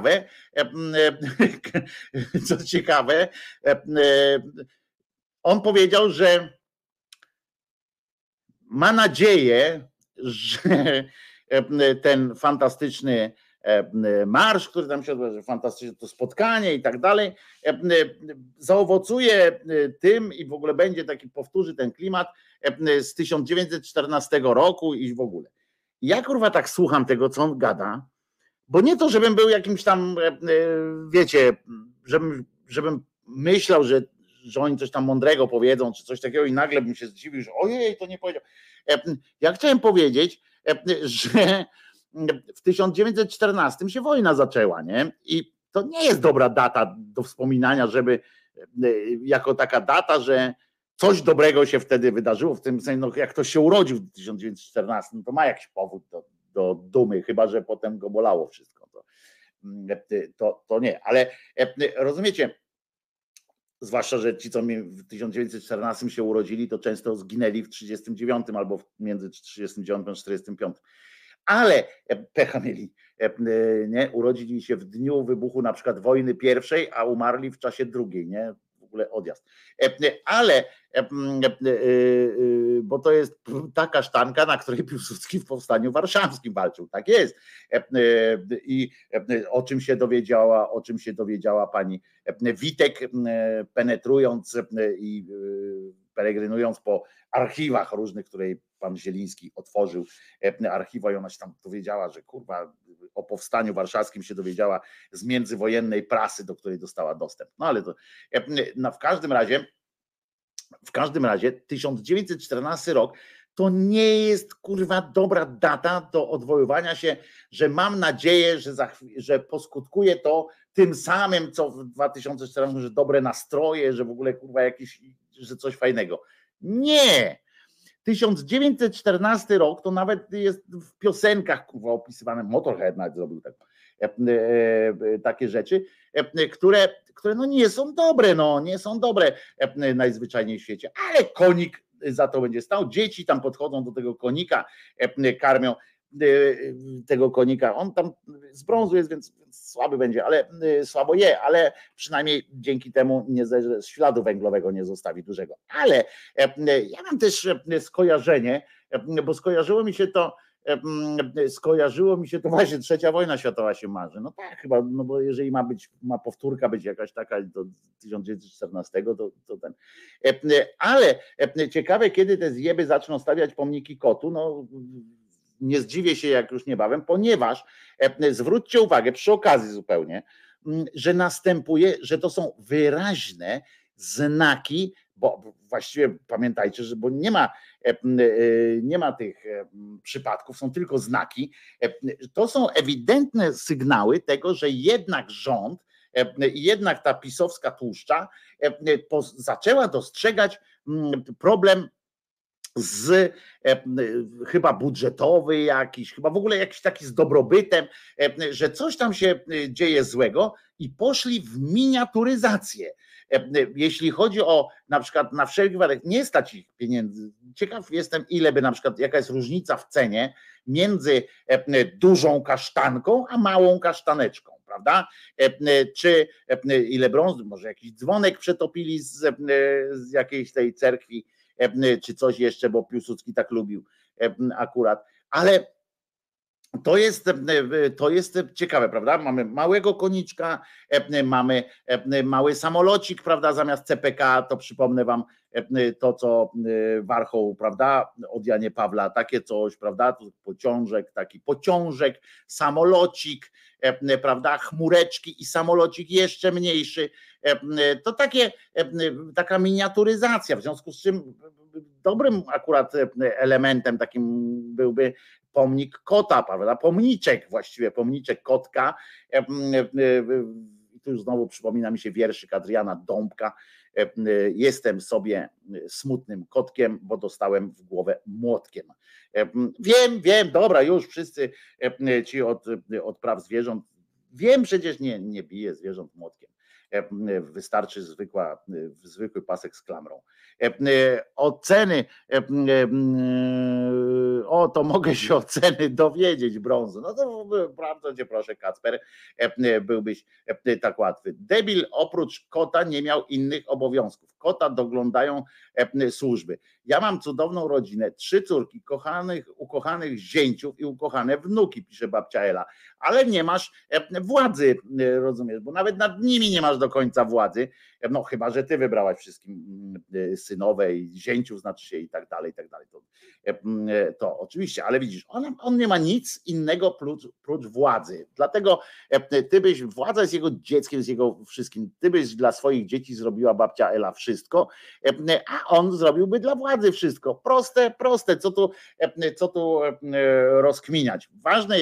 ciekawe, on powiedział, że ma nadzieję, że ten fantastyczny marsz, który tam się odbywa, fantastyczne to spotkanie i tak dalej, zaowocuje tym i w ogóle będzie taki, powtórzy ten klimat z 1914 roku i w ogóle. Ja kurwa tak słucham tego, co on gada, bo nie to, żebym był jakimś tam, wiecie, żebym myślał, że oni coś tam mądrego powiedzą, czy coś takiego i nagle bym się zdziwił, że ojej, to nie powiedział. Ja chciałem powiedzieć, że w 1914 się wojna zaczęła, nie? I to nie jest dobra data do wspominania, żeby jako taka data, że coś dobrego się wtedy wydarzyło, w tym sensie, no jak ktoś się urodził w 1914, no to ma jakiś powód do dumy, chyba że potem go bolało wszystko. To nie, ale rozumiecie, zwłaszcza, że ci, co w 1914 się urodzili, to często zginęli w 1939 albo między 1939 a 1945. Ale pecha mieli, nie? Urodzili się w dniu wybuchu na przykład wojny pierwszej, a umarli w czasie drugiej, nie? W ogóle odjazd. Ale, bo to jest ta kasztanka, na której Piłsudski w Powstaniu Warszawskim walczył, tak jest. I o czym się dowiedziała pani Witek, penetrując i peregrynując po archiwach różnych, której pan Zieliński otworzył archiwa i ona się tam dowiedziała, że kurwa o Powstaniu Warszawskim się dowiedziała z międzywojennej prasy, do której dostała dostęp. No ale to w każdym razie 1914 rok to nie jest kurwa dobra data do odwoływania się, że mam nadzieję, że poskutkuje to tym samym, co w 2014, że dobre nastroje, że w ogóle kurwa że coś fajnego. Nie! 1914 rok to nawet jest w piosenkach kurwa opisywane, Motorhead nawet zrobił takie rzeczy, które no nie są dobre, najzwyczajniej w świecie, ale konik za to będzie stał, dzieci tam podchodzą do tego konika, karmią. tego konika. On tam z brązu jest, więc słaby będzie, ale słabo je, ale przynajmniej dzięki temu śladu węglowego nie zostawi dużego. Ale ja mam też skojarzenie, bo skojarzyło mi się to właśnie, trzecia wojna światowa się marzy. No tak chyba, no bo jeżeli ma powtórka być jakaś taka do 1914, to ten. Ale ciekawe, kiedy te zjeby zaczną stawiać pomniki kotu, no nie zdziwię się jak już niebawem, ponieważ zwróćcie uwagę przy okazji zupełnie, że następuje, że to są wyraźne znaki, bo właściwie pamiętajcie, że bo nie ma tych przypadków, są tylko znaki. To są ewidentne sygnały tego, że jednak rząd, jednak ta pisowska tłuszcza zaczęła dostrzegać problem chyba budżetowy jakiś, chyba w ogóle jakiś taki z dobrobytem, że coś tam się dzieje złego i poszli w miniaturyzację. Jeśli chodzi o na przykład na wszelki wypadek, nie stać ich pieniędzy. Ciekaw jestem, ile by na przykład, jaka jest różnica w cenie między dużą kasztanką a małą kasztaneczką, prawda? Czy ile brązu, może jakiś dzwonek przetopili z jakiejś tej cerkwi, czy coś jeszcze, bo Piłsudski tak lubił akurat, ale to jest ciekawe, prawda? Mamy małego koniczka, mamy mały samolocik, prawda? Zamiast CPK, to przypomnę wam to, co Warchoł, prawda? Od Janie Pawla, takie coś, prawda? Taki pociążek, samolocik, prawda? Chmureczki i samolocik jeszcze mniejszy. To taka miniaturyzacja, w związku z czym dobrym akurat elementem takim byłby pomnik kota, prawda? Pomniczek kotka. I tu już znowu przypomina mi się wierszyk Adriana Dąbka. Jestem sobie smutnym kotkiem, bo dostałem w głowę młotkiem. Wiem, dobra, już wszyscy ci od praw zwierząt. Wiem, przecież nie bije zwierząt młotkiem. Wystarczy zwykły pasek z klamrą. Oceny, to mogę się oceny dowiedzieć brązu. No to bardzo cię proszę, Kacper, byłbyś tak łatwy. Debil oprócz kota nie miał innych obowiązków. Kota doglądają służby. Ja mam cudowną rodzinę, 3 córki, ukochanych zięciów i ukochane wnuki, pisze babcia Ela, ale nie masz władzy, rozumiesz, bo nawet nad nimi nie masz do końca władzy, no chyba, że ty wybrałaś wszystkim synowe i zięciów, znaczy się i tak dalej, to oczywiście, ale widzisz, on nie ma nic innego prócz władzy, dlatego władza jest jego dzieckiem, jest jego wszystkim, ty byś dla swoich dzieci zrobiła, babcia Ela, wszystko, a on zrobiłby dla władzy wszystko, proste, co tu rozkminiać. Ważne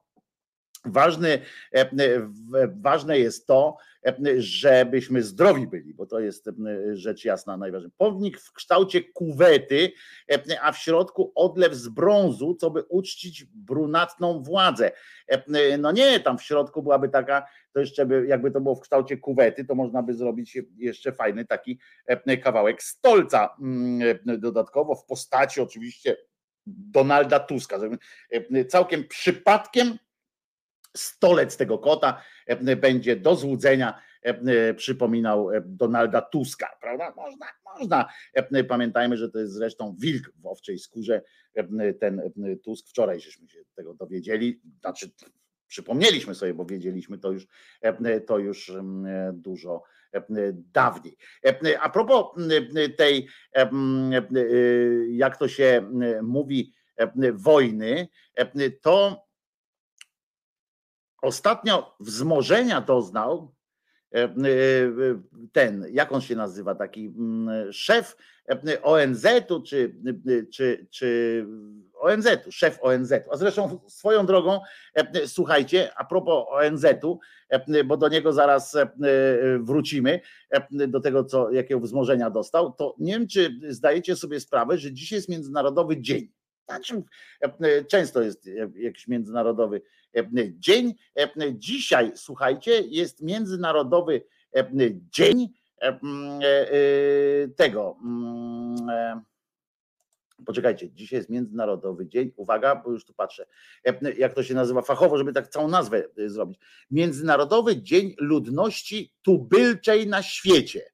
jest to, żebyśmy zdrowi byli, bo to jest rzecz jasna najważniejsza. Pomnik w kształcie kuwety, a w środku odlew z brązu, co by uczcić brunatną władzę. No nie, tam w środku byłaby taka, to jeszcze jakby to było w kształcie kuwety, to można by zrobić jeszcze fajny taki kawałek stolca dodatkowo w postaci oczywiście Donalda Tuska. Całkiem przypadkiem stolec tego kota będzie do złudzenia przypominał Donalda Tuska, prawda? Można. Pamiętajmy, że to jest zresztą wilk w owczej skórze, ten Tusk. Wczoraj żeśmy się tego dowiedzieli, znaczy przypomnieliśmy sobie, bo wiedzieliśmy to już dużo dawniej. A propos tej, jak to się mówi, wojny, to ostatnio wzmożenia doznał ten, jak on się nazywa, taki szef ONZ-u, czy ONZ-u, szef ONZ-u. A zresztą swoją drogą, słuchajcie, a propos ONZ-u, bo do niego zaraz wrócimy, do tego, jakiego wzmożenia dostał, to nie wiem, czy zdajecie sobie sprawę, że dzisiaj jest Międzynarodowy Dzień. Znaczy, często jest jakiś międzynarodowy dzień. Dzisiaj, słuchajcie, jest Międzynarodowy Dzień tego Poczekajcie, dzisiaj jest Międzynarodowy Dzień, uwaga, bo już tu patrzę, jak to się nazywa fachowo, żeby tak całą nazwę zrobić. Międzynarodowy Dzień Ludności Tubylczej na świecie.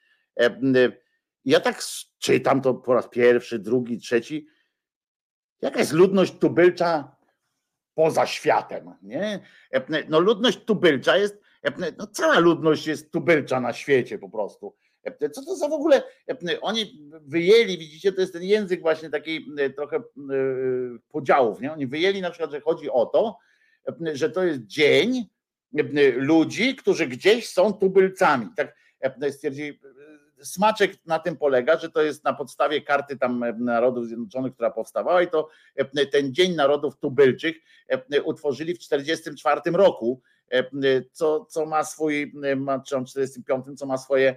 Ja tak czytam to po raz pierwszy, drugi, trzeci. Jaka jest ludność tubylcza poza światem? Nie? No ludność tubylcza jest, no cała ludność jest tubylcza na świecie po prostu. Co to za w ogóle, oni wyjęli, widzicie, to jest ten język właśnie takiej trochę podziałów, nie? Oni wyjęli na przykład, że chodzi o to, że to jest dzień ludzi, którzy gdzieś są tubylcami. Tak stwierdzili, smaczek na tym polega, że to jest na podstawie karty tam Narodów Zjednoczonych, która powstawała i to ten Dzień Narodów Tubylczych utworzyli w 1944 roku, co ma swój, czy 45, co ma swoje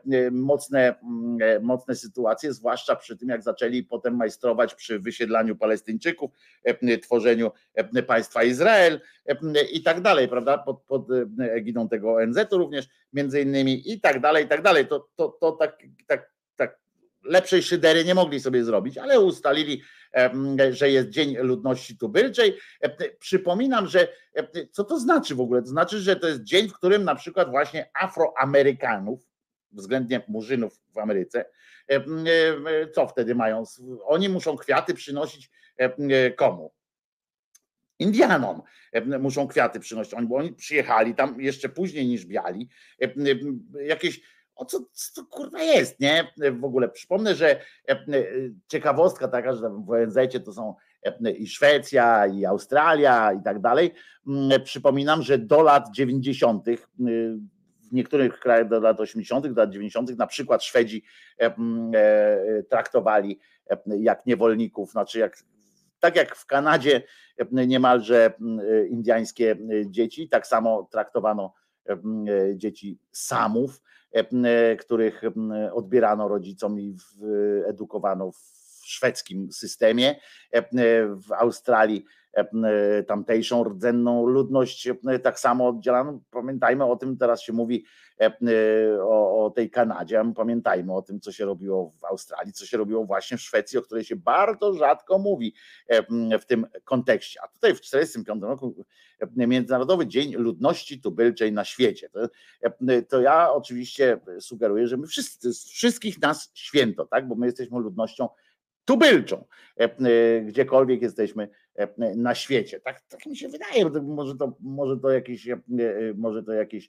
mocne sytuacje, zwłaszcza przy tym, jak zaczęli potem majstrować przy wysiedlaniu Palestyńczyków, tworzeniu państwa Izrael i tak dalej, prawda, pod egidą tego ONZ-u również między innymi i tak dalej, i tak dalej. To tak lepszej szydery nie mogli sobie zrobić, ale ustalili, że jest Dzień Ludności Tubylczej. Przypominam, że co to znaczy w ogóle? To znaczy, że to jest dzień, w którym na przykład właśnie Afroamerykanów, względnie Murzynów w Ameryce, co wtedy mają? Oni muszą kwiaty przynosić komu? Indianom muszą kwiaty przynosić, bo oni przyjechali tam jeszcze później niż biali, jakieś co kurwa jest, nie? W ogóle przypomnę, że ciekawostka taka, że w ONZ-cie to są i Szwecja, i Australia i tak dalej. Przypominam, że do lat 90., w niektórych krajach do lat 80., do lat 90., na przykład Szwedzi traktowali jak niewolników, znaczy tak jak w Kanadzie niemalże indiańskie dzieci, tak samo traktowano dzieci Samów, których odbierano rodzicom i edukowano w szwedzkim systemie. W Australii tamtejszą rdzenną ludność tak samo oddzielano. Pamiętajmy o tym, teraz się mówi o tej Kanadzie, pamiętajmy o tym, co się robiło w Australii, co się robiło właśnie w Szwecji, o której się bardzo rzadko mówi w tym kontekście. A tutaj w 1945 roku Międzynarodowy Dzień Ludności Tubylczej na świecie. To ja oczywiście sugeruję, że my wszyscy, to jest wszystkich nas święto, tak? Bo my jesteśmy ludnością tubylczą, gdziekolwiek jesteśmy na świecie. Tak mi się wydaje, może to jakieś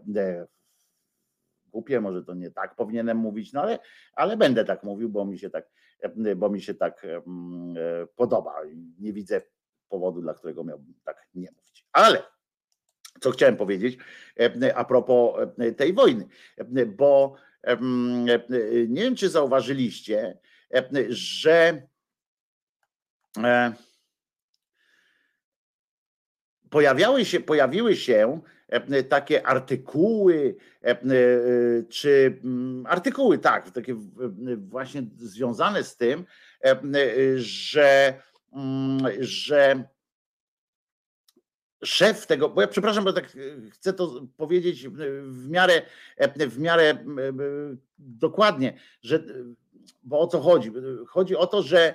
głupie, może to nie tak powinienem mówić, no ale będę tak mówił, bo mi się tak podoba. Nie widzę powodu, dla którego miałbym tak nie mówić. Ale co chciałem powiedzieć a propos tej wojny, bo nie wiem, czy zauważyliście, że pojawiły się takie artykuły, czy artykuły, tak, takie właśnie związane z tym, że szef tego, bo ja przepraszam, bo tak chcę to powiedzieć w miarę dokładnie, że bo o co chodzi? Chodzi o to, że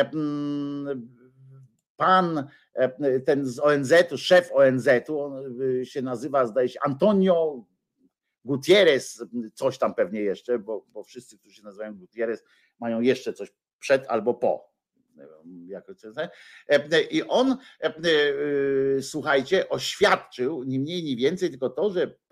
pan ten z ONZ-u, szef ONZ-u, on się nazywa, zdaje się, Antonio Gutierrez, coś tam pewnie jeszcze, bo wszyscy, którzy się nazywają Gutierrez, mają jeszcze coś przed albo po. I on, słuchajcie, oświadczył ni mniej, ni więcej, tylko to,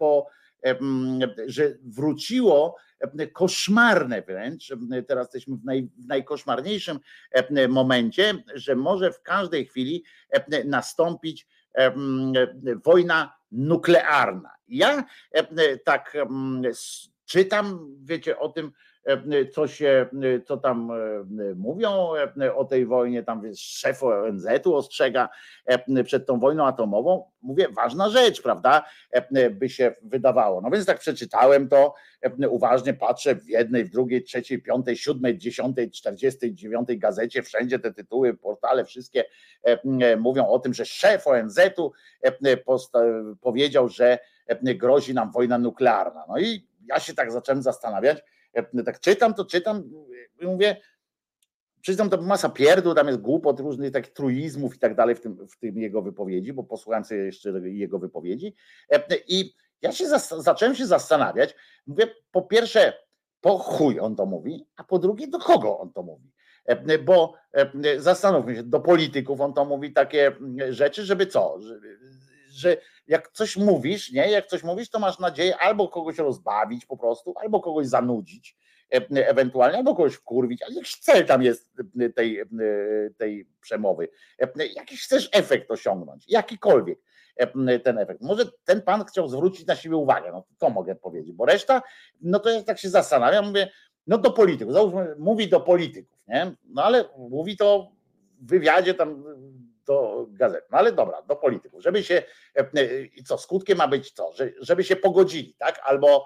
że wróciło koszmarne wręcz, teraz jesteśmy w najkoszmarniejszym momencie, że może w każdej chwili nastąpić wojna nuklearna. Ja tak czytam, wiecie, o tym, co tam mówią o tej wojnie, tam szef ONZ-u ostrzega przed tą wojną atomową. Mówię, ważna rzecz, prawda, by się wydawało. No więc tak przeczytałem to, uważnie patrzę w jednej, w drugiej, trzeciej, piątej, siódmej, 10, 49 gazecie, wszędzie te tytuły, portale wszystkie mówią o tym, że szef ONZ-u powiedział, że grozi nam wojna nuklearna. No i ja się tak zacząłem zastanawiać, tak czytam i mówię, Przyznam, to masa pierdół, tam jest głupot, różnych takich truizmów i tak dalej w tym jego wypowiedzi, bo posłuchałem sobie jeszcze jego wypowiedzi i ja zacząłem się zastanawiać, mówię, po pierwsze, po chuj on to mówi, a po drugie, do kogo on to mówi. Bo zastanówmy się, do polityków on to mówi takie rzeczy, żeby co, że jak coś mówisz, nie, jak coś mówisz, to masz nadzieję albo kogoś rozbawić po prostu, albo kogoś zanudzić ewentualnie, albo kogoś wkurwić, ale jakiś cel tam jest tej przemowy. Jakiś chcesz efekt osiągnąć, jakikolwiek ten efekt. Może ten pan chciał zwrócić na siebie uwagę, no to mogę powiedzieć, bo reszta, no to ja tak się zastanawiam, mówię, no do polityków, załóżmy, mówi do polityków, nie? No ale mówi to w wywiadzie tam do gazet, no ale dobra, do polityków, żeby się, i co, skutkiem ma być co, żeby się pogodzili, tak, albo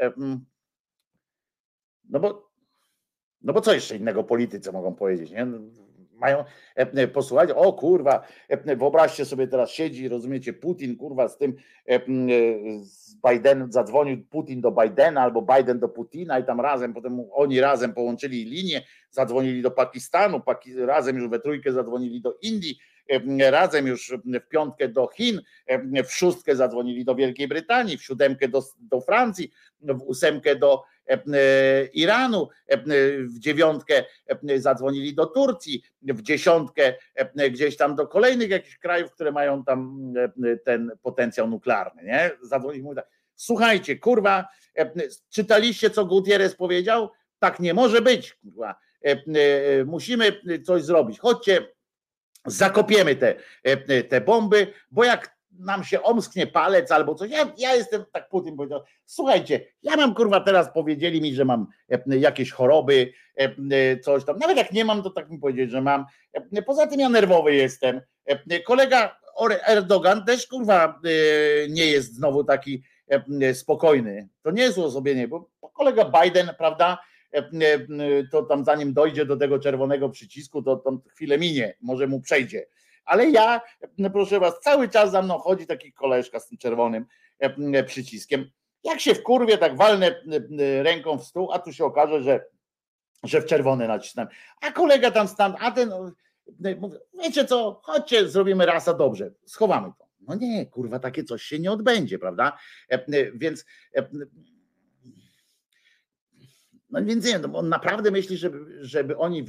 no bo co jeszcze innego politycy mogą powiedzieć, nie? Mają posłuchać, o kurwa, wyobraźcie sobie, teraz siedzi, rozumiecie, Putin, kurwa, z tym z Bidenem, zadzwonił Putin do Bidena albo Biden do Putina i tam razem, potem oni razem połączyli linię, zadzwonili do Pakistanu, razem już we trójkę zadzwonili do Indii, razem już w piątkę do Chin, w szóstkę zadzwonili do Wielkiej Brytanii, w siódemkę do Francji, w ósemkę do Iranu, w dziewiątkę zadzwonili do Turcji, w dziesiątkę gdzieś tam do kolejnych jakichś krajów, które mają tam ten potencjał nuklearny, nie? Zadzwonili, mówią tak, słuchajcie, kurwa, czytaliście, co Gutierrez powiedział? Tak nie może być, kurwa. Musimy coś zrobić. Chodźcie, zakopiemy te bomby, bo jak nam się omsknie palec albo coś, ja jestem, tak Putin powiedział, słuchajcie, ja mam kurwa teraz, powiedzieli mi, że mam jakieś choroby, coś tam, nawet jak nie mam, to tak mi powiedzieli, że mam, poza tym ja nerwowy jestem, kolega Erdogan też kurwa nie jest znowu taki spokojny, to nie jest uosobienie, bo kolega Biden, prawda, to tam zanim dojdzie do tego czerwonego przycisku, to tam chwilę minie, może mu przejdzie. Ale ja, proszę was, cały czas za mną chodzi taki koleżka z tym czerwonym przyciskiem. Jak się wkurwię, tak walnę ręką w stół, a tu się okaże, że w czerwony nacisnąłem. A kolega tam stan, a ten mówi, wiecie co, chodźcie, zrobimy raz, a dobrze, schowamy to. No nie, kurwa, takie coś się nie odbędzie, prawda? Więc no więc nie, no on naprawdę myśli, żeby oni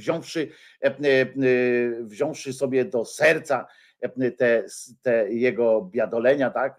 wziąwszy sobie do serca te jego biadolenia, tak,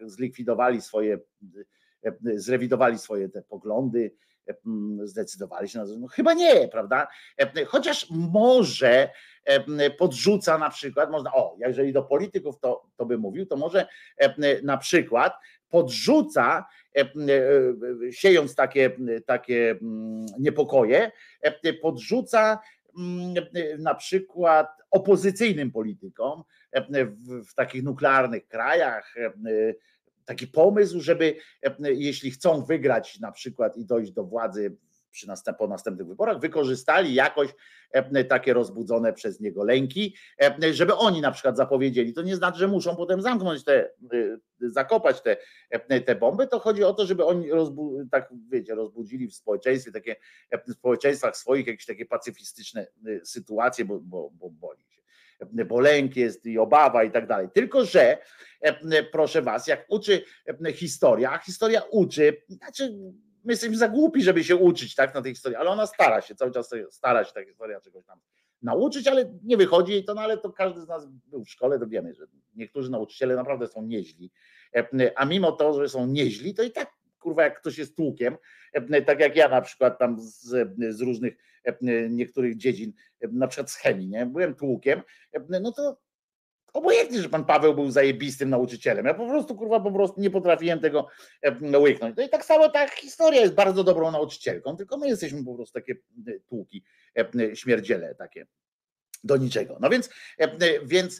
zrewidowali swoje te poglądy, zdecydowali się na to, no chyba nie, prawda? Chociaż może podrzuca na przykład, można, jeżeli do polityków to by mówił, to może na przykład podrzuca, siejąc takie niepokoje, podrzuca na przykład opozycyjnym politykom w takich nuklearnych krajach taki pomysł, żeby jeśli chcą wygrać na przykład i dojść do władzy po następnych wyborach, wykorzystali jakoś takie rozbudzone przez niego lęki, żeby oni na przykład zapowiedzieli. To nie znaczy, że muszą potem zamknąć zakopać te bomby, to chodzi o to, żeby oni tak wiecie, rozbudzili w społeczeństwie, w społeczeństwach swoich jakieś takie pacyfistyczne sytuacje, bo boli się. Bo lęk jest i obawa i tak dalej. Tylko że, proszę was, jak uczy historia, a historia uczy, znaczy my jesteśmy za głupi, żeby się uczyć tak na tej historii, ale ona cały czas stara się ta historia czegoś tam nauczyć, ale nie wychodzi jej to, no ale to każdy z nas był w szkole, to wiemy, że niektórzy nauczyciele naprawdę są nieźli, a mimo to, że są nieźli, to i tak kurwa jak ktoś jest tłukiem, tak jak ja na przykład tam z różnych niektórych dziedzin, na przykład z chemii, nie? Byłem tłukiem, no to obojętnie, że pan Paweł był zajebistym nauczycielem. Ja po prostu nie potrafiłem tego łyknąć. No i tak samo ta historia jest bardzo dobrą nauczycielką, tylko my jesteśmy po prostu takie tłuki, śmierdziele takie do niczego. No więc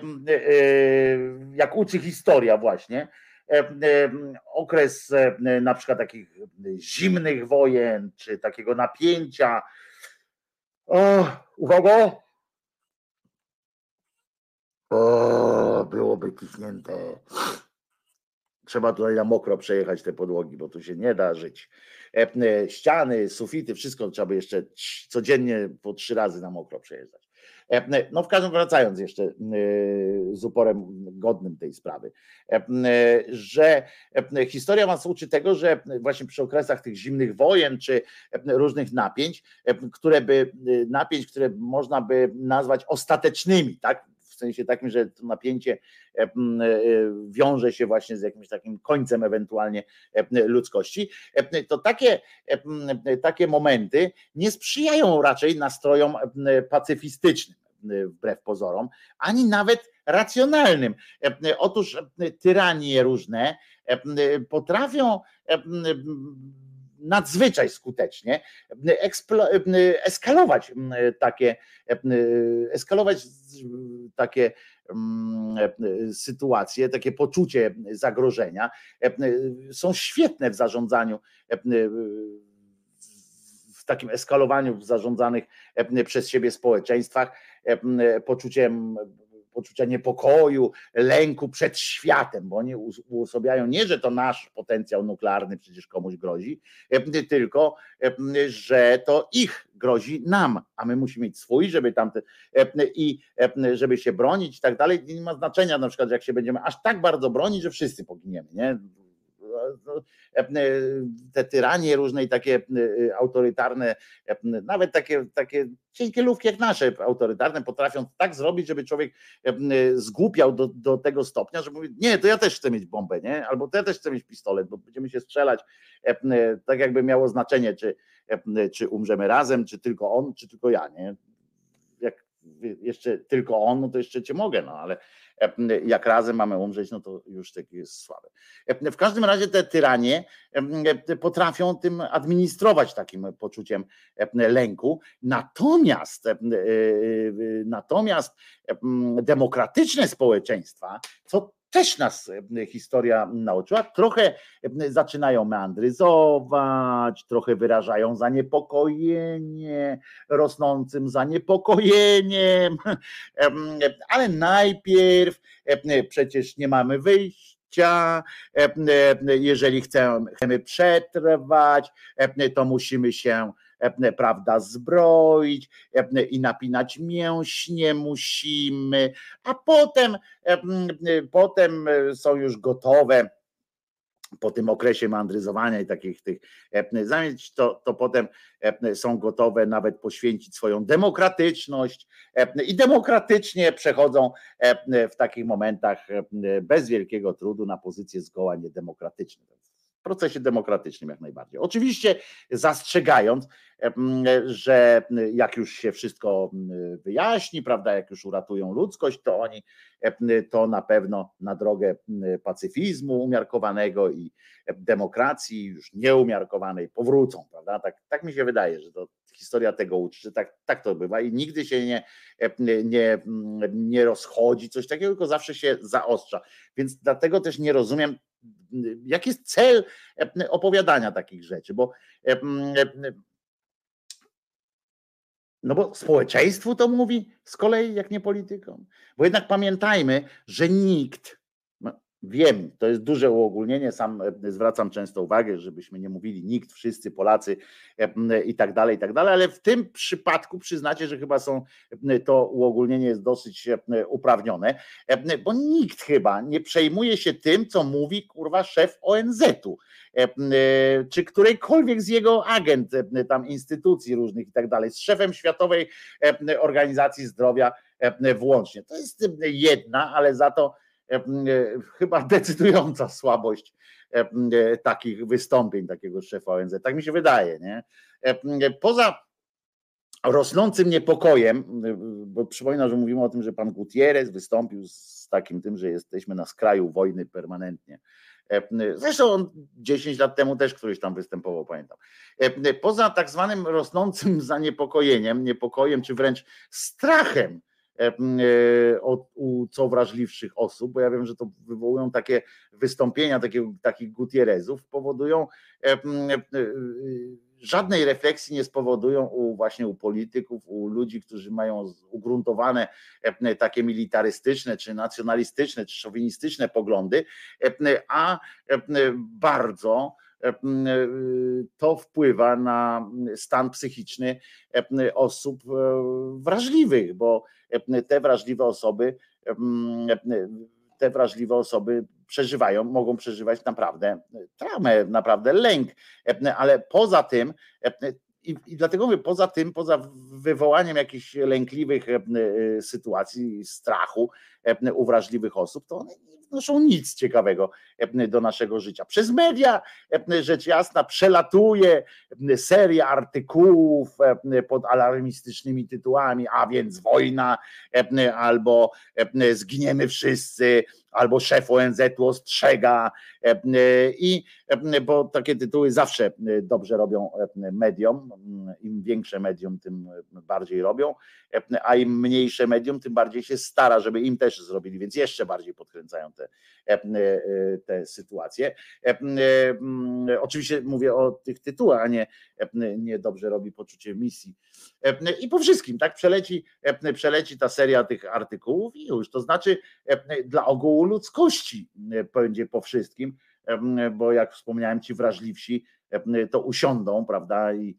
jak uczy historia właśnie, okres na przykład takich zimnych wojen, czy takiego napięcia. Uwaga! Byłoby kiśnięte. Trzeba tutaj na mokro przejechać te podłogi, bo tu się nie da żyć. Ściany, sufity, wszystko trzeba by jeszcze codziennie po 3 razy na mokro przejeżdżać. No w każdym wracając jeszcze z uporem godnym tej sprawy, że historia nas uczy tego, że właśnie przy okresach tych zimnych wojen czy różnych napięć, które można by nazwać ostatecznymi, tak? W sensie takim, że to napięcie wiąże się właśnie z jakimś takim końcem ewentualnie ludzkości, to takie momenty nie sprzyjają raczej nastrojom pacyfistycznym, wbrew pozorom, ani nawet racjonalnym. Otóż tyranie różne potrafią nadzwyczaj skutecznie eskalować takie sytuacje, takie poczucie zagrożenia. Są świetne w zarządzaniu, w takim eskalowaniu w zarządzanych przez siebie społeczeństwach poczucia niepokoju, lęku przed światem, bo oni uosabiają nie, że to nasz potencjał nuklearny przecież komuś grozi, tylko że to ich grozi nam, a my musimy mieć swój, żeby żeby się bronić i tak dalej. Nie ma znaczenia na przykład, jak się będziemy aż tak bardzo bronić, że wszyscy poginiemy, nie? Te tyranie różne i takie autorytarne, nawet takie cienkielówki jak nasze autorytarne potrafią tak zrobić, żeby człowiek zgłupiał do tego stopnia, że mówi, nie, to ja też chcę mieć bombę, nie? Albo to ja też chcę mieć pistolet, bo będziemy się strzelać, tak jakby miało znaczenie, czy umrzemy razem, czy tylko on, czy tylko ja, nie? Jak jeszcze tylko on, no to jeszcze cię mogę, no ale jak razem mamy umrzeć, no to już takie jest słabe. W każdym razie te tyranie potrafią tym administrować, takim poczuciem lęku. Natomiast demokratyczne społeczeństwa, co też nas historia nauczyła, trochę zaczynają meandryzować, trochę wyrażają zaniepokojenie, rosnącym zaniepokojeniem, ale najpierw przecież nie mamy wyjścia, jeżeli chcemy przetrwać, to musimy się, prawda, zbroić i napinać mięśnie musimy, a potem są już gotowe po tym okresie meandryzowania i takich tych zajęć, to potem są gotowe nawet poświęcić swoją demokratyczność i demokratycznie przechodzą w takich momentach bez wielkiego trudu na pozycje zgoła niedemokratyczne. W procesie demokratycznym jak najbardziej. Oczywiście zastrzegając, że jak już się wszystko wyjaśni, prawda, jak już uratują ludzkość, to oni to na pewno na drogę pacyfizmu umiarkowanego i demokracji już nieumiarkowanej powrócą, prawda? Tak mi się wydaje, że to historia tego uczy, że tak to bywa i nigdy się nie rozchodzi coś takiego, tylko zawsze się zaostrza. Więc dlatego też nie rozumiem, jaki jest cel opowiadania takich rzeczy, bo społeczeństwu to mówi z kolei, jak nie politykom. Bo jednak pamiętajmy, że nikt, wiem, to jest duże uogólnienie, sam zwracam często uwagę, żebyśmy nie mówili nikt, wszyscy Polacy i tak dalej, ale w tym przypadku przyznacie, że chyba to uogólnienie jest dosyć uprawnione, bo nikt chyba nie przejmuje się tym, co mówi kurwa szef ONZ-u, czy którejkolwiek z jego agent, tam instytucji różnych i tak dalej, z szefem Światowej Organizacji Zdrowia włącznie. To jest jedna, ale za to chyba decydująca słabość takich wystąpień takiego szefa ONZ. Tak mi się wydaje, nie? Poza rosnącym niepokojem, bo przypominam, że mówimy o tym, że pan Gutierrez wystąpił z takim tym, że jesteśmy na skraju wojny permanentnie. Zresztą on 10 lat temu też któryś tam występował, pamiętam. Poza tak zwanym rosnącym zaniepokojeniem, niepokojem, czy wręcz strachem u co wrażliwszych osób, bo ja wiem, że to wywołują takie wystąpienia takich Gutierrezów, powodują żadnej refleksji nie spowodują właśnie u polityków, u ludzi, którzy mają ugruntowane takie militarystyczne, czy nacjonalistyczne, czy szowinistyczne poglądy, a bardzo to wpływa na stan psychiczny osób wrażliwych, bo te wrażliwe osoby mogą przeżywać naprawdę traumę, naprawdę lęk, ale poza tym, i dlatego mówię, poza wywołaniem jakichś lękliwych sytuacji, strachu u wrażliwych osób, to one nie wnoszą nic ciekawego do naszego życia. Przez media, rzecz jasna, przelatuje seria artykułów pod alarmistycznymi tytułami, a więc wojna, albo zginiemy wszyscy, albo szef ONZ-u ostrzega, bo takie tytuły zawsze dobrze robią mediom, im większe medium, tym bardziej robią, a im mniejsze medium, tym bardziej się stara, żeby im też zrobili, więc jeszcze bardziej podkręcają te sytuacje. Oczywiście mówię o tych tytułach, a nie dobrze robi poczucie misji. I po wszystkim, tak, przeleci ta seria tych artykułów i już, to znaczy dla ogółu ludzkości będzie po wszystkim, bo jak wspomniałem, ci wrażliwsi to usiądą, prawda, i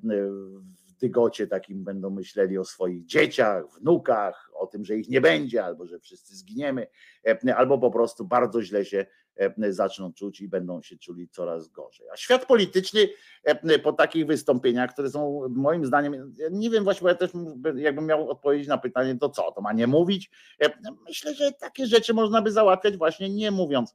w dygocie takim będą myśleli o swoich dzieciach, wnukach, o tym, że ich nie będzie, albo że wszyscy zginiemy, albo po prostu bardzo źle się zaczną czuć i będą się czuli coraz gorzej. A świat polityczny po takich wystąpieniach, które są moim zdaniem, nie wiem właśnie, bo ja też jakbym miał odpowiedzieć na pytanie, to co, to ma nie mówić? Myślę, że takie rzeczy można by załatwiać właśnie nie mówiąc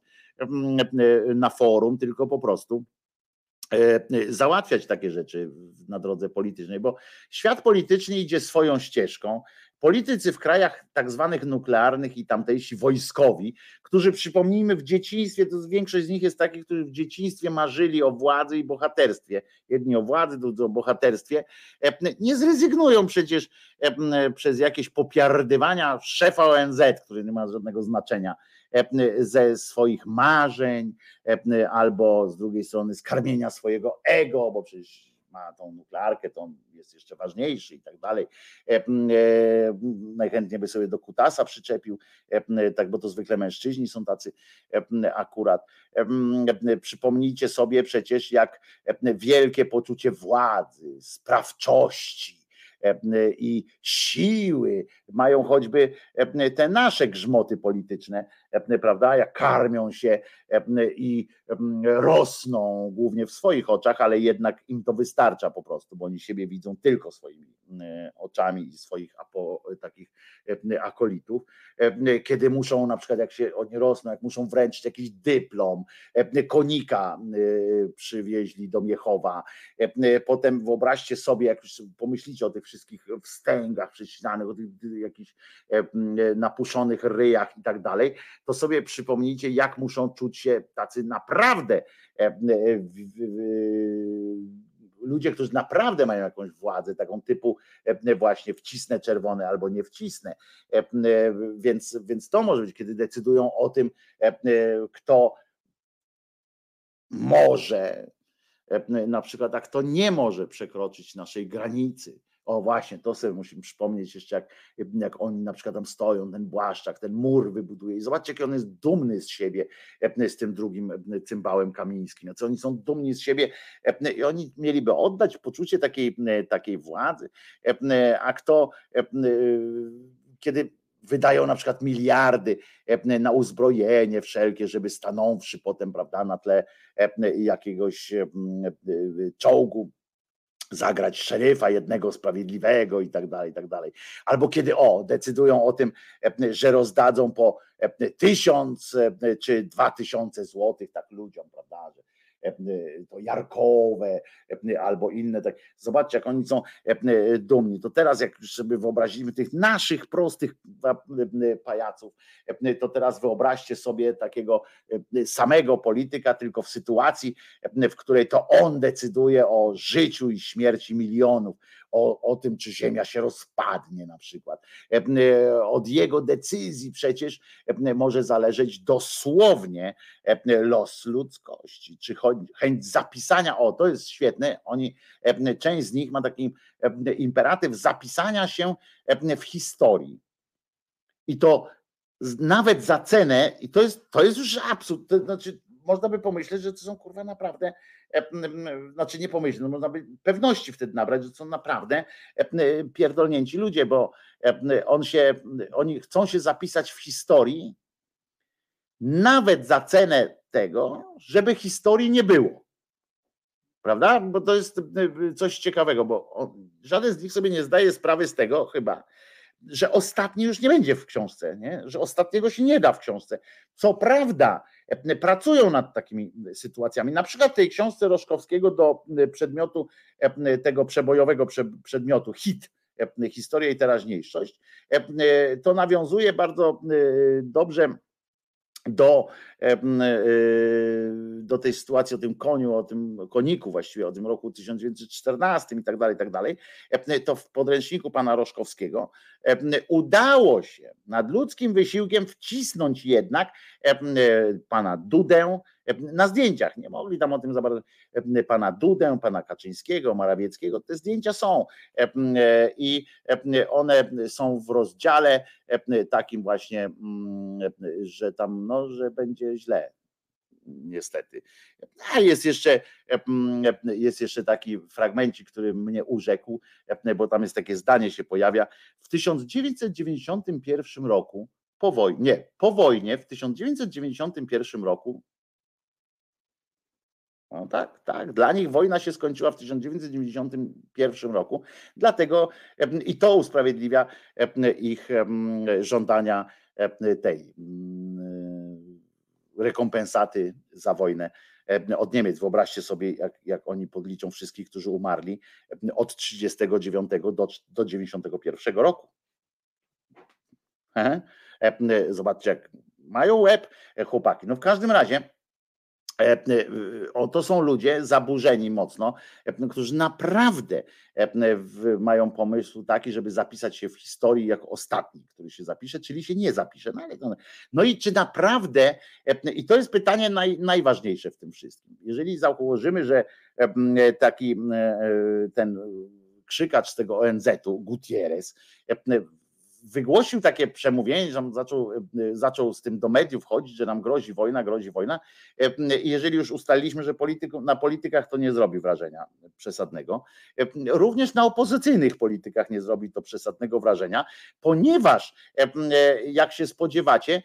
na forum, tylko po prostu załatwiać takie rzeczy na drodze politycznej, bo świat polityczny idzie swoją ścieżką. Politycy w krajach tak zwanych nuklearnych i tamtejsi wojskowi, którzy, przypomnijmy, w dzieciństwie, to większość z nich jest takich, którzy w dzieciństwie marzyli o władzy i bohaterstwie. Jedni o władzy, drudzy o bohaterstwie. Nie zrezygnują przecież przez jakieś popiardywania szefa ONZ, który nie ma żadnego znaczenia, ze swoich marzeń, albo z drugiej strony skarmienia swojego ego, bo przecież ma tą nuklearkę, to on jest jeszcze ważniejszy i tak dalej. Najchętniej by sobie do kutasa przyczepił, tak, bo to zwykle mężczyźni są tacy akurat. Przypomnijcie sobie przecież, jak wielkie poczucie władzy, sprawczości i siły mają choćby te nasze grzmoty polityczne, prawda, jak karmią się i rosną głównie w swoich oczach, ale jednak im to wystarcza po prostu, bo oni siebie widzą tylko swoimi oczami i swoich takich akolitów. Kiedy muszą, na przykład jak się oni rosną, jak muszą wręczyć jakiś dyplom, konika przywieźli do Miechowa, potem wyobraźcie sobie, jak już pomyślicie o tych wszystkich wstęgach prześcinanych, o tych jakichś napuszonych ryjach i tak dalej, to sobie przypomnijcie, jak muszą czuć się tacy naprawdę ludzie, którzy naprawdę mają jakąś władzę, taką typu właśnie wcisnę czerwone albo nie wcisnę. Więc to może być, kiedy decydują o tym, kto może, na przykład, a kto nie może przekroczyć naszej granicy. O właśnie, to sobie musimy przypomnieć jeszcze, jak oni na przykład tam stoją, ten Błaszczak, ten mur wybuduje i zobaczcie, jaki on jest dumny z siebie, z tym drugim cymbałem Kamińskim, co oni są dumni z siebie i oni mieliby oddać poczucie takiej władzy, a kto, kiedy wydają na przykład miliardy na uzbrojenie wszelkie, żeby stanąwszy potem, prawda, na tle jakiegoś czołgu, zagrać szeryfa jednego sprawiedliwego i tak dalej. Albo kiedy decydują o tym, że rozdadzą po 1000 czy 2000 złotych tak ludziom, prawda, że to jarkowe albo inne. Tak. Zobaczcie, jak oni są dumni. To teraz, jak już sobie wyobrazimy tych naszych prostych pajaców, to teraz wyobraźcie sobie takiego samego polityka, tylko w sytuacji, w której to on decyduje o życiu i śmierci milionów, o tym, czy Ziemia się rozpadnie na przykład. Od jego decyzji przecież może zależeć dosłownie los ludzkości, czy chęć zapisania, to jest świetne, część z nich ma taki imperatyw zapisania się w historii. I to nawet za cenę, i to jest już absurd, to znaczy można by pomyśleć, że to są kurwa naprawdę, znaczy nie pomyśleć, no można by pewności wtedy nabrać, że to są naprawdę pierdolnięci ludzie, bo oni chcą się zapisać w historii nawet za cenę tego, żeby historii nie było. Prawda? Bo to jest coś ciekawego, bo żaden z nich sobie nie zdaje sprawy z tego chyba, że ostatni już nie będzie w książce, nie? Że ostatniego się nie da w książce. Co prawda pracują nad takimi sytuacjami, na przykład w tej książce Roszkowskiego do przedmiotu tego przebojowego przedmiotu HIT, Historia i teraźniejszość, to nawiązuje bardzo dobrze do tej sytuacji o tym koniu, o tym koniku właściwie, o tym roku 1914 i tak dalej, to w podręczniku pana Roszkowskiego udało się nadludzkim wysiłkiem wcisnąć jednak pana Dudę na zdjęciach. Nie mogli tam o tym za bardzo, pana Dudę, pana Kaczyńskiego, Morawieckiego, te zdjęcia są i one są w rozdziale takim właśnie, że tam, no, że będzie źle. Niestety. A jest jeszcze taki fragmencik, który mnie urzekł, bo tam jest takie zdanie, się pojawia. W 1991 roku, po wojnie, w 1991 roku, no tak, dla nich wojna się skończyła w 1991 roku, dlatego i to usprawiedliwia ich żądania tej rekompensaty za wojnę od Niemiec. Wyobraźcie sobie, jak oni podliczą wszystkich, którzy umarli od 1939 do 1991 roku. Zobaczcie, jak mają łeb chłopaki. No w każdym razie to są ludzie zaburzeni mocno, którzy naprawdę mają pomysł taki, żeby zapisać się w historii jako ostatni, który się zapisze, czyli się nie zapisze. No i czy naprawdę, i to jest pytanie najważniejsze w tym wszystkim, jeżeli założymy, że taki ten krzykacz z tego ONZ-u, Gutierrez, wygłosił takie przemówienie, że zaczął z tym do mediów chodzić, że nam grozi wojna. I jeżeli już ustaliliśmy, że na politykach to nie zrobi wrażenia przesadnego, również na opozycyjnych politykach nie zrobi to przesadnego wrażenia, ponieważ jak się spodziewacie,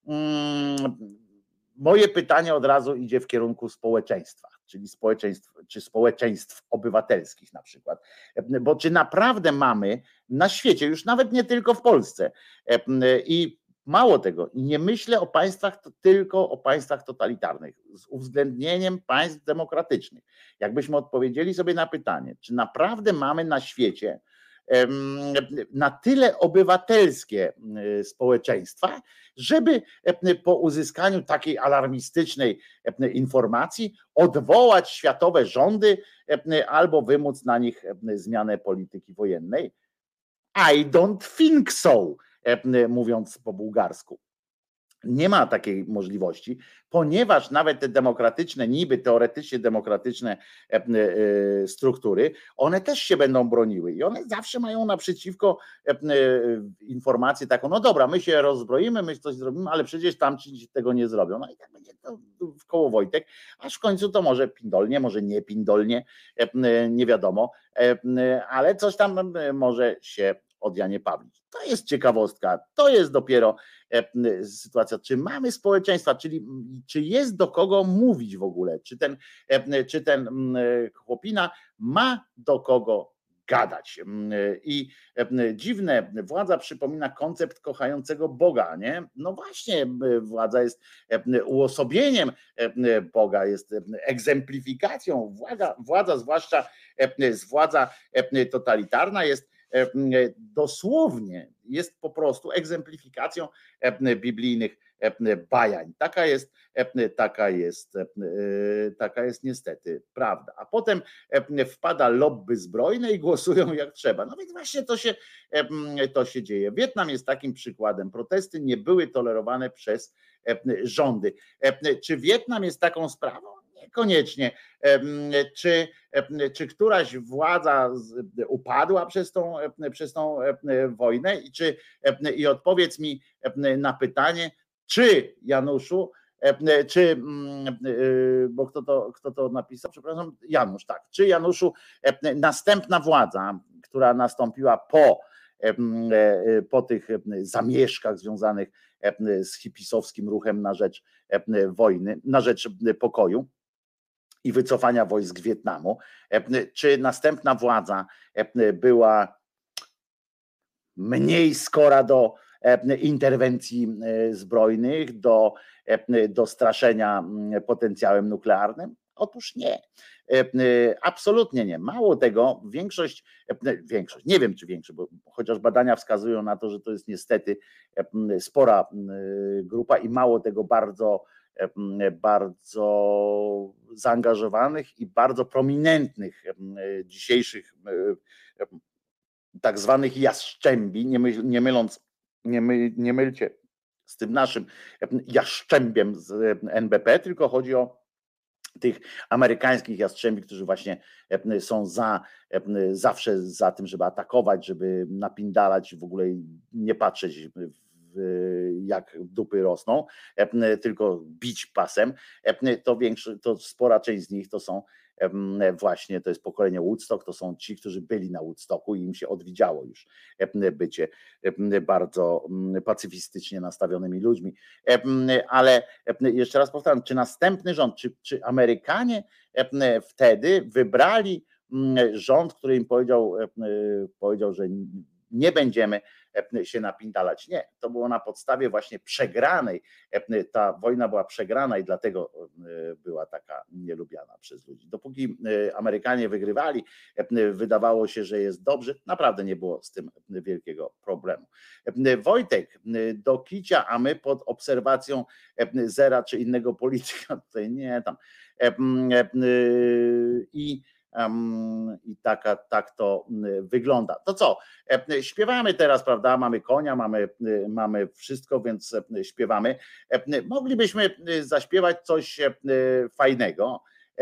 moje pytanie od razu idzie w kierunku społeczeństwa, czyli społeczeństw obywatelskich na przykład. Bo czy naprawdę mamy na świecie, już nawet nie tylko w Polsce, i mało tego, i nie myślę o państwach, tylko o państwach totalitarnych, z uwzględnieniem państw demokratycznych. Jakbyśmy odpowiedzieli sobie na pytanie, czy naprawdę mamy na świecie na tyle obywatelskie społeczeństwa, żeby po uzyskaniu takiej alarmistycznej informacji odwołać światowe rządy albo wymóc na nich zmianę polityki wojennej. I don't think so, mówiąc po bułgarsku. Nie ma takiej możliwości, ponieważ nawet te demokratyczne, niby teoretycznie demokratyczne struktury, one też się będą broniły i one zawsze mają naprzeciwko informację taką, no dobra, my się rozbroimy, my coś zrobimy, ale przecież tamci tego nie zrobią. No i tak będzie to w koło Wojtek, aż w końcu to może pindolnie, może nie pindolnie, nie wiadomo, ale coś tam może się od Janie Pawlić. To jest ciekawostka, to jest dopiero sytuacja, czy mamy społeczeństwa, czyli czy jest do kogo mówić w ogóle, czy ten chłopina ma do kogo gadać. I dziwne, władza przypomina koncept kochającego Boga, nie? No właśnie, władza jest uosobieniem Boga, jest egzemplifikacją, władza zwłaszcza władza totalitarna jest dosłownie, jest po prostu egzemplifikacją biblijnych bajań. Taka jest niestety prawda. A potem wpada lobby zbrojne i głosują jak trzeba. No więc właśnie to się dzieje. Wietnam jest takim przykładem. Protesty nie były tolerowane przez rządy. Czy Wietnam jest taką sprawą? Niekoniecznie. Czy któraś władza upadła przez tą wojnę? I odpowiedz mi na pytanie, czy Januszu, bo kto to napisał? Przepraszam, Janusz, tak. Czy Januszu następna władza, która nastąpiła po tych zamieszkach związanych z hipisowskim ruchem na rzecz wojny, na rzecz pokoju i wycofania wojsk Wietnamu, czy następna władza była mniej skora do interwencji zbrojnych, do straszenia potencjałem nuklearnym? Otóż nie. Absolutnie nie. Mało tego, większość, nie wiem czy większość, bo chociaż badania wskazują na to, że to jest niestety spora grupa i mało tego, bardzo zaangażowanych i bardzo prominentnych dzisiejszych tak zwanych jaszczębi, nie mylcie z tym naszym jaszczębiem z NBP, tylko chodzi o tych amerykańskich jastrzębi, którzy właśnie są zawsze za tym, żeby atakować, żeby napindalać, w ogóle nie patrzeć jak dupy rosną, tylko bić pasem, to spora część z nich to są właśnie, to jest pokolenie Woodstock, to są ci, którzy byli na Woodstocku i im się odwidziało już bycie bardzo pacyfistycznie nastawionymi ludźmi. Ale jeszcze raz powtarzam, czy następny rząd, czy Amerykanie wtedy wybrali rząd, który im powiedział, że nie będziemy się napindalać. Nie, to było na podstawie właśnie przegranej. Ta wojna była przegrana i dlatego była taka nielubiana przez ludzi. Dopóki Amerykanie wygrywali, wydawało się, że jest dobrze. Naprawdę nie było z tym wielkiego problemu. Wojtek, do kicia, a my pod obserwacją Zera czy innego polityka. Tutaj nie, tam. I tak to wygląda. To co? Śpiewamy teraz, prawda? Mamy konia, mamy wszystko, więc śpiewamy. Moglibyśmy zaśpiewać coś fajnego,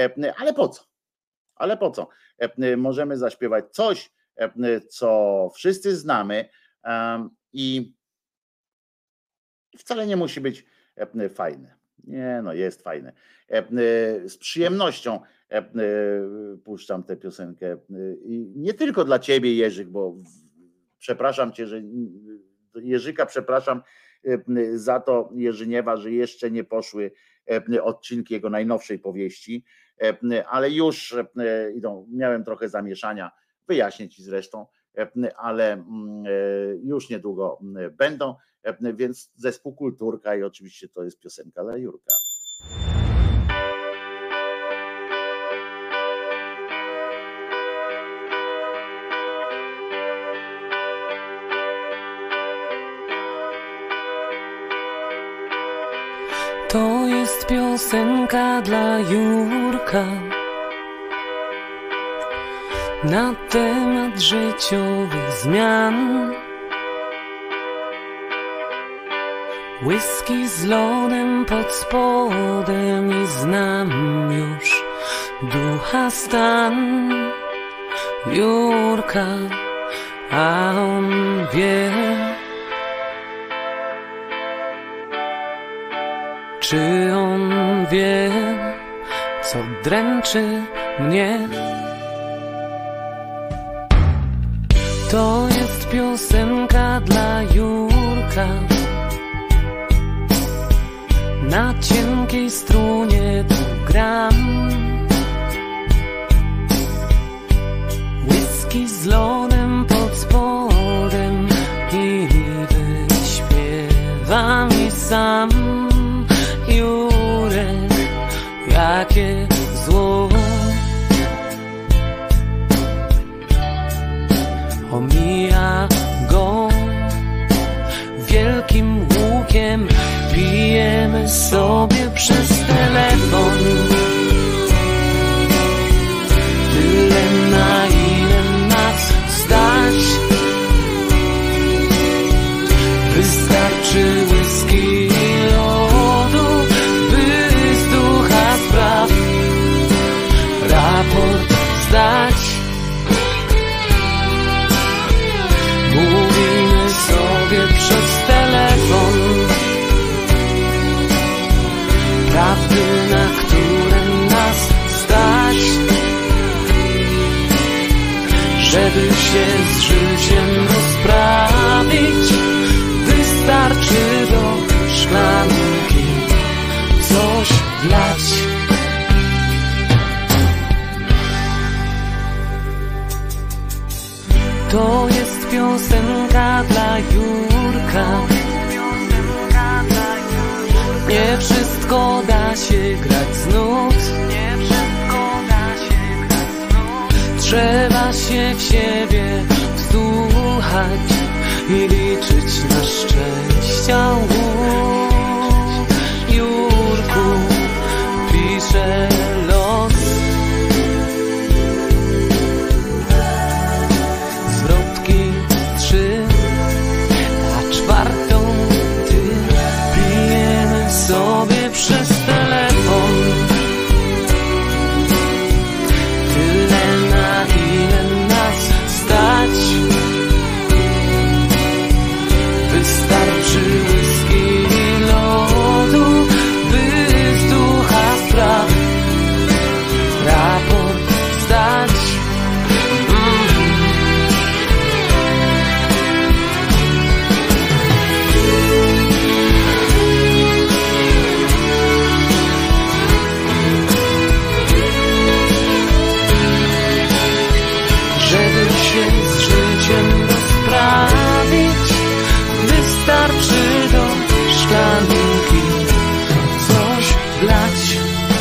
ale po co? Możemy zaśpiewać coś, co wszyscy znamy i wcale nie musi być fajne. Nie, no jest fajne. Z przyjemnością puszczam tę piosenkę. I nie tylko dla ciebie, Jerzyk, bo przepraszam cię, że Jerzyka przepraszam za to, Jerzyniewa, że jeszcze nie poszły odcinki jego najnowszej powieści, ale już idą. Miałem trochę zamieszania, wyjaśnię ci zresztą, ale już niedługo będą, więc zespół Kulturka i oczywiście to jest piosenka dla Jurka. To jest piosenka dla Jurka na temat życiowych zmian. Whisky z lodem pod spodem i znam już ducha stan Jurka, a on wie, czy on wie, co dręczy mnie. To jest piosenka dla Jurka na cienkiej strunie tu gram. Whisky z lodem pod spodem i wyśpiewam i sam. Jurek, jakie zło omija go wielkim łukiem. Mówimy sobie przez telefon tyle, na ile nas stać. Wystarczy whisky i lodu, by z ducha spraw raport zdać. Mówimy sobie przez telefon prawdy, na które nas stać, żeby się z życiem rozprawić. Wystarczy do szklanki coś wlać. To jest piosenka dla Jurka. Nie wszystko da się grać z nut. Trzeba się w siebie wsłuchać i liczyć na szczęścia łód. Jurku, pisze los. Zwrotki 3, a czwartą ty. Pijemy sobie przez telefon tyle, na ile nas stać. Wystarczy whisky i lodu, by z ducha spraw raport zdać. Żeby się z życiem rozprawić, wystarczy do szklanki coś wlać.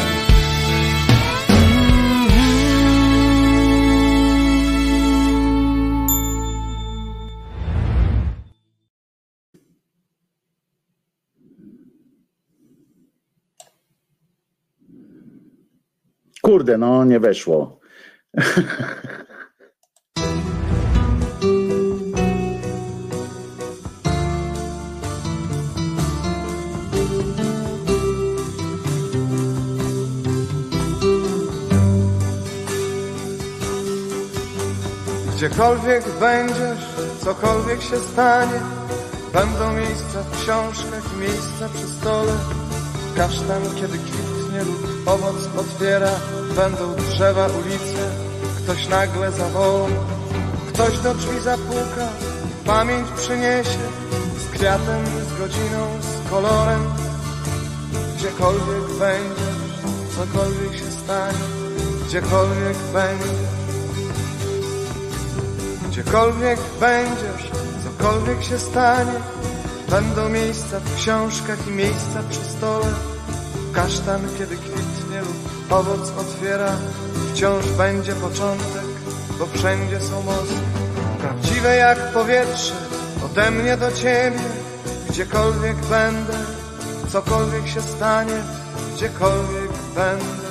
Kurde, no nie weszło. Gdziekolwiek będziesz, cokolwiek się stanie, będą miejsca w książkach i miejsca przy stole. Kasztan, kiedy kwitnie lub owoc otwiera, będą drzewa, ulice, ktoś nagle zawoła, ktoś do drzwi zapuka, pamięć przyniesie z kwiatem, z godziną, z kolorem. Gdziekolwiek będziesz, cokolwiek się stanie, gdziekolwiek będziesz. Gdziekolwiek będziesz, cokolwiek się stanie, będą miejsca w książkach i miejsca przy stole. Kasztan, kiedy kwitnie lub owoc otwiera, wciąż będzie początek, bo wszędzie są mosty. Prawdziwe jak powietrze, ode mnie do ciebie. Gdziekolwiek będę, cokolwiek się stanie, gdziekolwiek będę.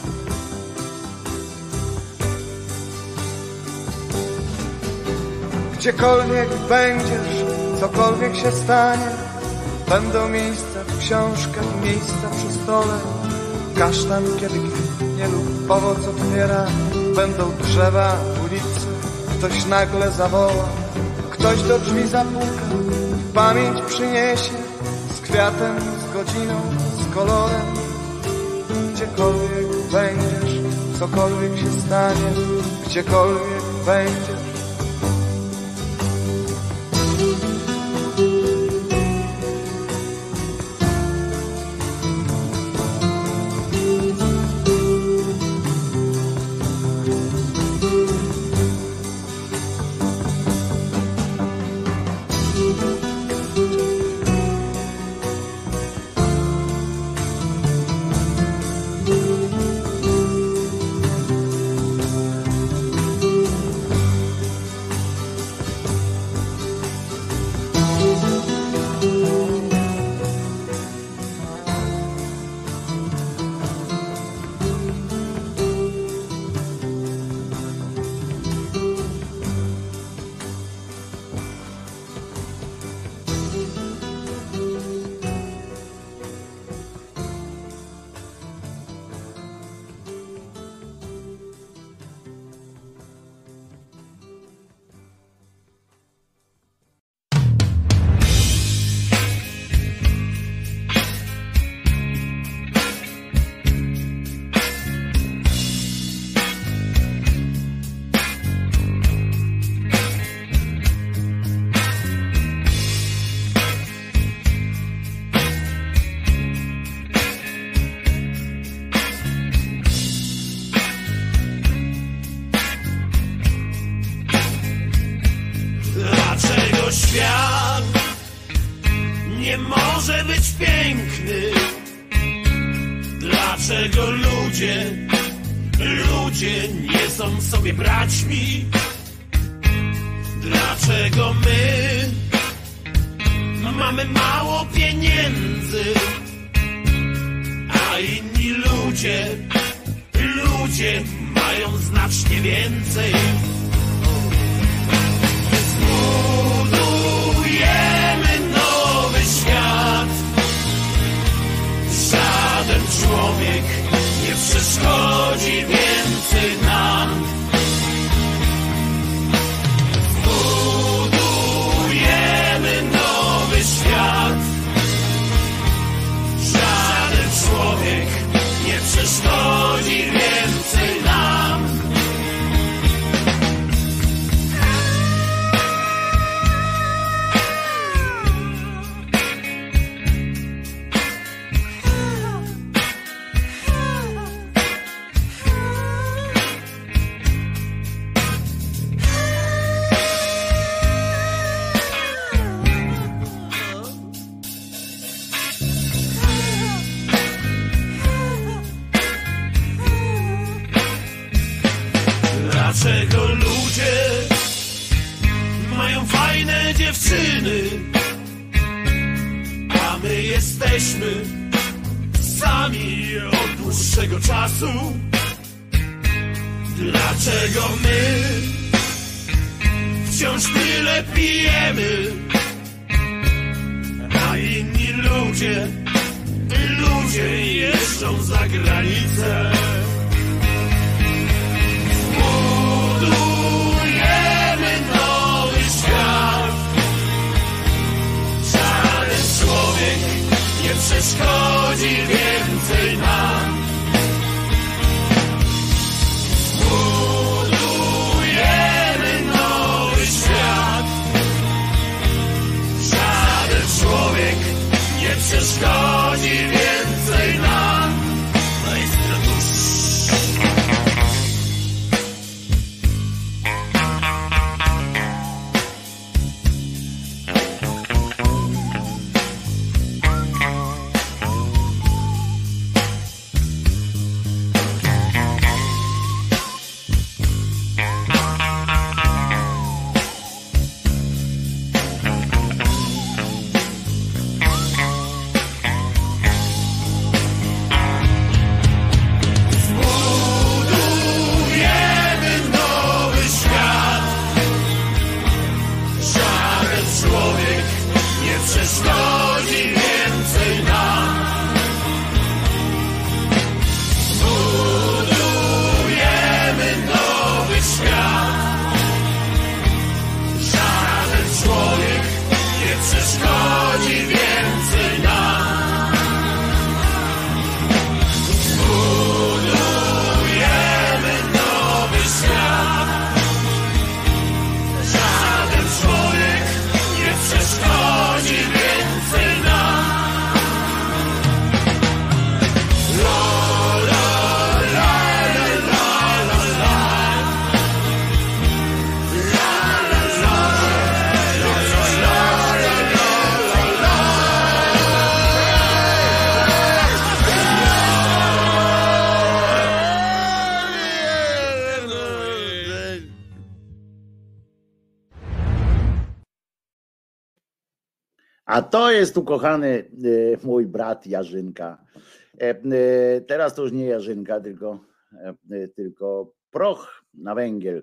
Gdziekolwiek będziesz, cokolwiek się stanie, będą miejsca w książkach, miejsca przy stole. Kasztan, kiedy kwitnie lub owoc otwiera, będą drzewa, ulice, ktoś nagle zawoła, ktoś do drzwi zapuka, pamięć przyniesie z kwiatem, z godziną, z kolorem. Gdziekolwiek będziesz, cokolwiek się stanie, gdziekolwiek będziesz. może być piękny? Dlaczego ludzie nie są sobie braćmi? Dlaczego my mamy mało pieniędzy, a inni ludzie mają znacznie więcej? Zbudujemy nowy świat. Żaden człowiek nie przeszkodzi więcej nam. Zbudujemy nowy świat. Żaden człowiek nie przeszkodzi więcej nam. Dlaczego ludzie mają fajne dziewczyny, a my jesteśmy sami od dłuższego czasu? Dlaczego my wciąż tyle pijemy, a inni ludzie jeżdżą za granicę? Budujemy nowy świat. Żaden człowiek nie przeszkodzi więcej nam. Budujemy nowy świat. Żaden człowiek nie przeszkodzi więcej nam. A to jest tu kochany mój brat Jarzynka. Teraz to już nie Jarzynka, tylko proch na węgiel.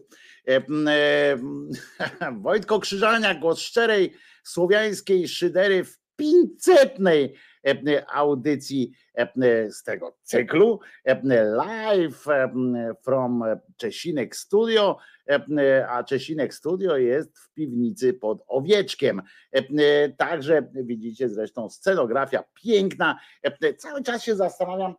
Wojtko Krzyżania, głos szczerej słowiańskiej szydery w 500. audycji z tego cyklu live from Czesinek Studio, a Czesinek Studio jest w piwnicy pod Owieczkiem. Także widzicie, zresztą scenografia piękna. Cały czas się zastanawiam,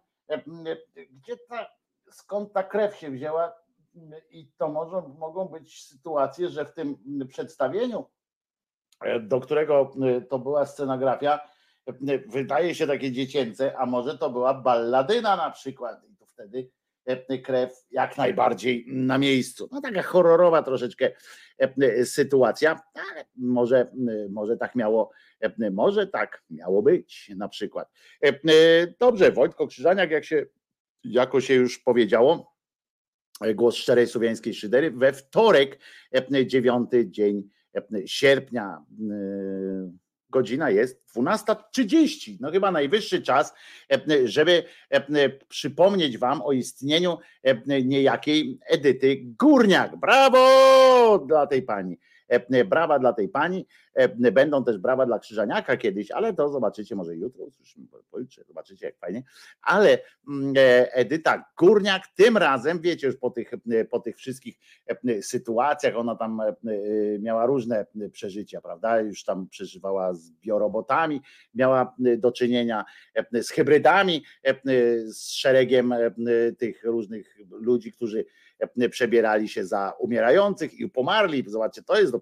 skąd ta krew się wzięła, i to mogą być sytuacje, że w tym przedstawieniu, do którego to była scenografia, wydaje się takie dziecięce, a może to była balladyna na przykład, i to wtedy krew jak najbardziej na miejscu. No taka horrorowa troszeczkę sytuacja, ale może tak miało być na przykład. Dobrze, Wojtko Krzyżaniak, jako się już powiedziało, głos szczerej słowiańskiej szydery we wtorek, 9 dzień sierpnia. Godzina jest 12:30. No chyba najwyższy czas, żeby przypomnieć wam o istnieniu niejakiej Edyty Górniak. Brawo dla tej pani. Brawa dla tej pani. Będą też brawa dla Krzyżaniaka kiedyś, ale to zobaczycie może jutro, pojutrze, zobaczycie jak fajnie. Ale Edyta Górniak tym razem, wiecie już po tych wszystkich sytuacjach, ona tam miała różne przeżycia, prawda? Już tam przeżywała z biorobotami, miała do czynienia z hybrydami, z szeregiem tych różnych ludzi, którzy przebierali się za umierających i pomarli. Zobaczcie,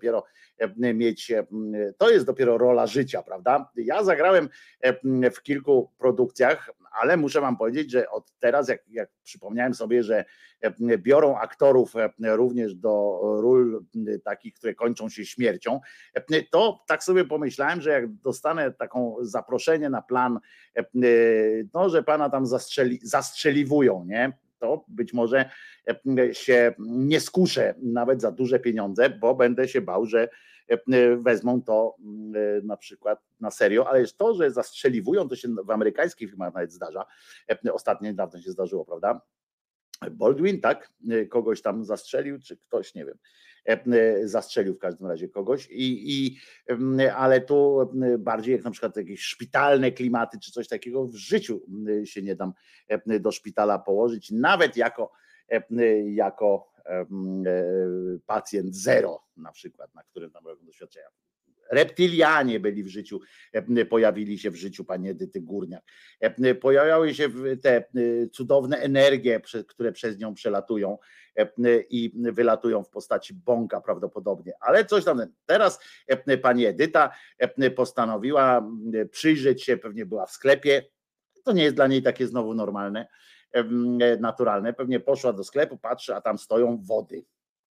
to jest dopiero rola życia, prawda? Ja zagrałem w kilku produkcjach, ale muszę wam powiedzieć, że od teraz, jak przypomniałem sobie, że biorą aktorów również do ról takich, które kończą się śmiercią, to tak sobie pomyślałem, że jak dostanę taką zaproszenie na plan, no, że pana tam zastrzeliwują, nie? To być może się nie skuszę nawet za duże pieniądze, bo będę się bał, że wezmą to na przykład na serio, ale jest to, że zastrzeliwują, to się w amerykańskich filmach nawet zdarza. Ostatnio niedawno się zdarzyło, prawda? Baldwin, tak? Kogoś tam zastrzelił, czy ktoś, nie wiem. Zastrzelił w każdym razie kogoś, ale tu bardziej jak na przykład jakieś szpitalne klimaty, czy coś takiego, w życiu się nie dam do szpitala położyć, nawet jako pacjent zero na przykład, na którym tam robią doświadczenia. Reptilianie pojawili się w życiu pani Edyty Górniak. Pojawiały się te cudowne energie, które przez nią przelatują i wylatują w postaci bąka prawdopodobnie. Ale coś tam. Teraz pani Edyta postanowiła przyjrzeć się, pewnie była w sklepie. To nie jest dla niej takie znowu normalne, naturalne. Pewnie poszła do sklepu, patrzy, a tam stoją wody.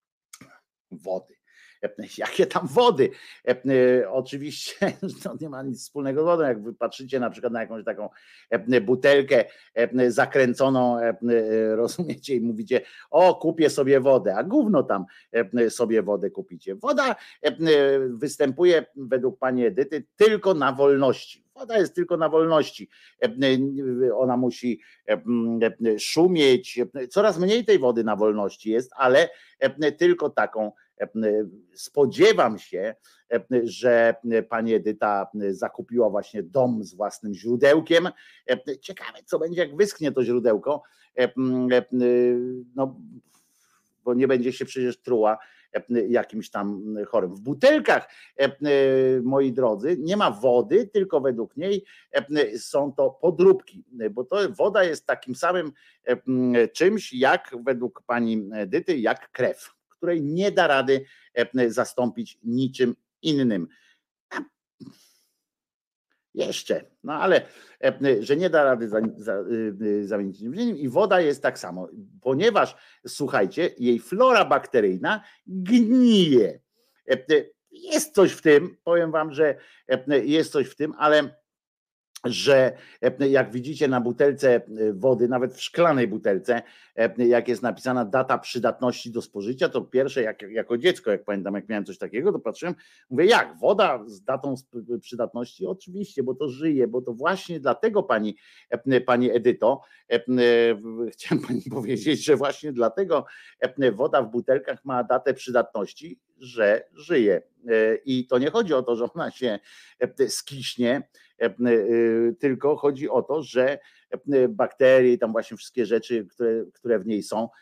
Jakie tam wody? Oczywiście to nie ma nic wspólnego z wodą. Jak wy patrzycie na przykład na jakąś taką butelkę zakręconą, rozumiecie, i mówicie, o, kupię sobie wodę, a gówno tam sobie wodę kupicie. Woda występuje według pani Edyty tylko na wolności. Woda jest tylko na wolności. Ona musi szumieć. Coraz mniej tej wody na wolności jest, ale tylko taką. Spodziewam się, że pani Edyta zakupiła właśnie dom z własnym źródełkiem. Ciekawe, co będzie, jak wyschnie to źródełko, no, bo nie będzie się przecież truła jakimś tam chorym. W butelkach, moi drodzy, nie ma wody, tylko według niej są to podróbki, bo to woda jest takim samym czymś, jak według pani Edyty, jak krew, której nie da rady zastąpić niczym innym. Jeszcze, no ale że nie da rady zamienić niczym innym, i woda jest tak samo, ponieważ, słuchajcie, jej flora bakteryjna gnije. Jest coś w tym, powiem wam, że jest coś w tym, ale że jak widzicie na butelce wody, nawet w szklanej butelce, jak jest napisana data przydatności do spożycia, to pierwsze, jako dziecko, jak pamiętam, jak miałem coś takiego, to patrzyłem, mówię, jak, woda z datą przydatności? Oczywiście, bo to żyje, bo to właśnie dlatego pani Edyto, chciałem pani powiedzieć, że właśnie dlatego woda w butelkach ma datę przydatności, że żyje. I to nie chodzi o to, że ona się skiśnie, tylko chodzi o to, że bakterie, tam właśnie wszystkie rzeczy, które w niej są,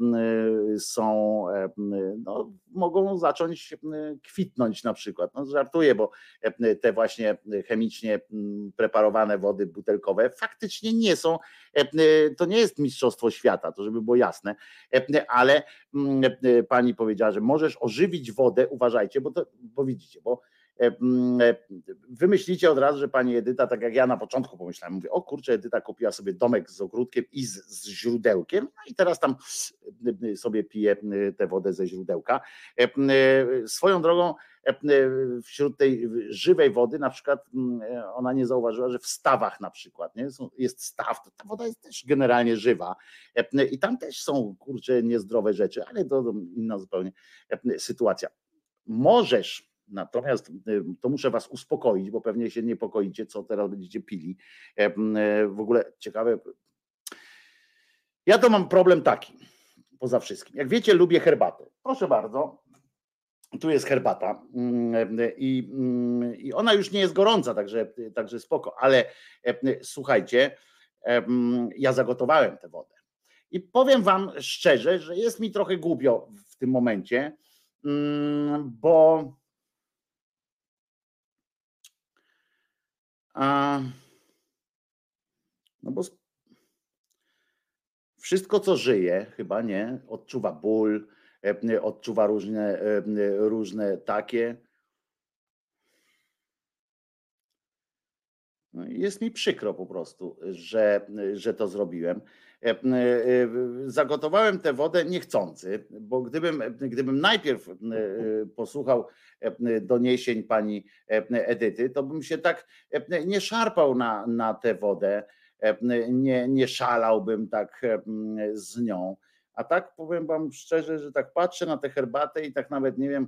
no, mogą zacząć kwitnąć na przykład. No, żartuję, bo te właśnie chemicznie preparowane wody butelkowe faktycznie nie są, to nie jest mistrzostwo świata, to żeby było jasne, ale pani powiedziała, że możesz ożywić wodę, uważajcie, bo widzicie, bo wymyślicie od razu, że pani Edyta, tak jak ja na początku pomyślałem, mówię, o kurczę, Edyta kupiła sobie domek z ogródkiem i z źródełkiem, no i teraz tam sobie pije tę wodę ze źródełka. Swoją drogą wśród tej żywej wody na przykład ona nie zauważyła, że w stawach na przykład jest staw, to ta woda jest też generalnie żywa i tam też są kurczę niezdrowe rzeczy, ale to inna zupełnie sytuacja. Możesz, natomiast to muszę was uspokoić, bo pewnie się niepokoicie, co teraz będziecie pili. W ogóle ciekawe, ja to mam problem taki, poza wszystkim. Jak wiecie, lubię herbatę. Proszę bardzo. Tu jest herbata i ona już nie jest gorąca, także spoko, ale słuchajcie, ja zagotowałem tę wodę i powiem wam szczerze, że jest mi trochę głupio w tym momencie, bo wszystko co żyje chyba nie, odczuwa ból, odczuwa różne takie. Jest mi przykro po prostu, że to zrobiłem. Zagotowałem tę wodę niechcący, bo gdybym najpierw posłuchał doniesień pani Edyty, to bym się tak nie szarpał na tę wodę, nie szalałbym tak z nią. A tak powiem wam szczerze, że tak patrzę na tę herbatę i tak nawet nie wiem,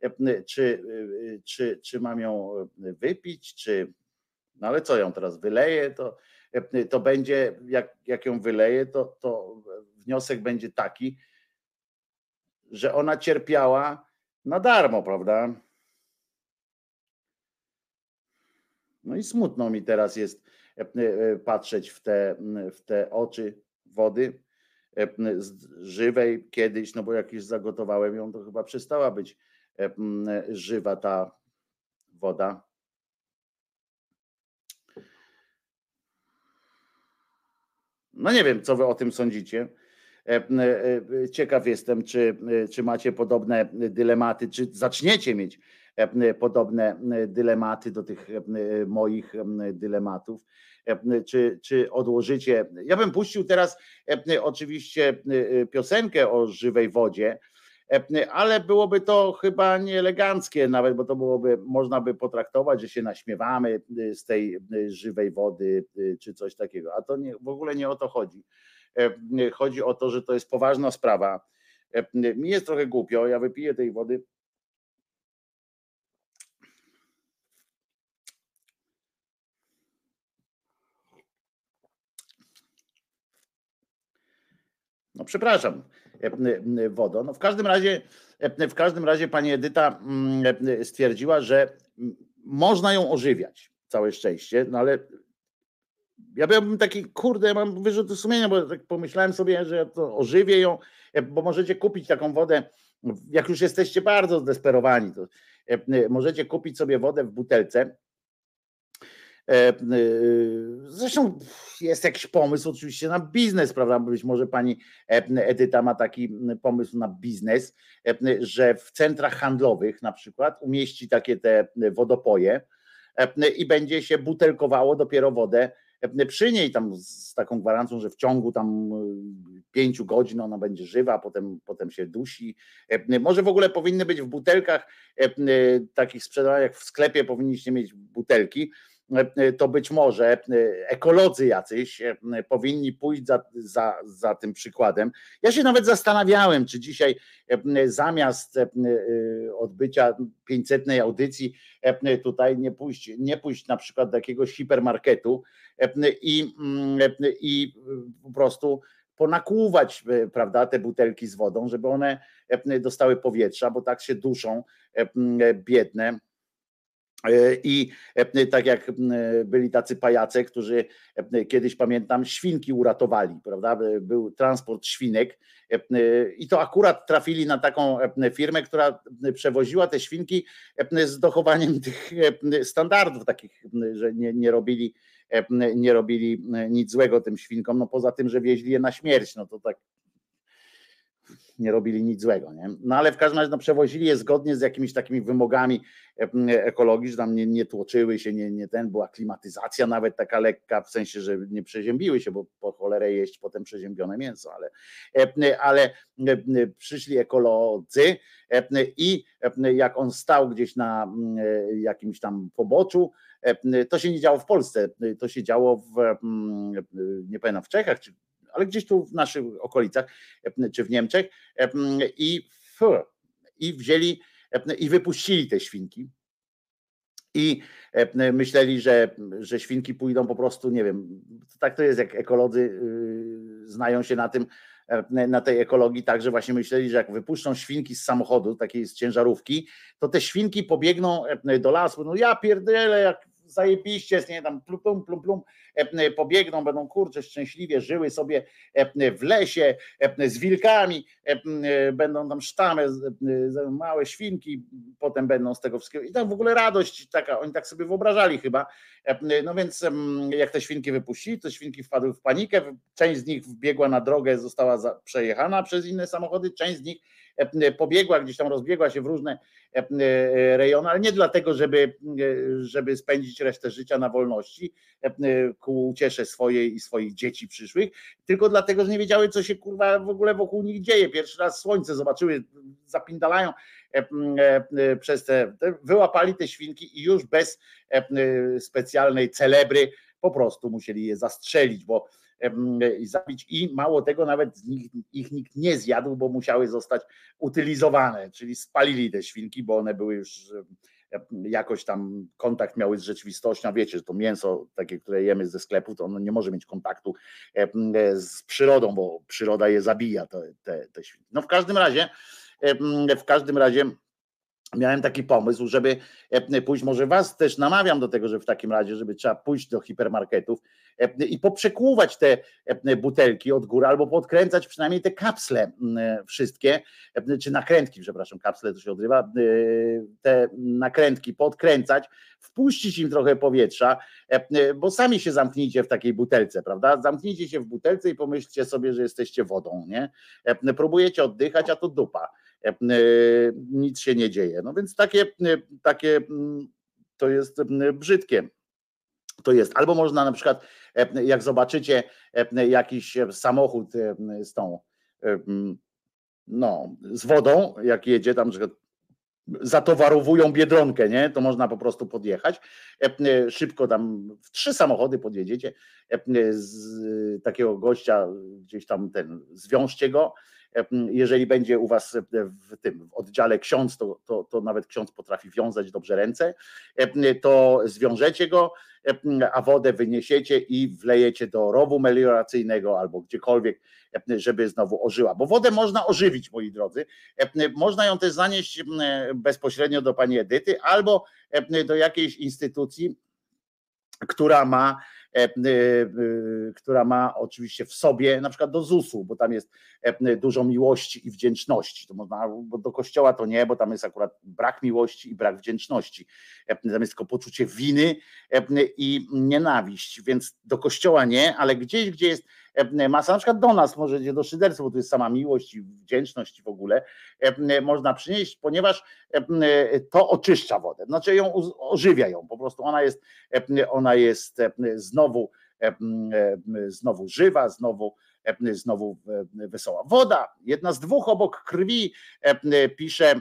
czy mam ją wypić, czy. No ale co ją teraz wyleję, to będzie, jak ją wyleję, to wniosek będzie taki, że ona cierpiała na darmo, prawda? No i smutno mi teraz jest patrzeć w te oczy wody żywej kiedyś, no bo jak już zagotowałem ją, to chyba przestała być żywa ta woda. No nie wiem, co wy o tym sądzicie. Ciekaw jestem, czy macie podobne dylematy, czy zaczniecie mieć podobne dylematy do tych moich dylematów, czy odłożycie. Ja bym puścił teraz oczywiście piosenkę o żywej wodzie, ale byłoby to chyba nieeleganckie nawet, bo to byłoby, można by potraktować, że się naśmiewamy z tej żywej wody, czy coś takiego, a to w ogóle nie o to chodzi. Chodzi o to, że to jest poważna sprawa. Mi jest trochę głupio, ja wypiję tej wody. No przepraszam, wodo. No w każdym razie pani Edyta stwierdziła, że można ją ożywiać, całe szczęście, no ale ja byłbym taki, kurde, ja mam wyrzuty sumienia, bo tak pomyślałem sobie, że ja to ożywię ją, bo możecie kupić taką wodę, jak już jesteście bardzo zdesperowani, to możecie kupić sobie wodę w butelce. Zresztą jest jakiś pomysł oczywiście na biznes, prawda? Być może pani Edyta ma taki pomysł na biznes, że w centrach handlowych na przykład umieści takie te wodopoje i będzie się butelkowało dopiero wodę przy niej tam z taką gwarancją, że w ciągu tam 5 godzin ona będzie żywa, potem się dusi. Może w ogóle powinny być w butelkach takich sprzedawanych, jak w sklepie powinniście mieć butelki, to być może ekolodzy jacyś powinni pójść za tym przykładem. Ja się nawet zastanawiałem, czy dzisiaj zamiast odbycia 500. audycji tutaj nie pójść na przykład do jakiegoś hipermarketu i po prostu ponakłuwać, prawda, te butelki z wodą, żeby one dostały powietrza, bo tak się duszą biedne. I tak jak byli tacy pajace, którzy kiedyś, pamiętam, świnki uratowali, prawda? Był transport świnek i to akurat trafili na taką firmę, która przewoziła te świnki z dochowaniem tych standardów takich, że nie robili nic złego tym świnkom, no poza tym, że wieźli je na śmierć, no to tak nie robili nic złego, nie? No ale w każdym razie no, przewozili je zgodnie z jakimiś takimi wymogami ekologii, że tam nie tłoczyły się, była klimatyzacja nawet taka lekka, w sensie, że nie przeziębiły się, bo po cholerę jeść potem przeziębione mięso, ale przyszli ekolodzy i jak on stał gdzieś na jakimś tam poboczu, to się nie działo w Polsce, to się działo nie pamiętam, w Czechach, ale gdzieś tu w naszych okolicach, czy w Niemczech i wzięli i wypuścili te świnki i myśleli, że świnki pójdą po prostu, nie wiem, tak to jest, jak ekolodzy znają się na tej ekologii, tak, że właśnie myśleli, że jak wypuszczą świnki z samochodu, takiej z ciężarówki, to te świnki pobiegną do lasu, no ja pierdzielę, jak zajebiście, nie, tam plum, pobiegną, będą kurczę szczęśliwie żyły sobie w lesie z wilkami, będą tam sztamy, małe świnki, potem będą z tego wszystkiego i tam w ogóle radość taka, oni tak sobie wyobrażali chyba, no więc jak te świnki wypuścili, to świnki wpadły w panikę, część z nich wbiegła na drogę, została przejechana przez inne samochody, część z nich pobiegła, gdzieś tam rozbiegła się w różne rejony, ale nie dlatego, żeby spędzić resztę życia na wolności ku uciesze swojej i swoich dzieci przyszłych, tylko dlatego, że nie wiedziały, co się kurwa w ogóle wokół nich dzieje. Pierwszy raz słońce zobaczyły, zapindalają przez wyłapali te świnki i już bez specjalnej celebry po prostu musieli je zastrzelić, i zabić i mało tego, nawet ich nikt nie zjadł, bo musiały zostać utylizowane, czyli spalili te świnki, bo one były już jakoś tam kontakt miały z rzeczywistością, wiecie, że to mięso takie, które jemy ze sklepu, to ono nie może mieć kontaktu z przyrodą, bo przyroda je zabija, te świnki. No w każdym razie miałem taki pomysł, żeby pójść, może was też namawiam do tego, że w takim razie, żeby trzeba pójść do hipermarketów i poprzekłuwać te butelki od góry, albo podkręcać przynajmniej te kapsle wszystkie, czy nakrętki, przepraszam, kapsle to się odrywa, te nakrętki podkręcać, wpuścić im trochę powietrza, bo sami się zamknijcie w takiej butelce, prawda? Zamknijcie się w butelce i pomyślcie sobie, że jesteście wodą, nie? Próbujecie oddychać, a to dupa. Nic się nie dzieje. No więc takie to jest brzydkie. To jest. Albo można na przykład, jak zobaczycie jakiś samochód z wodą, jak jedzie tam, że zatowarowują Biedronkę, nie? To można po prostu podjechać. Szybko tam w 3 samochody podjedziecie z takiego gościa, gdzieś tam zwiążcie go. Jeżeli będzie u was w oddziale ksiądz, to nawet ksiądz potrafi wiązać dobrze ręce, to zwiążecie go, a wodę wyniesiecie i wlejecie do rowu melioracyjnego albo gdziekolwiek, żeby znowu ożyła. Bo wodę można ożywić, moi drodzy. Można ją też zanieść bezpośrednio do pani Edyty albo do jakiejś instytucji, która ma oczywiście w sobie, na przykład do ZUS-u, bo tam jest dużo miłości i wdzięczności. To można, bo do kościoła to nie, bo tam jest akurat brak miłości i brak wdzięczności. Tam jest tylko poczucie winy i nienawiść, więc do kościoła nie, ale gdzieś, gdzie jest masa, na przykład do nas, możecie do szyderstwa, bo tu jest sama miłość i wdzięczność w ogóle, można przynieść, ponieważ to oczyszcza wodę, znaczy ją ożywia ją, po prostu ona jest znowu żywa, znowu wesoła. Woda, jedna z 2 obok krwi, pisze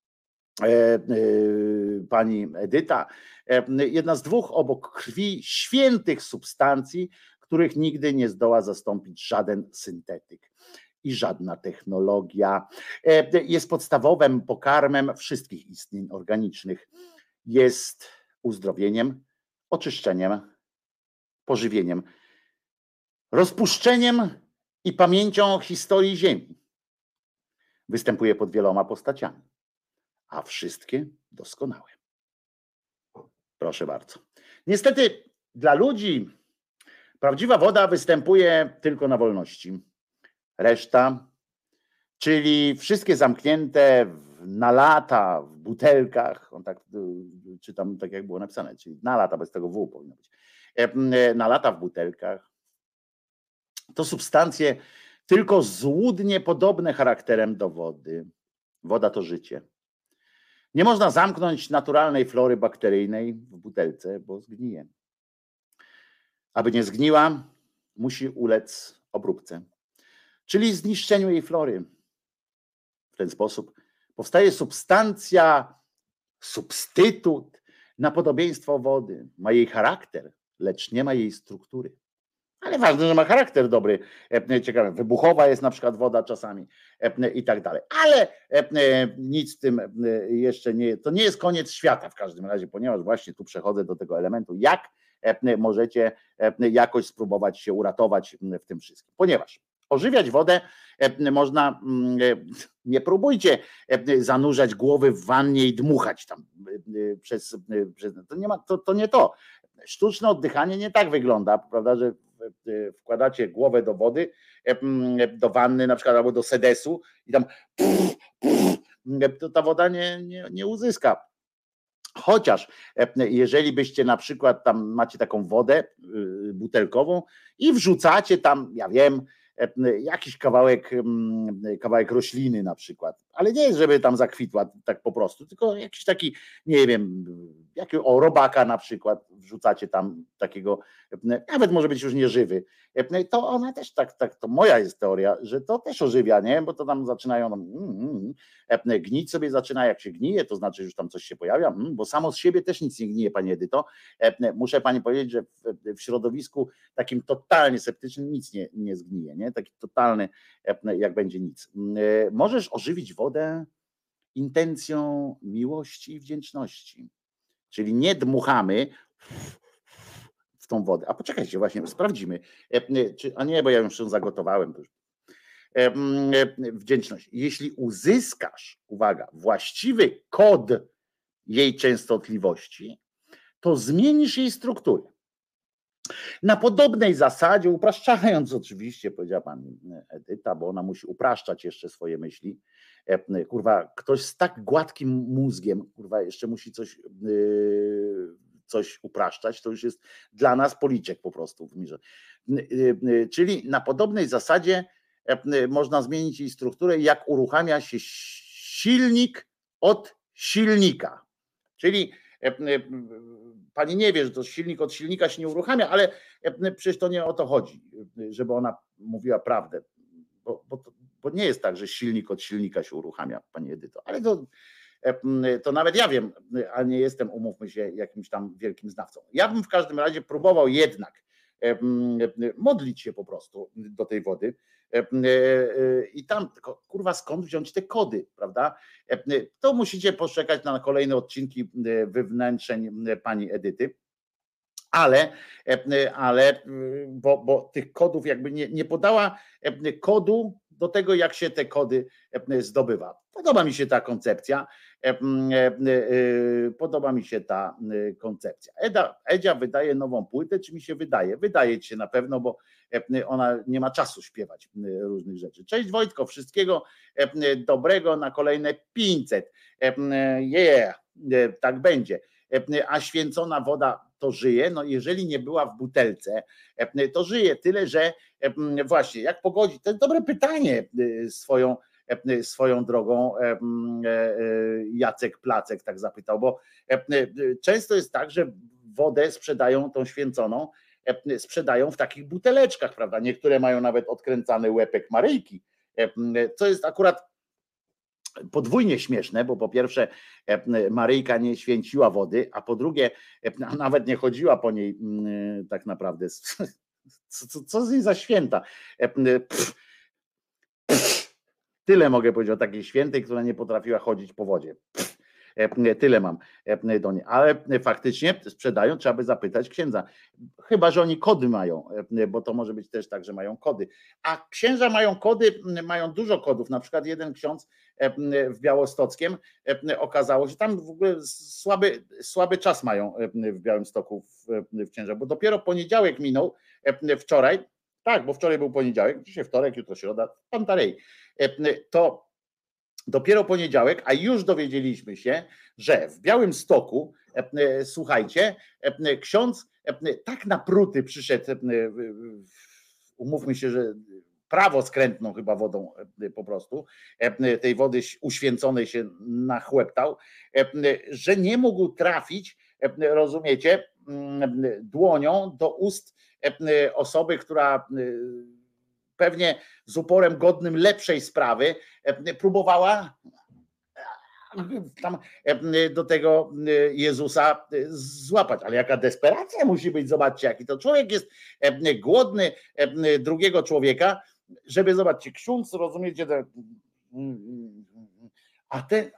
pani Edyta, jedna z 2 obok krwi świętych substancji, których nigdy nie zdoła zastąpić żaden syntetyk i żadna technologia. Jest podstawowym pokarmem wszystkich istnień organicznych. Jest uzdrowieniem, oczyszczeniem, pożywieniem, rozpuszczeniem i pamięcią historii Ziemi. Występuje pod wieloma postaciami, a wszystkie doskonałe. Proszę bardzo. Niestety dla ludzi prawdziwa woda występuje tylko na wolności. Reszta, czyli wszystkie zamknięte na lata w butelkach, on tak czytam tak jak było napisane, czyli na lata, bez tego W powinno być, na lata w butelkach, to substancje tylko złudnie podobne charakterem do wody. Woda to życie. Nie można zamknąć naturalnej flory bakteryjnej w butelce, bo zgnije. Aby nie zgniła, musi ulec obróbce, czyli zniszczeniu jej flory. W ten sposób powstaje substancja, substytut na podobieństwo wody. Ma jej charakter, lecz nie ma jej struktury. Ale ważne, że ma charakter dobry, ciekawe, wybuchowa jest na przykład woda czasami i tak dalej. Ale nic z tym jeszcze nie, to nie jest koniec świata w każdym razie, ponieważ właśnie tu przechodzę do tego elementu, jak możecie jakoś spróbować się uratować w tym wszystkim. Ponieważ ożywiać wodę można, nie próbujcie zanurzać głowy w wannie i dmuchać tam to nie ma, to nie to. Sztuczne oddychanie nie tak wygląda, prawda, że wkładacie głowę do wody, do wanny na przykład albo do sedesu i tam to ta woda nie uzyska. Chociaż jeżeli byście na przykład tam macie taką wodę butelkową i wrzucacie tam, ja wiem, jakiś kawałek rośliny na przykład, ale nie jest, żeby tam zakwitła tak po prostu, tylko jakiś taki, nie wiem, robaka na przykład wrzucacie tam takiego, nawet może być już nieżywy, to ona też tak, to moja jest teoria, że to też ożywia, nie? Bo to tam zaczynają gnić sobie zaczyna, jak się gnije, to znaczy, że już tam coś się pojawia, bo samo z siebie też nic nie gnije, pani Edyto. Muszę pani powiedzieć, że w środowisku takim totalnie sceptycznym nic nie zgnije, nie? Taki totalny, jak będzie nic. Możesz ożywić wodę intencją miłości i wdzięczności, czyli nie dmuchamy w tą wodę. A poczekajcie, właśnie sprawdzimy. A nie, bo ja już ją zagotowałem. Wdzięczność. Jeśli uzyskasz, uwaga, właściwy kod jej częstotliwości, to zmienisz jej strukturę. Na podobnej zasadzie, upraszczając oczywiście, powiedziała pani Edyta, bo ona musi upraszczać jeszcze swoje myśli. Kurwa, ktoś z tak gładkim mózgiem, kurwa, jeszcze musi coś upraszczać, to już jest dla nas policzek po prostu w mirze. Czyli na podobnej zasadzie można zmienić jej strukturę, jak uruchamia się silnik od silnika. Czyli pani nie wie, że to silnik od silnika się nie uruchamia, ale przecież to nie o to chodzi, żeby ona mówiła prawdę, bo nie jest tak, że silnik od silnika się uruchamia, pani Edyto, ale to nawet ja wiem, a nie jestem, umówmy się, jakimś tam wielkim znawcą. Ja bym w każdym razie próbował jednak modlić się po prostu do tej wody i tam, kurwa, skąd wziąć te kody, prawda? To musicie poczekać na kolejne odcinki wywnętrzeń pani Edyty, bo tych kodów jakby nie podała kodu do tego, jak się te kody zdobywa. Podoba mi się ta koncepcja. Edzia wydaje nową płytę, czy mi się wydaje? Wydaje ci się na pewno, bo ona nie ma czasu śpiewać różnych rzeczy. Cześć Wojtko, wszystkiego dobrego na kolejne 500. Tak będzie. A święcona woda to żyje? No jeżeli nie była w butelce, to żyje, tyle że właśnie jak pogodzić, to jest dobre pytanie swoją drogą Jacek Placek tak zapytał, bo często jest tak, że wodę sprzedają, tą święconą, sprzedają w takich buteleczkach, prawda? Niektóre mają nawet odkręcany łepek Maryjki, co jest akurat podwójnie śmieszne, bo po pierwsze Maryjka nie święciła wody, a po drugie nawet nie chodziła po niej tak naprawdę. Co z niej za święta? Tyle mogę powiedzieć o takiej świętej, która nie potrafiła chodzić po wodzie. Tyle mam do niej, ale faktycznie sprzedają, trzeba by zapytać księdza. Chyba że oni kody mają, bo to może być też tak, że mają kody. A księża mają kody, mają dużo kodów. Na przykład jeden ksiądz w Białostockiem okazało się, tam w ogóle słaby czas mają w Białymstoku w księża, bo dopiero poniedziałek minął, wczoraj, tak, bo wczoraj był poniedziałek, dzisiaj wtorek, jutro środa, Pantarei, to dopiero poniedziałek, a już dowiedzieliśmy się, że w Białymstoku, słuchajcie, ksiądz tak napruty przyszedł, umówmy się, że prawoskrętną chyba wodą po prostu, tej wody uświęconej się nachłeptał, że nie mógł trafić, rozumiecie, dłonią do ust osoby, która pewnie z uporem godnym lepszej sprawy próbowała tam do tego Jezusa złapać. Ale jaka desperacja musi być, zobaczcie, jaki to człowiek jest głodny drugiego człowieka, żeby, zobaczcie, ksiądz, rozumiecie, a ten,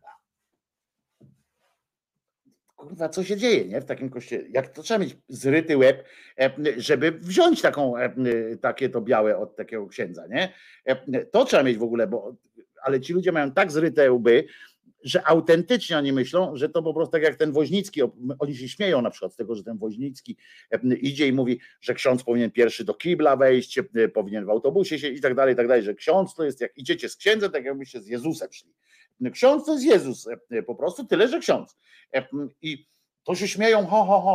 kurwa, co się dzieje, nie, w takim kościele? Jak to trzeba mieć zryty łeb, żeby wziąć takie to białe od takiego księdza, nie? To trzeba mieć w ogóle, ale ci ludzie mają tak zryte łby, że autentycznie oni myślą, że to po prostu tak jak ten Woźnicki, oni się śmieją na przykład z tego, że ten Woźnicki idzie i mówi, że ksiądz powinien pierwszy do kibla wejść, powinien w autobusie siedzieć i tak dalej, że ksiądz to jest, jak idziecie z księdzem, tak jakbyście z Jezusem szli. Ksiądz to jest Jezus po prostu, tyle, że ksiądz. I to się śmieją,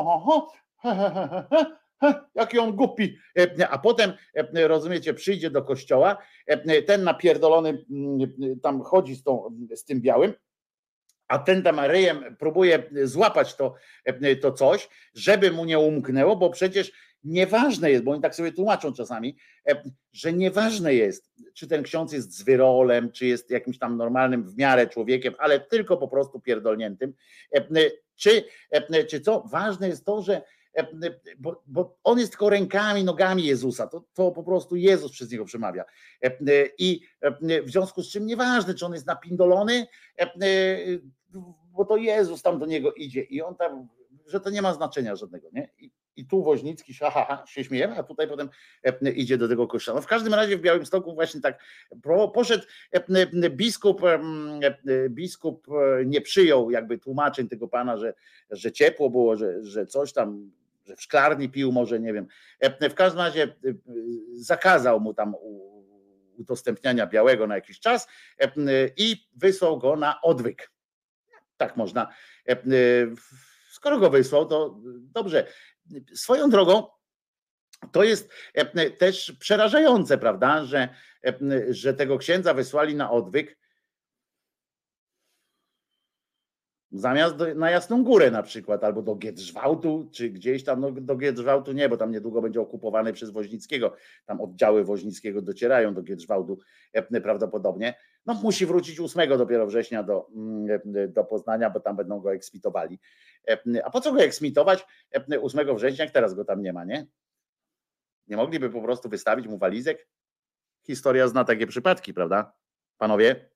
jaki on głupi, a potem, rozumiecie, przyjdzie do kościoła, ten napierdolony tam chodzi z tym białym, a ten tam ryjem próbuje złapać to coś, żeby mu nie umknęło, bo przecież nieważne jest, bo oni tak sobie tłumaczą czasami, że nieważne jest, czy ten ksiądz jest zwyrolem, czy jest jakimś tam normalnym w miarę człowiekiem, ale tylko po prostu pierdolniętym, czy co, ważne jest to, że bo on jest tylko rękami, nogami Jezusa, to po prostu Jezus przez niego przemawia. I w związku z czym nieważne, czy on jest napindolony, bo to Jezus tam do niego idzie i on tam, że to nie ma znaczenia żadnego, nie? I tu Woźnicki się śmieje, a tutaj potem idzie do tego kościoła. No w każdym razie w Białymstoku właśnie tak poszedł biskup nie przyjął jakby tłumaczeń tego pana, że ciepło było, że coś tam, że w szklarni pił może, nie wiem. W każdym razie zakazał mu tam udostępniania białego na jakiś czas i wysłał go na odwyk. Tak można. Skoro go wysłał, to dobrze. Swoją drogą to jest też przerażające, prawda, że tego księdza wysłali na odwyk zamiast na Jasną Górę na przykład, albo do Giedrzwałtu, czy gdzieś tam, no do Giedrzwałtu nie, bo tam niedługo będzie okupowany przez Woźnickiego, tam oddziały Woźnickiego docierają do Giedrzwałtu prawdopodobnie. No musi wrócić 8 dopiero września do Poznania, bo tam będą go eksmitowali. A po co go eksmitować 8 września, jak teraz go tam nie ma, nie? Nie mogliby po prostu wystawić mu walizek? Historia zna takie przypadki, prawda, panowie?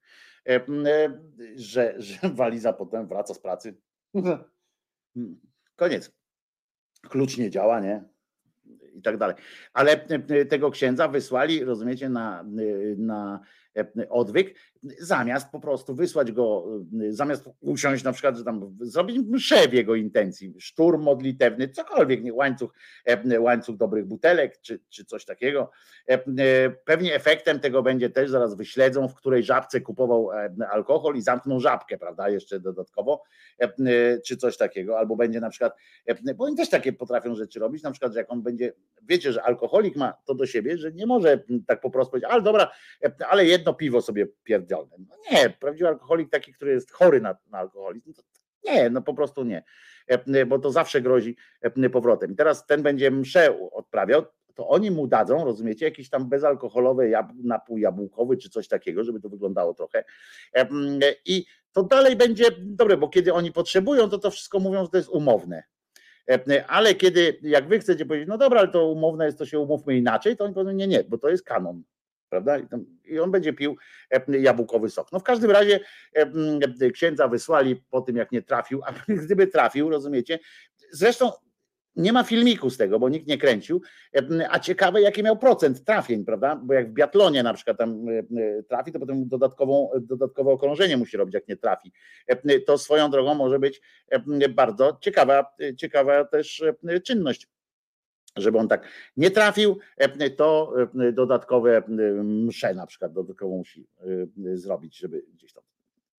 Że waliza potem wraca z pracy. Koniec. Klucz nie działa, nie? I tak dalej. Ale tego księdza wysłali, rozumiecie, na odwyk, zamiast po prostu wysłać go, zamiast usiąść na przykład, że tam zrobić mszę w jego intencji, szturm modlitewny, cokolwiek, nie, łańcuch dobrych butelek, czy coś takiego. Pewnie efektem tego będzie też, zaraz wyśledzą, w której żabce kupował alkohol i zamkną żabkę, prawda, jeszcze dodatkowo, czy coś takiego, albo będzie na przykład, bo oni też takie potrafią rzeczy robić, na przykład, że jak on będzie, wiecie, że alkoholik ma to do siebie, że nie może tak po prostu powiedzieć, ale dobra, ale jedno piwo sobie pierdzielne. No nie, prawdziwy alkoholik taki, który jest chory na alkoholizm, to nie, no po prostu nie, bo to zawsze grozi powrotem. I teraz ten będzie mszę odprawiał, to oni mu dadzą, rozumiecie, jakiś tam bezalkoholowy napój jabłkowy czy coś takiego, żeby to wyglądało trochę. I to dalej będzie dobre, bo kiedy oni potrzebują, to wszystko mówią, że to jest umowne. Ale kiedy, jak wy chcecie powiedzieć, no dobra, ale to umowne jest, to się umówmy inaczej, to oni powiedzą, nie, bo to jest kanon. Prawda? I on będzie pił jabłkowy sok. No w każdym razie księdza wysłali po tym, jak nie trafił, a gdyby trafił, rozumiecie, zresztą nie ma filmiku z tego, bo nikt nie kręcił, a ciekawe, jaki miał procent trafień, prawda? Bo jak w biatlonie na przykład tam trafi, to potem dodatkowe okrążenie musi robić, jak nie trafi. To swoją drogą może być bardzo ciekawa też czynność. Żeby on tak nie trafił, to dodatkowe msze na przykład dodatkowo musi zrobić, żeby gdzieś tam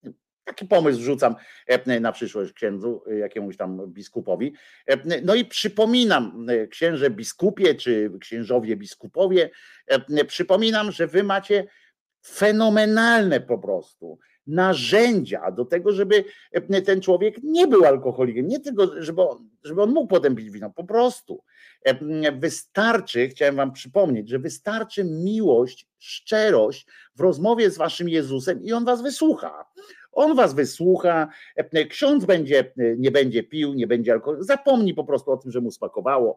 Taki pomysł wrzucam na przyszłość księdzu, jakiemuś tam biskupowi. No i przypominam, księże biskupie czy księżowie biskupowie, przypominam, że wy macie fenomenalne po prostu narzędzia do tego, żeby ten człowiek nie był alkoholikiem, nie tylko, żeby on mógł potem pić wino, po prostu. Wystarczy, chciałem wam przypomnieć, że wystarczy miłość, szczerość w rozmowie z waszym Jezusem i on was wysłucha. On was wysłucha, ksiądz nie będzie pił, nie będzie alkohol, zapomni po prostu o tym, że mu smakowało,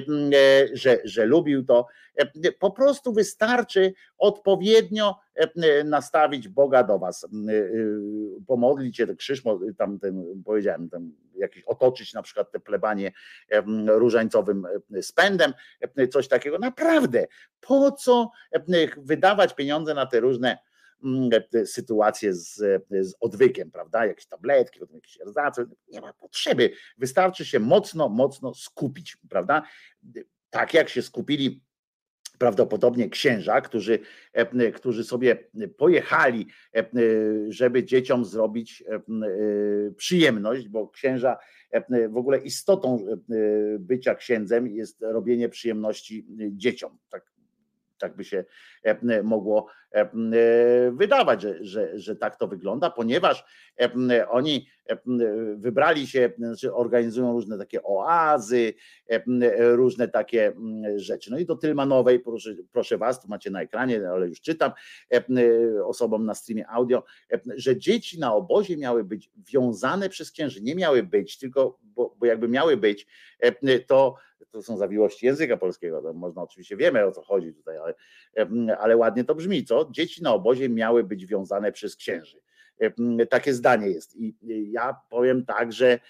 że lubił to. Po prostu wystarczy odpowiednio nastawić Boga do was, pomodlić się, krzyż, tam powiedziałem, tam jakiś otoczyć na przykład te plebanie różańcowym spędem, coś takiego. Naprawdę, po co wydawać pieniądze na te różne sytuacje z odwykiem, prawda? Jakieś tabletki, jakieś erzace, nie ma potrzeby. Wystarczy się mocno skupić, prawda? Tak jak się skupili prawdopodobnie księża, którzy sobie pojechali, żeby dzieciom zrobić przyjemność, bo księża, w ogóle istotą bycia księdzem jest robienie przyjemności dzieciom. Tak by się mogło wydawać, że tak to wygląda, ponieważ oni wybrali się, znaczy organizują różne takie oazy, różne takie rzeczy. No i do Tylmanowej, proszę was, tu macie na ekranie, ale już czytam osobom na streamie audio, że dzieci na obozie miały być wiązane przez księży. Nie miały być, tylko bo jakby miały być, to są zawiłości języka polskiego, to można oczywiście, wiemy o co chodzi tutaj, ale ładnie to brzmi, co? Dzieci na obozie miały być wiązane przez księży. Takie zdanie jest i ja powiem tak, że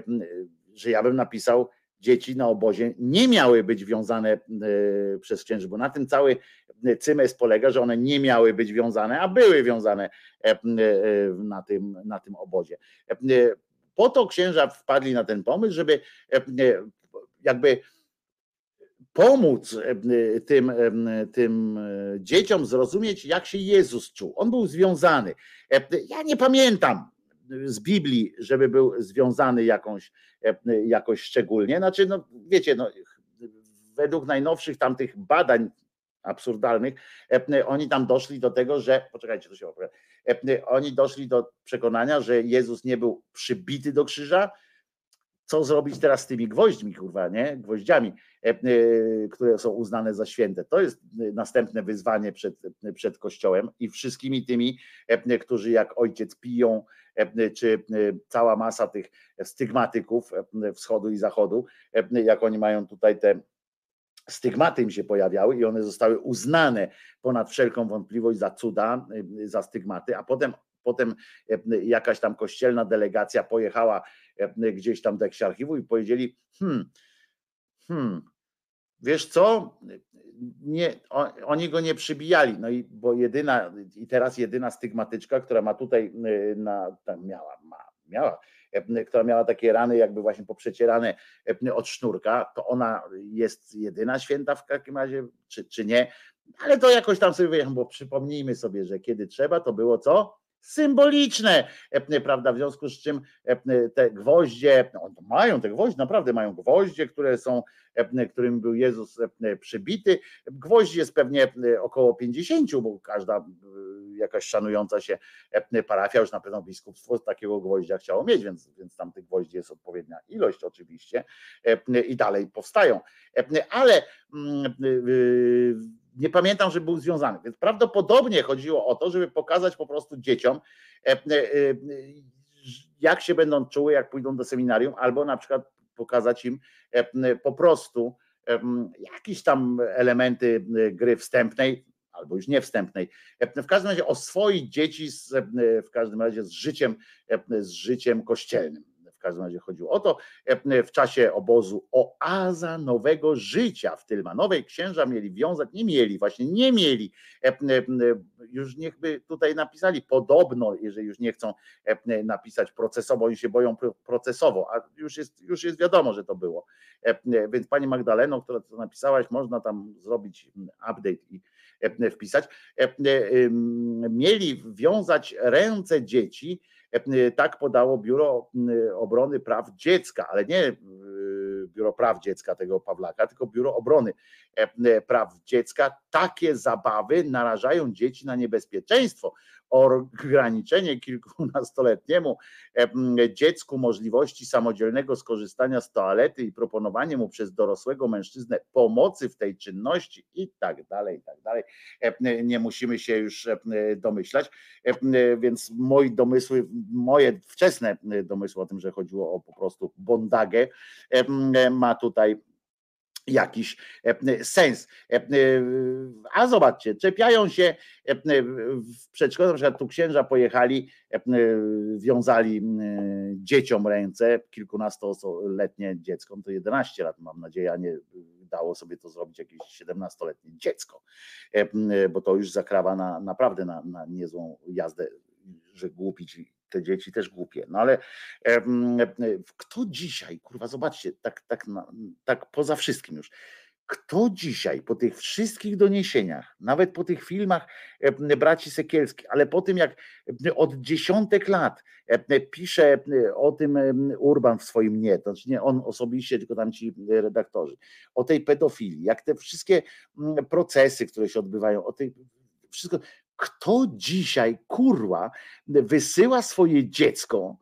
ja bym napisał, dzieci na obozie nie miały być wiązane przez księży, bo na tym cały cymes polega, że one nie miały być wiązane, a były wiązane na tym obozie. Po to księża wpadli na ten pomysł, żeby jakby pomóc tym dzieciom zrozumieć, jak się Jezus czuł. On był związany. Ja nie pamiętam z Biblii, żeby był związany jakoś szczególnie. Znaczy, no wiecie, no, według najnowszych tamtych badań absurdalnych, oni tam doszli do tego, że, poczekajcie, to się opowiada, oni doszli do przekonania, że Jezus nie był przybity do krzyża. Co zrobić teraz z tymi gwoźdźmi, kurwa, nie? Gwoździami, które są uznane za święte. To jest następne wyzwanie przed Kościołem i wszystkimi tymi, którzy jak ojciec piją, czy cała masa tych stygmatyków wschodu i zachodu, jak oni mają tutaj te stygmaty im się pojawiały i one zostały uznane ponad wszelką wątpliwość za cuda, za stygmaty, a potem jakaś tam kościelna delegacja pojechała gdzieś tam do jakiegoś archiwum i powiedzieli, wiesz co, nie, oni go nie przybijali, no i bo teraz jedyna stygmatyczka, która ma tutaj która miała takie rany jakby właśnie poprzecierane od sznurka, to ona jest jedyna święta w takim razie, czy nie, ale to jakoś tam sobie wyjechałem, bo przypomnijmy sobie, że kiedy trzeba, to było co? Symboliczne, prawda, w związku z czym te gwoździe, no, mają te gwoździe, naprawdę mają gwoździe, którym był Jezus przybity. Gwoździ jest pewnie około 50, bo każda jakaś szanująca się parafia, już na pewno biskupstwo takiego gwoździa chciało mieć, więc tam tych gwoździ jest odpowiednia ilość oczywiście i dalej powstają, ale nie pamiętam, że był związany, więc prawdopodobnie chodziło o to, żeby pokazać po prostu dzieciom, jak się będą czuły, jak pójdą do seminarium, albo na przykład pokazać im po prostu jakieś tam elementy gry wstępnej, albo już nie wstępnej. W każdym razie oswoić dzieci w każdym razie z życiem kościelnym. W każdym razie chodziło o to, w czasie obozu oaza nowego życia w Tylmanowej księża mieli wiązać, nie mieli, już niechby tutaj napisali, podobno, jeżeli już nie chcą napisać procesowo, oni się boją procesowo, a już jest wiadomo, że to było. Więc pani Magdaleno, która to napisałaś, można tam zrobić update i wpisać, mieli wiązać ręce dzieci Tak podało Biuro Obrony Praw Dziecka, ale nie Biuro Praw Dziecka tego Pawlaka, tylko Biuro Obrony Praw Dziecka. Takie zabawy narażają dzieci na niebezpieczeństwo. Ograniczenie kilkunastoletniemu dziecku możliwości samodzielnego skorzystania z toalety i proponowanie mu przez dorosłego mężczyznę pomocy w tej czynności i tak dalej, i tak dalej. Nie musimy się już domyślać, więc moje wczesne domysły o tym, że chodziło o po prostu bondagę, ma tutaj jakiś sens. A zobaczcie, czepiają się w przedszkolu, na przykład tu księża pojechali, wiązali dzieciom ręce, kilkunastoletnie dziecko, to 11 lat mam nadzieję, a nie dało sobie to zrobić jakieś 17-letnie dziecko, bo to już zakrawa naprawdę na niezłą jazdę, że głupić te dzieci też głupie. No ale kto dzisiaj, kurwa, zobaczcie, tak poza wszystkim już, kto dzisiaj po tych wszystkich doniesieniach, nawet po tych filmach braci Sekielskich, ale po tym jak od dziesiątek lat pisze o tym Urban w swoim nie, to znaczy nie on osobiście, tylko tam ci redaktorzy, o tej pedofilii, jak te wszystkie procesy, które się odbywają, o tej wszystko. Kto dzisiaj, kurwa, wysyła swoje dziecko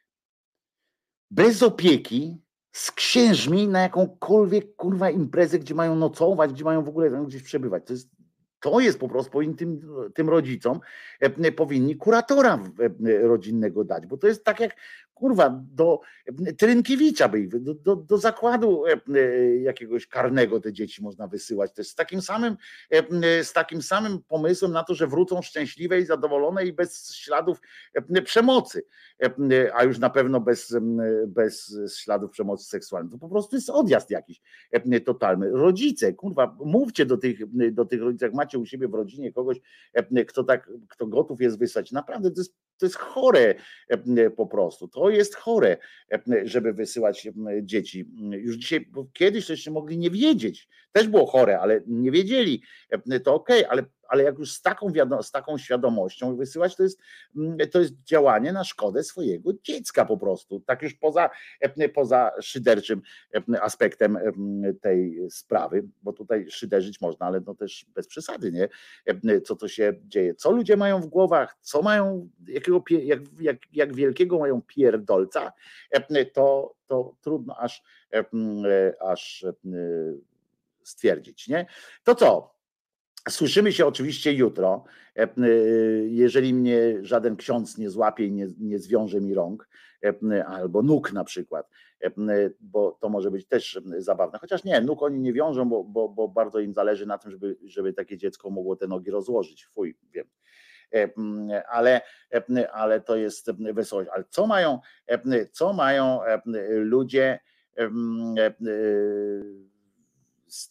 bez opieki z księżmi na jakąkolwiek, kurwa, imprezę, gdzie mają nocować, gdzie mają w ogóle gdzieś przebywać? To jest po prostu, powinni tym rodzicom powinni kuratora rodzinnego dać, bo to jest tak jak, kurwa, do Trynkiewicza by ich, do zakładu jakiegoś karnego te dzieci można wysyłać też z takim samym pomysłem na to, że wrócą szczęśliwe i zadowolone i bez śladów przemocy, a już na pewno bez śladów przemocy seksualnej. To po prostu jest odjazd jakiś totalny. Rodzice, kurwa, mówcie do tych rodziców, jak macie u siebie w rodzinie kogoś, kto gotów jest wysłać. Naprawdę to jest chore po prostu. To jest chore, żeby wysyłać dzieci. Już dzisiaj, bo kiedyś to jeszcze mogli nie wiedzieć. Też było chore, ale nie wiedzieli. To okej, ale jak już z taką świadomością wysyłać, to jest działanie na szkodę swojego dziecka po prostu. Tak już poza szyderczym aspektem tej sprawy, bo tutaj szyderzyć można, ale no też bez przesady, nie? Co to się dzieje? Co ludzie mają w głowach? Co mają, jak wielkiego mają pierdolca? To trudno aż stwierdzić, nie? To co? Słyszymy się oczywiście jutro, jeżeli mnie żaden ksiądz nie złapie i nie zwiąże mi rąk, albo nóg na przykład, bo to może być też zabawne. Chociaż nie, nóg oni nie wiążą, bo bardzo im zależy na tym, żeby takie dziecko mogło te nogi rozłożyć. Fuj, wiem. Ale to jest wesołość. Ale co mają ludzie z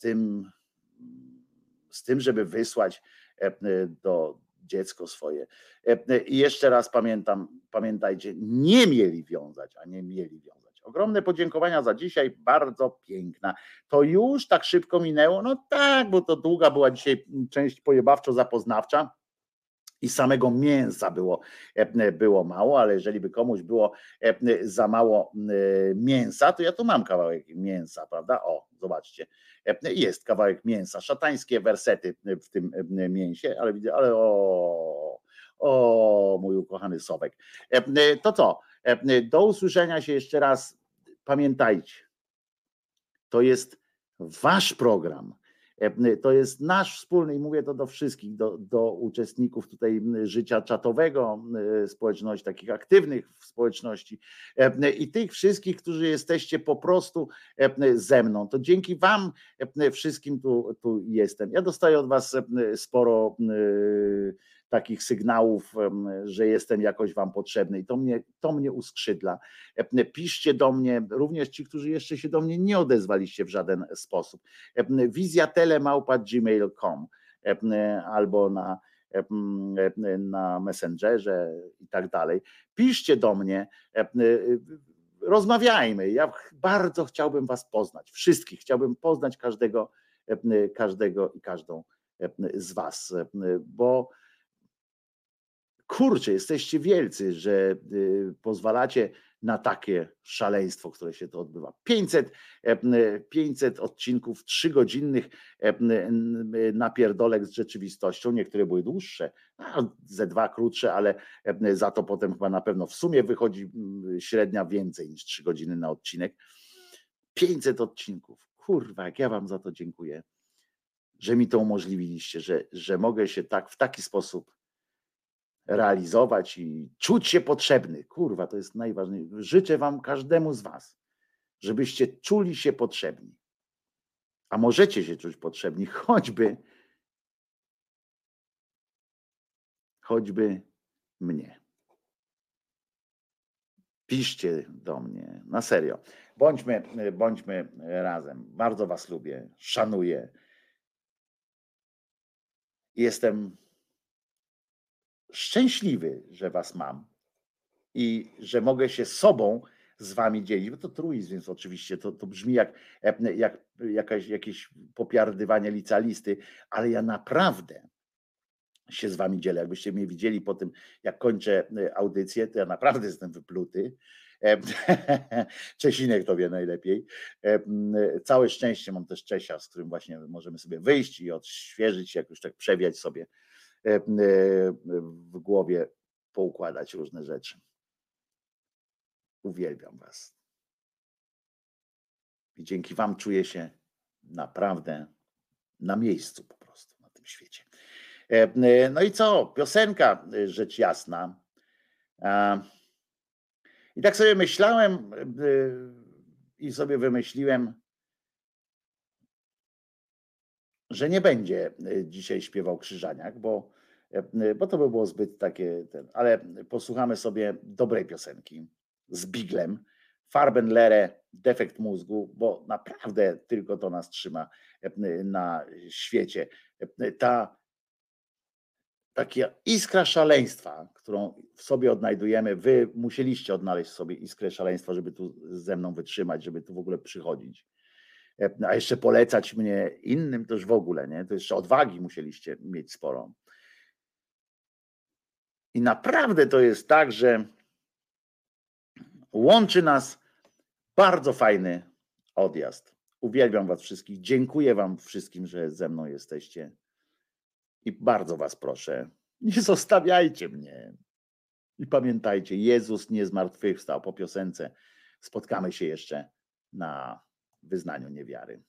tym, żeby wysłać do dziecko swoje. I jeszcze raz pamiętajcie, nie mieli wiązać. Ogromne podziękowania za dzisiaj, bardzo piękna. To już tak szybko minęło? No tak, bo to długa była dzisiaj część pojebawczo-zapoznawcza. I samego mięsa było mało, ale jeżeli by komuś było za mało mięsa, to ja tu mam kawałek mięsa, prawda? O, zobaczcie, jest kawałek mięsa, szatańskie wersety w tym mięsie, ale widzę, ale o mój ukochany Sobek. To co? Do usłyszenia się jeszcze raz. Pamiętajcie, to jest wasz program. To jest nasz wspólny, i mówię to do wszystkich, do uczestników tutaj życia czatowego, społeczności, takich aktywnych w społeczności i tych wszystkich, którzy jesteście po prostu ze mną. To dzięki wam wszystkim tu jestem. Ja dostaję od was sporo takich sygnałów, że jestem jakoś wam potrzebny i to mnie uskrzydla. Piszcie do mnie, również ci, którzy jeszcze się do mnie nie odezwaliście w żaden sposób. wizjatele@gmail.com albo na Messengerze i tak dalej. Piszcie do mnie, rozmawiajmy. Ja bardzo chciałbym was poznać, wszystkich. Chciałbym poznać każdego i każdą z was, bo kurczę, jesteście wielcy, że pozwalacie na takie szaleństwo, które się tu odbywa. 500 odcinków 3-godzinnych napierdolek z rzeczywistością. Niektóre były dłuższe, ze 2 krótsze, ale za to potem chyba na pewno w sumie wychodzi średnia więcej niż 3 godziny na odcinek. 500 odcinków. Kurwa, jak ja wam za to dziękuję, że mi to umożliwiliście, że mogę się tak w taki sposób realizować i czuć się potrzebny. Kurwa, to jest najważniejsze. Życzę wam, każdemu z was, żebyście czuli się potrzebni. A możecie się czuć potrzebni choćby mnie. Piszcie do mnie, na serio. Bądźmy razem. Bardzo was lubię, szanuję. Jestem szczęśliwy, że was mam i że mogę się sobą z wami dzielić, bo to truizm, więc oczywiście to brzmi jak jakieś popiardywanie licealisty, ale ja naprawdę się z wami dzielę. Jakbyście mnie widzieli po tym, jak kończę audycję, to ja naprawdę jestem wypluty. Czesinek to wie najlepiej. Całe szczęście mam też Czesia, z którym właśnie możemy sobie wyjść i odświeżyć się, jakoś tak przewiać sobie w głowie, poukładać różne rzeczy. Uwielbiam was. I dzięki wam czuję się naprawdę na miejscu po prostu na tym świecie. No i co? Piosenka, rzecz jasna. I tak sobie myślałem i sobie wymyśliłem, że nie będzie dzisiaj śpiewał Krzyżaniak, bo to by było zbyt takie, ale posłuchamy sobie dobrej piosenki z Biglem, Farbenlehre, Defekt mózgu, bo naprawdę tylko to nas trzyma na świecie. Taka iskra szaleństwa, którą w sobie odnajdujemy, wy musieliście odnaleźć w sobie iskrę szaleństwa, żeby tu ze mną wytrzymać, żeby tu w ogóle przychodzić. A jeszcze polecać mnie innym, to już w ogóle, nie? To jeszcze odwagi musieliście mieć sporo. I naprawdę to jest tak, że łączy nas bardzo fajny odjazd. Uwielbiam was wszystkich. Dziękuję wam wszystkim, że ze mną jesteście. I bardzo was proszę, nie zostawiajcie mnie. I pamiętajcie, Jezus nie zmartwychwstał. Po piosence spotkamy się jeszcze na wyznaniu niewiary.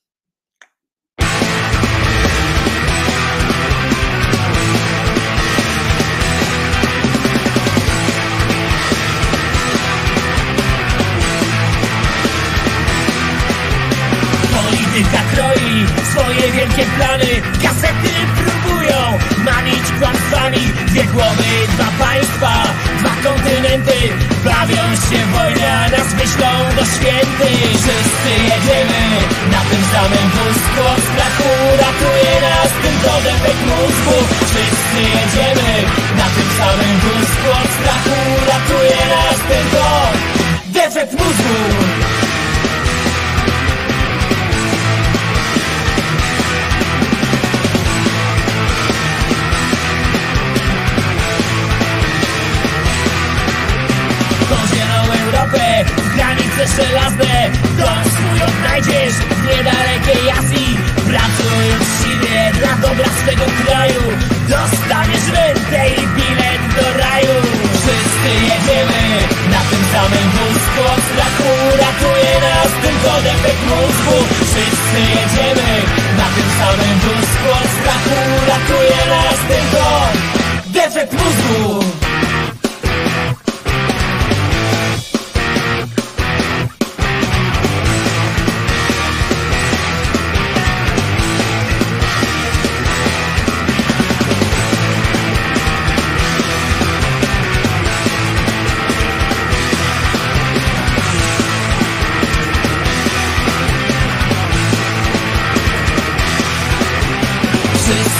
Polityka kroi swoje wielkie plany, kasety próbują mamić kłamstwami. 2 głowy, 2 państwa, 2 kontynenty bawią się w wojnę, a nas myślą do święty. Wszyscy jedziemy na tym samym wózku, od strachu ratuje nas tylko defekt mózgu. Wszyscy jedziemy na tym samym wózku, od strachu ratuje nas tylko defekt mózgu. Granice żelazne, dom swój odnajdziesz w niedalekiej Azji. Pracuj uczciwie dla dobra swego kraju, dostaniesz rentę i bilet do raju. Wszyscy jedziemy na tym samym wózku, od strachu ratuje nas tylko defekt mózgu. Wszyscy jedziemy na tym samym wózku, od strachu ratuje nas tylko defekt mózgu.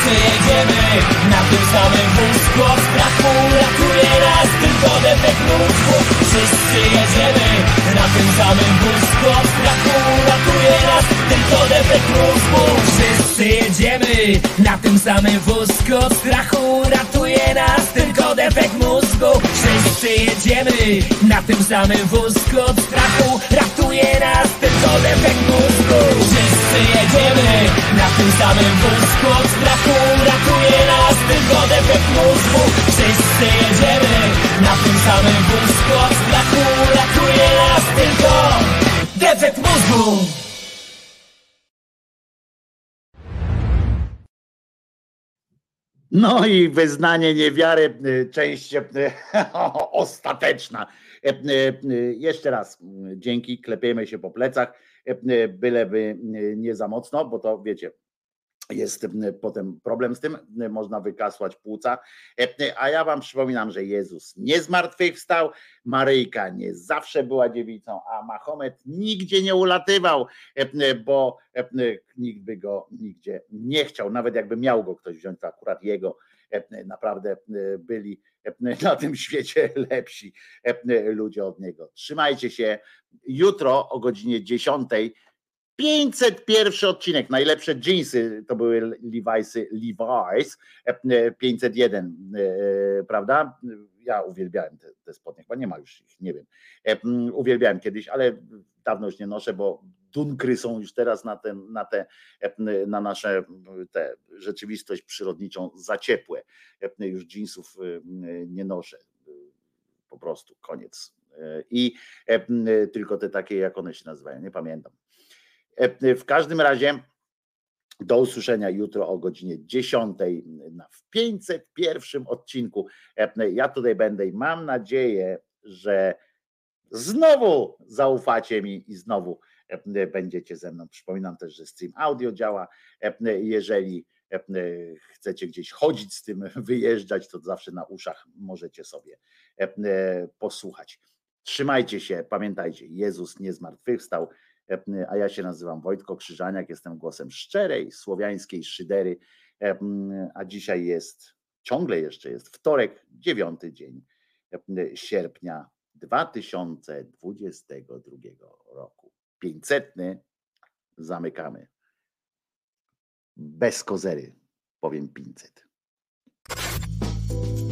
Wszyscy jedziemy na tym samym wózku. Od strachu ratuje nas tylko defekt mózgu. Wszyscy jedziemy na tym samym wózku. Od strachu ratuje nas tylko defekt mózgu. Wszyscy jedziemy na tym samym wózku. Od strachu ratuje nas tylko defekt mózgu. Wszyscy jedziemy na tym samym wózku. Od strachu ratuje nas tylko defekt mózgu. Wszyscy jedziemy na tym samym wózku. Od strachu ratuje nas tylko defekt mózgu. Wszyscy jedziemy na tym samym wózku. Od strachu ratuje nas tylko defekt mózgu. No i wyznanie niewiary, część ostateczna. Jeszcze raz dzięki, klepiemy się po plecach, byleby nie za mocno, bo to wiecie, jest potem problem z tym, można wykasłać płuca, a ja wam przypominam, że Jezus nie zmartwychwstał, Maryjka nie zawsze była dziewicą, a Mahomet nigdzie nie ulatywał, bo nikt by go nigdzie nie chciał, nawet jakby miał go ktoś wziąć, to akurat jego naprawdę byli na tym świecie lepsi ludzie od niego. Trzymajcie się, jutro o godzinie 10:00 501 odcinek, najlepsze dżinsy to były Levi's 501, prawda? Ja uwielbiałem te spodnie, chyba nie ma już ich, nie wiem. Uwielbiałem kiedyś, ale dawno już nie noszę, bo dunkry są już teraz na nasze tę rzeczywistość przyrodniczą za ciepłe. Już dżinsów nie noszę, po prostu koniec. I tylko te takie, jak one się nazywają, nie pamiętam. W każdym razie do usłyszenia jutro o godzinie 10:00 w 501 odcinku. Ja tutaj będę i mam nadzieję, że znowu zaufacie mi i znowu będziecie ze mną. Przypominam też, że stream audio działa. Jeżeli chcecie gdzieś chodzić z tym, wyjeżdżać, to zawsze na uszach możecie sobie posłuchać. Trzymajcie się, pamiętajcie, Jezus nie zmartwychwstał. A ja się nazywam Wojtko Krzyżaniak, jestem głosem szczerej, słowiańskiej szydery, a dzisiaj ciągle jeszcze jest wtorek, 9 dzień sierpnia 2022 roku. 500 zamykamy. Bez kozery, powiem 500.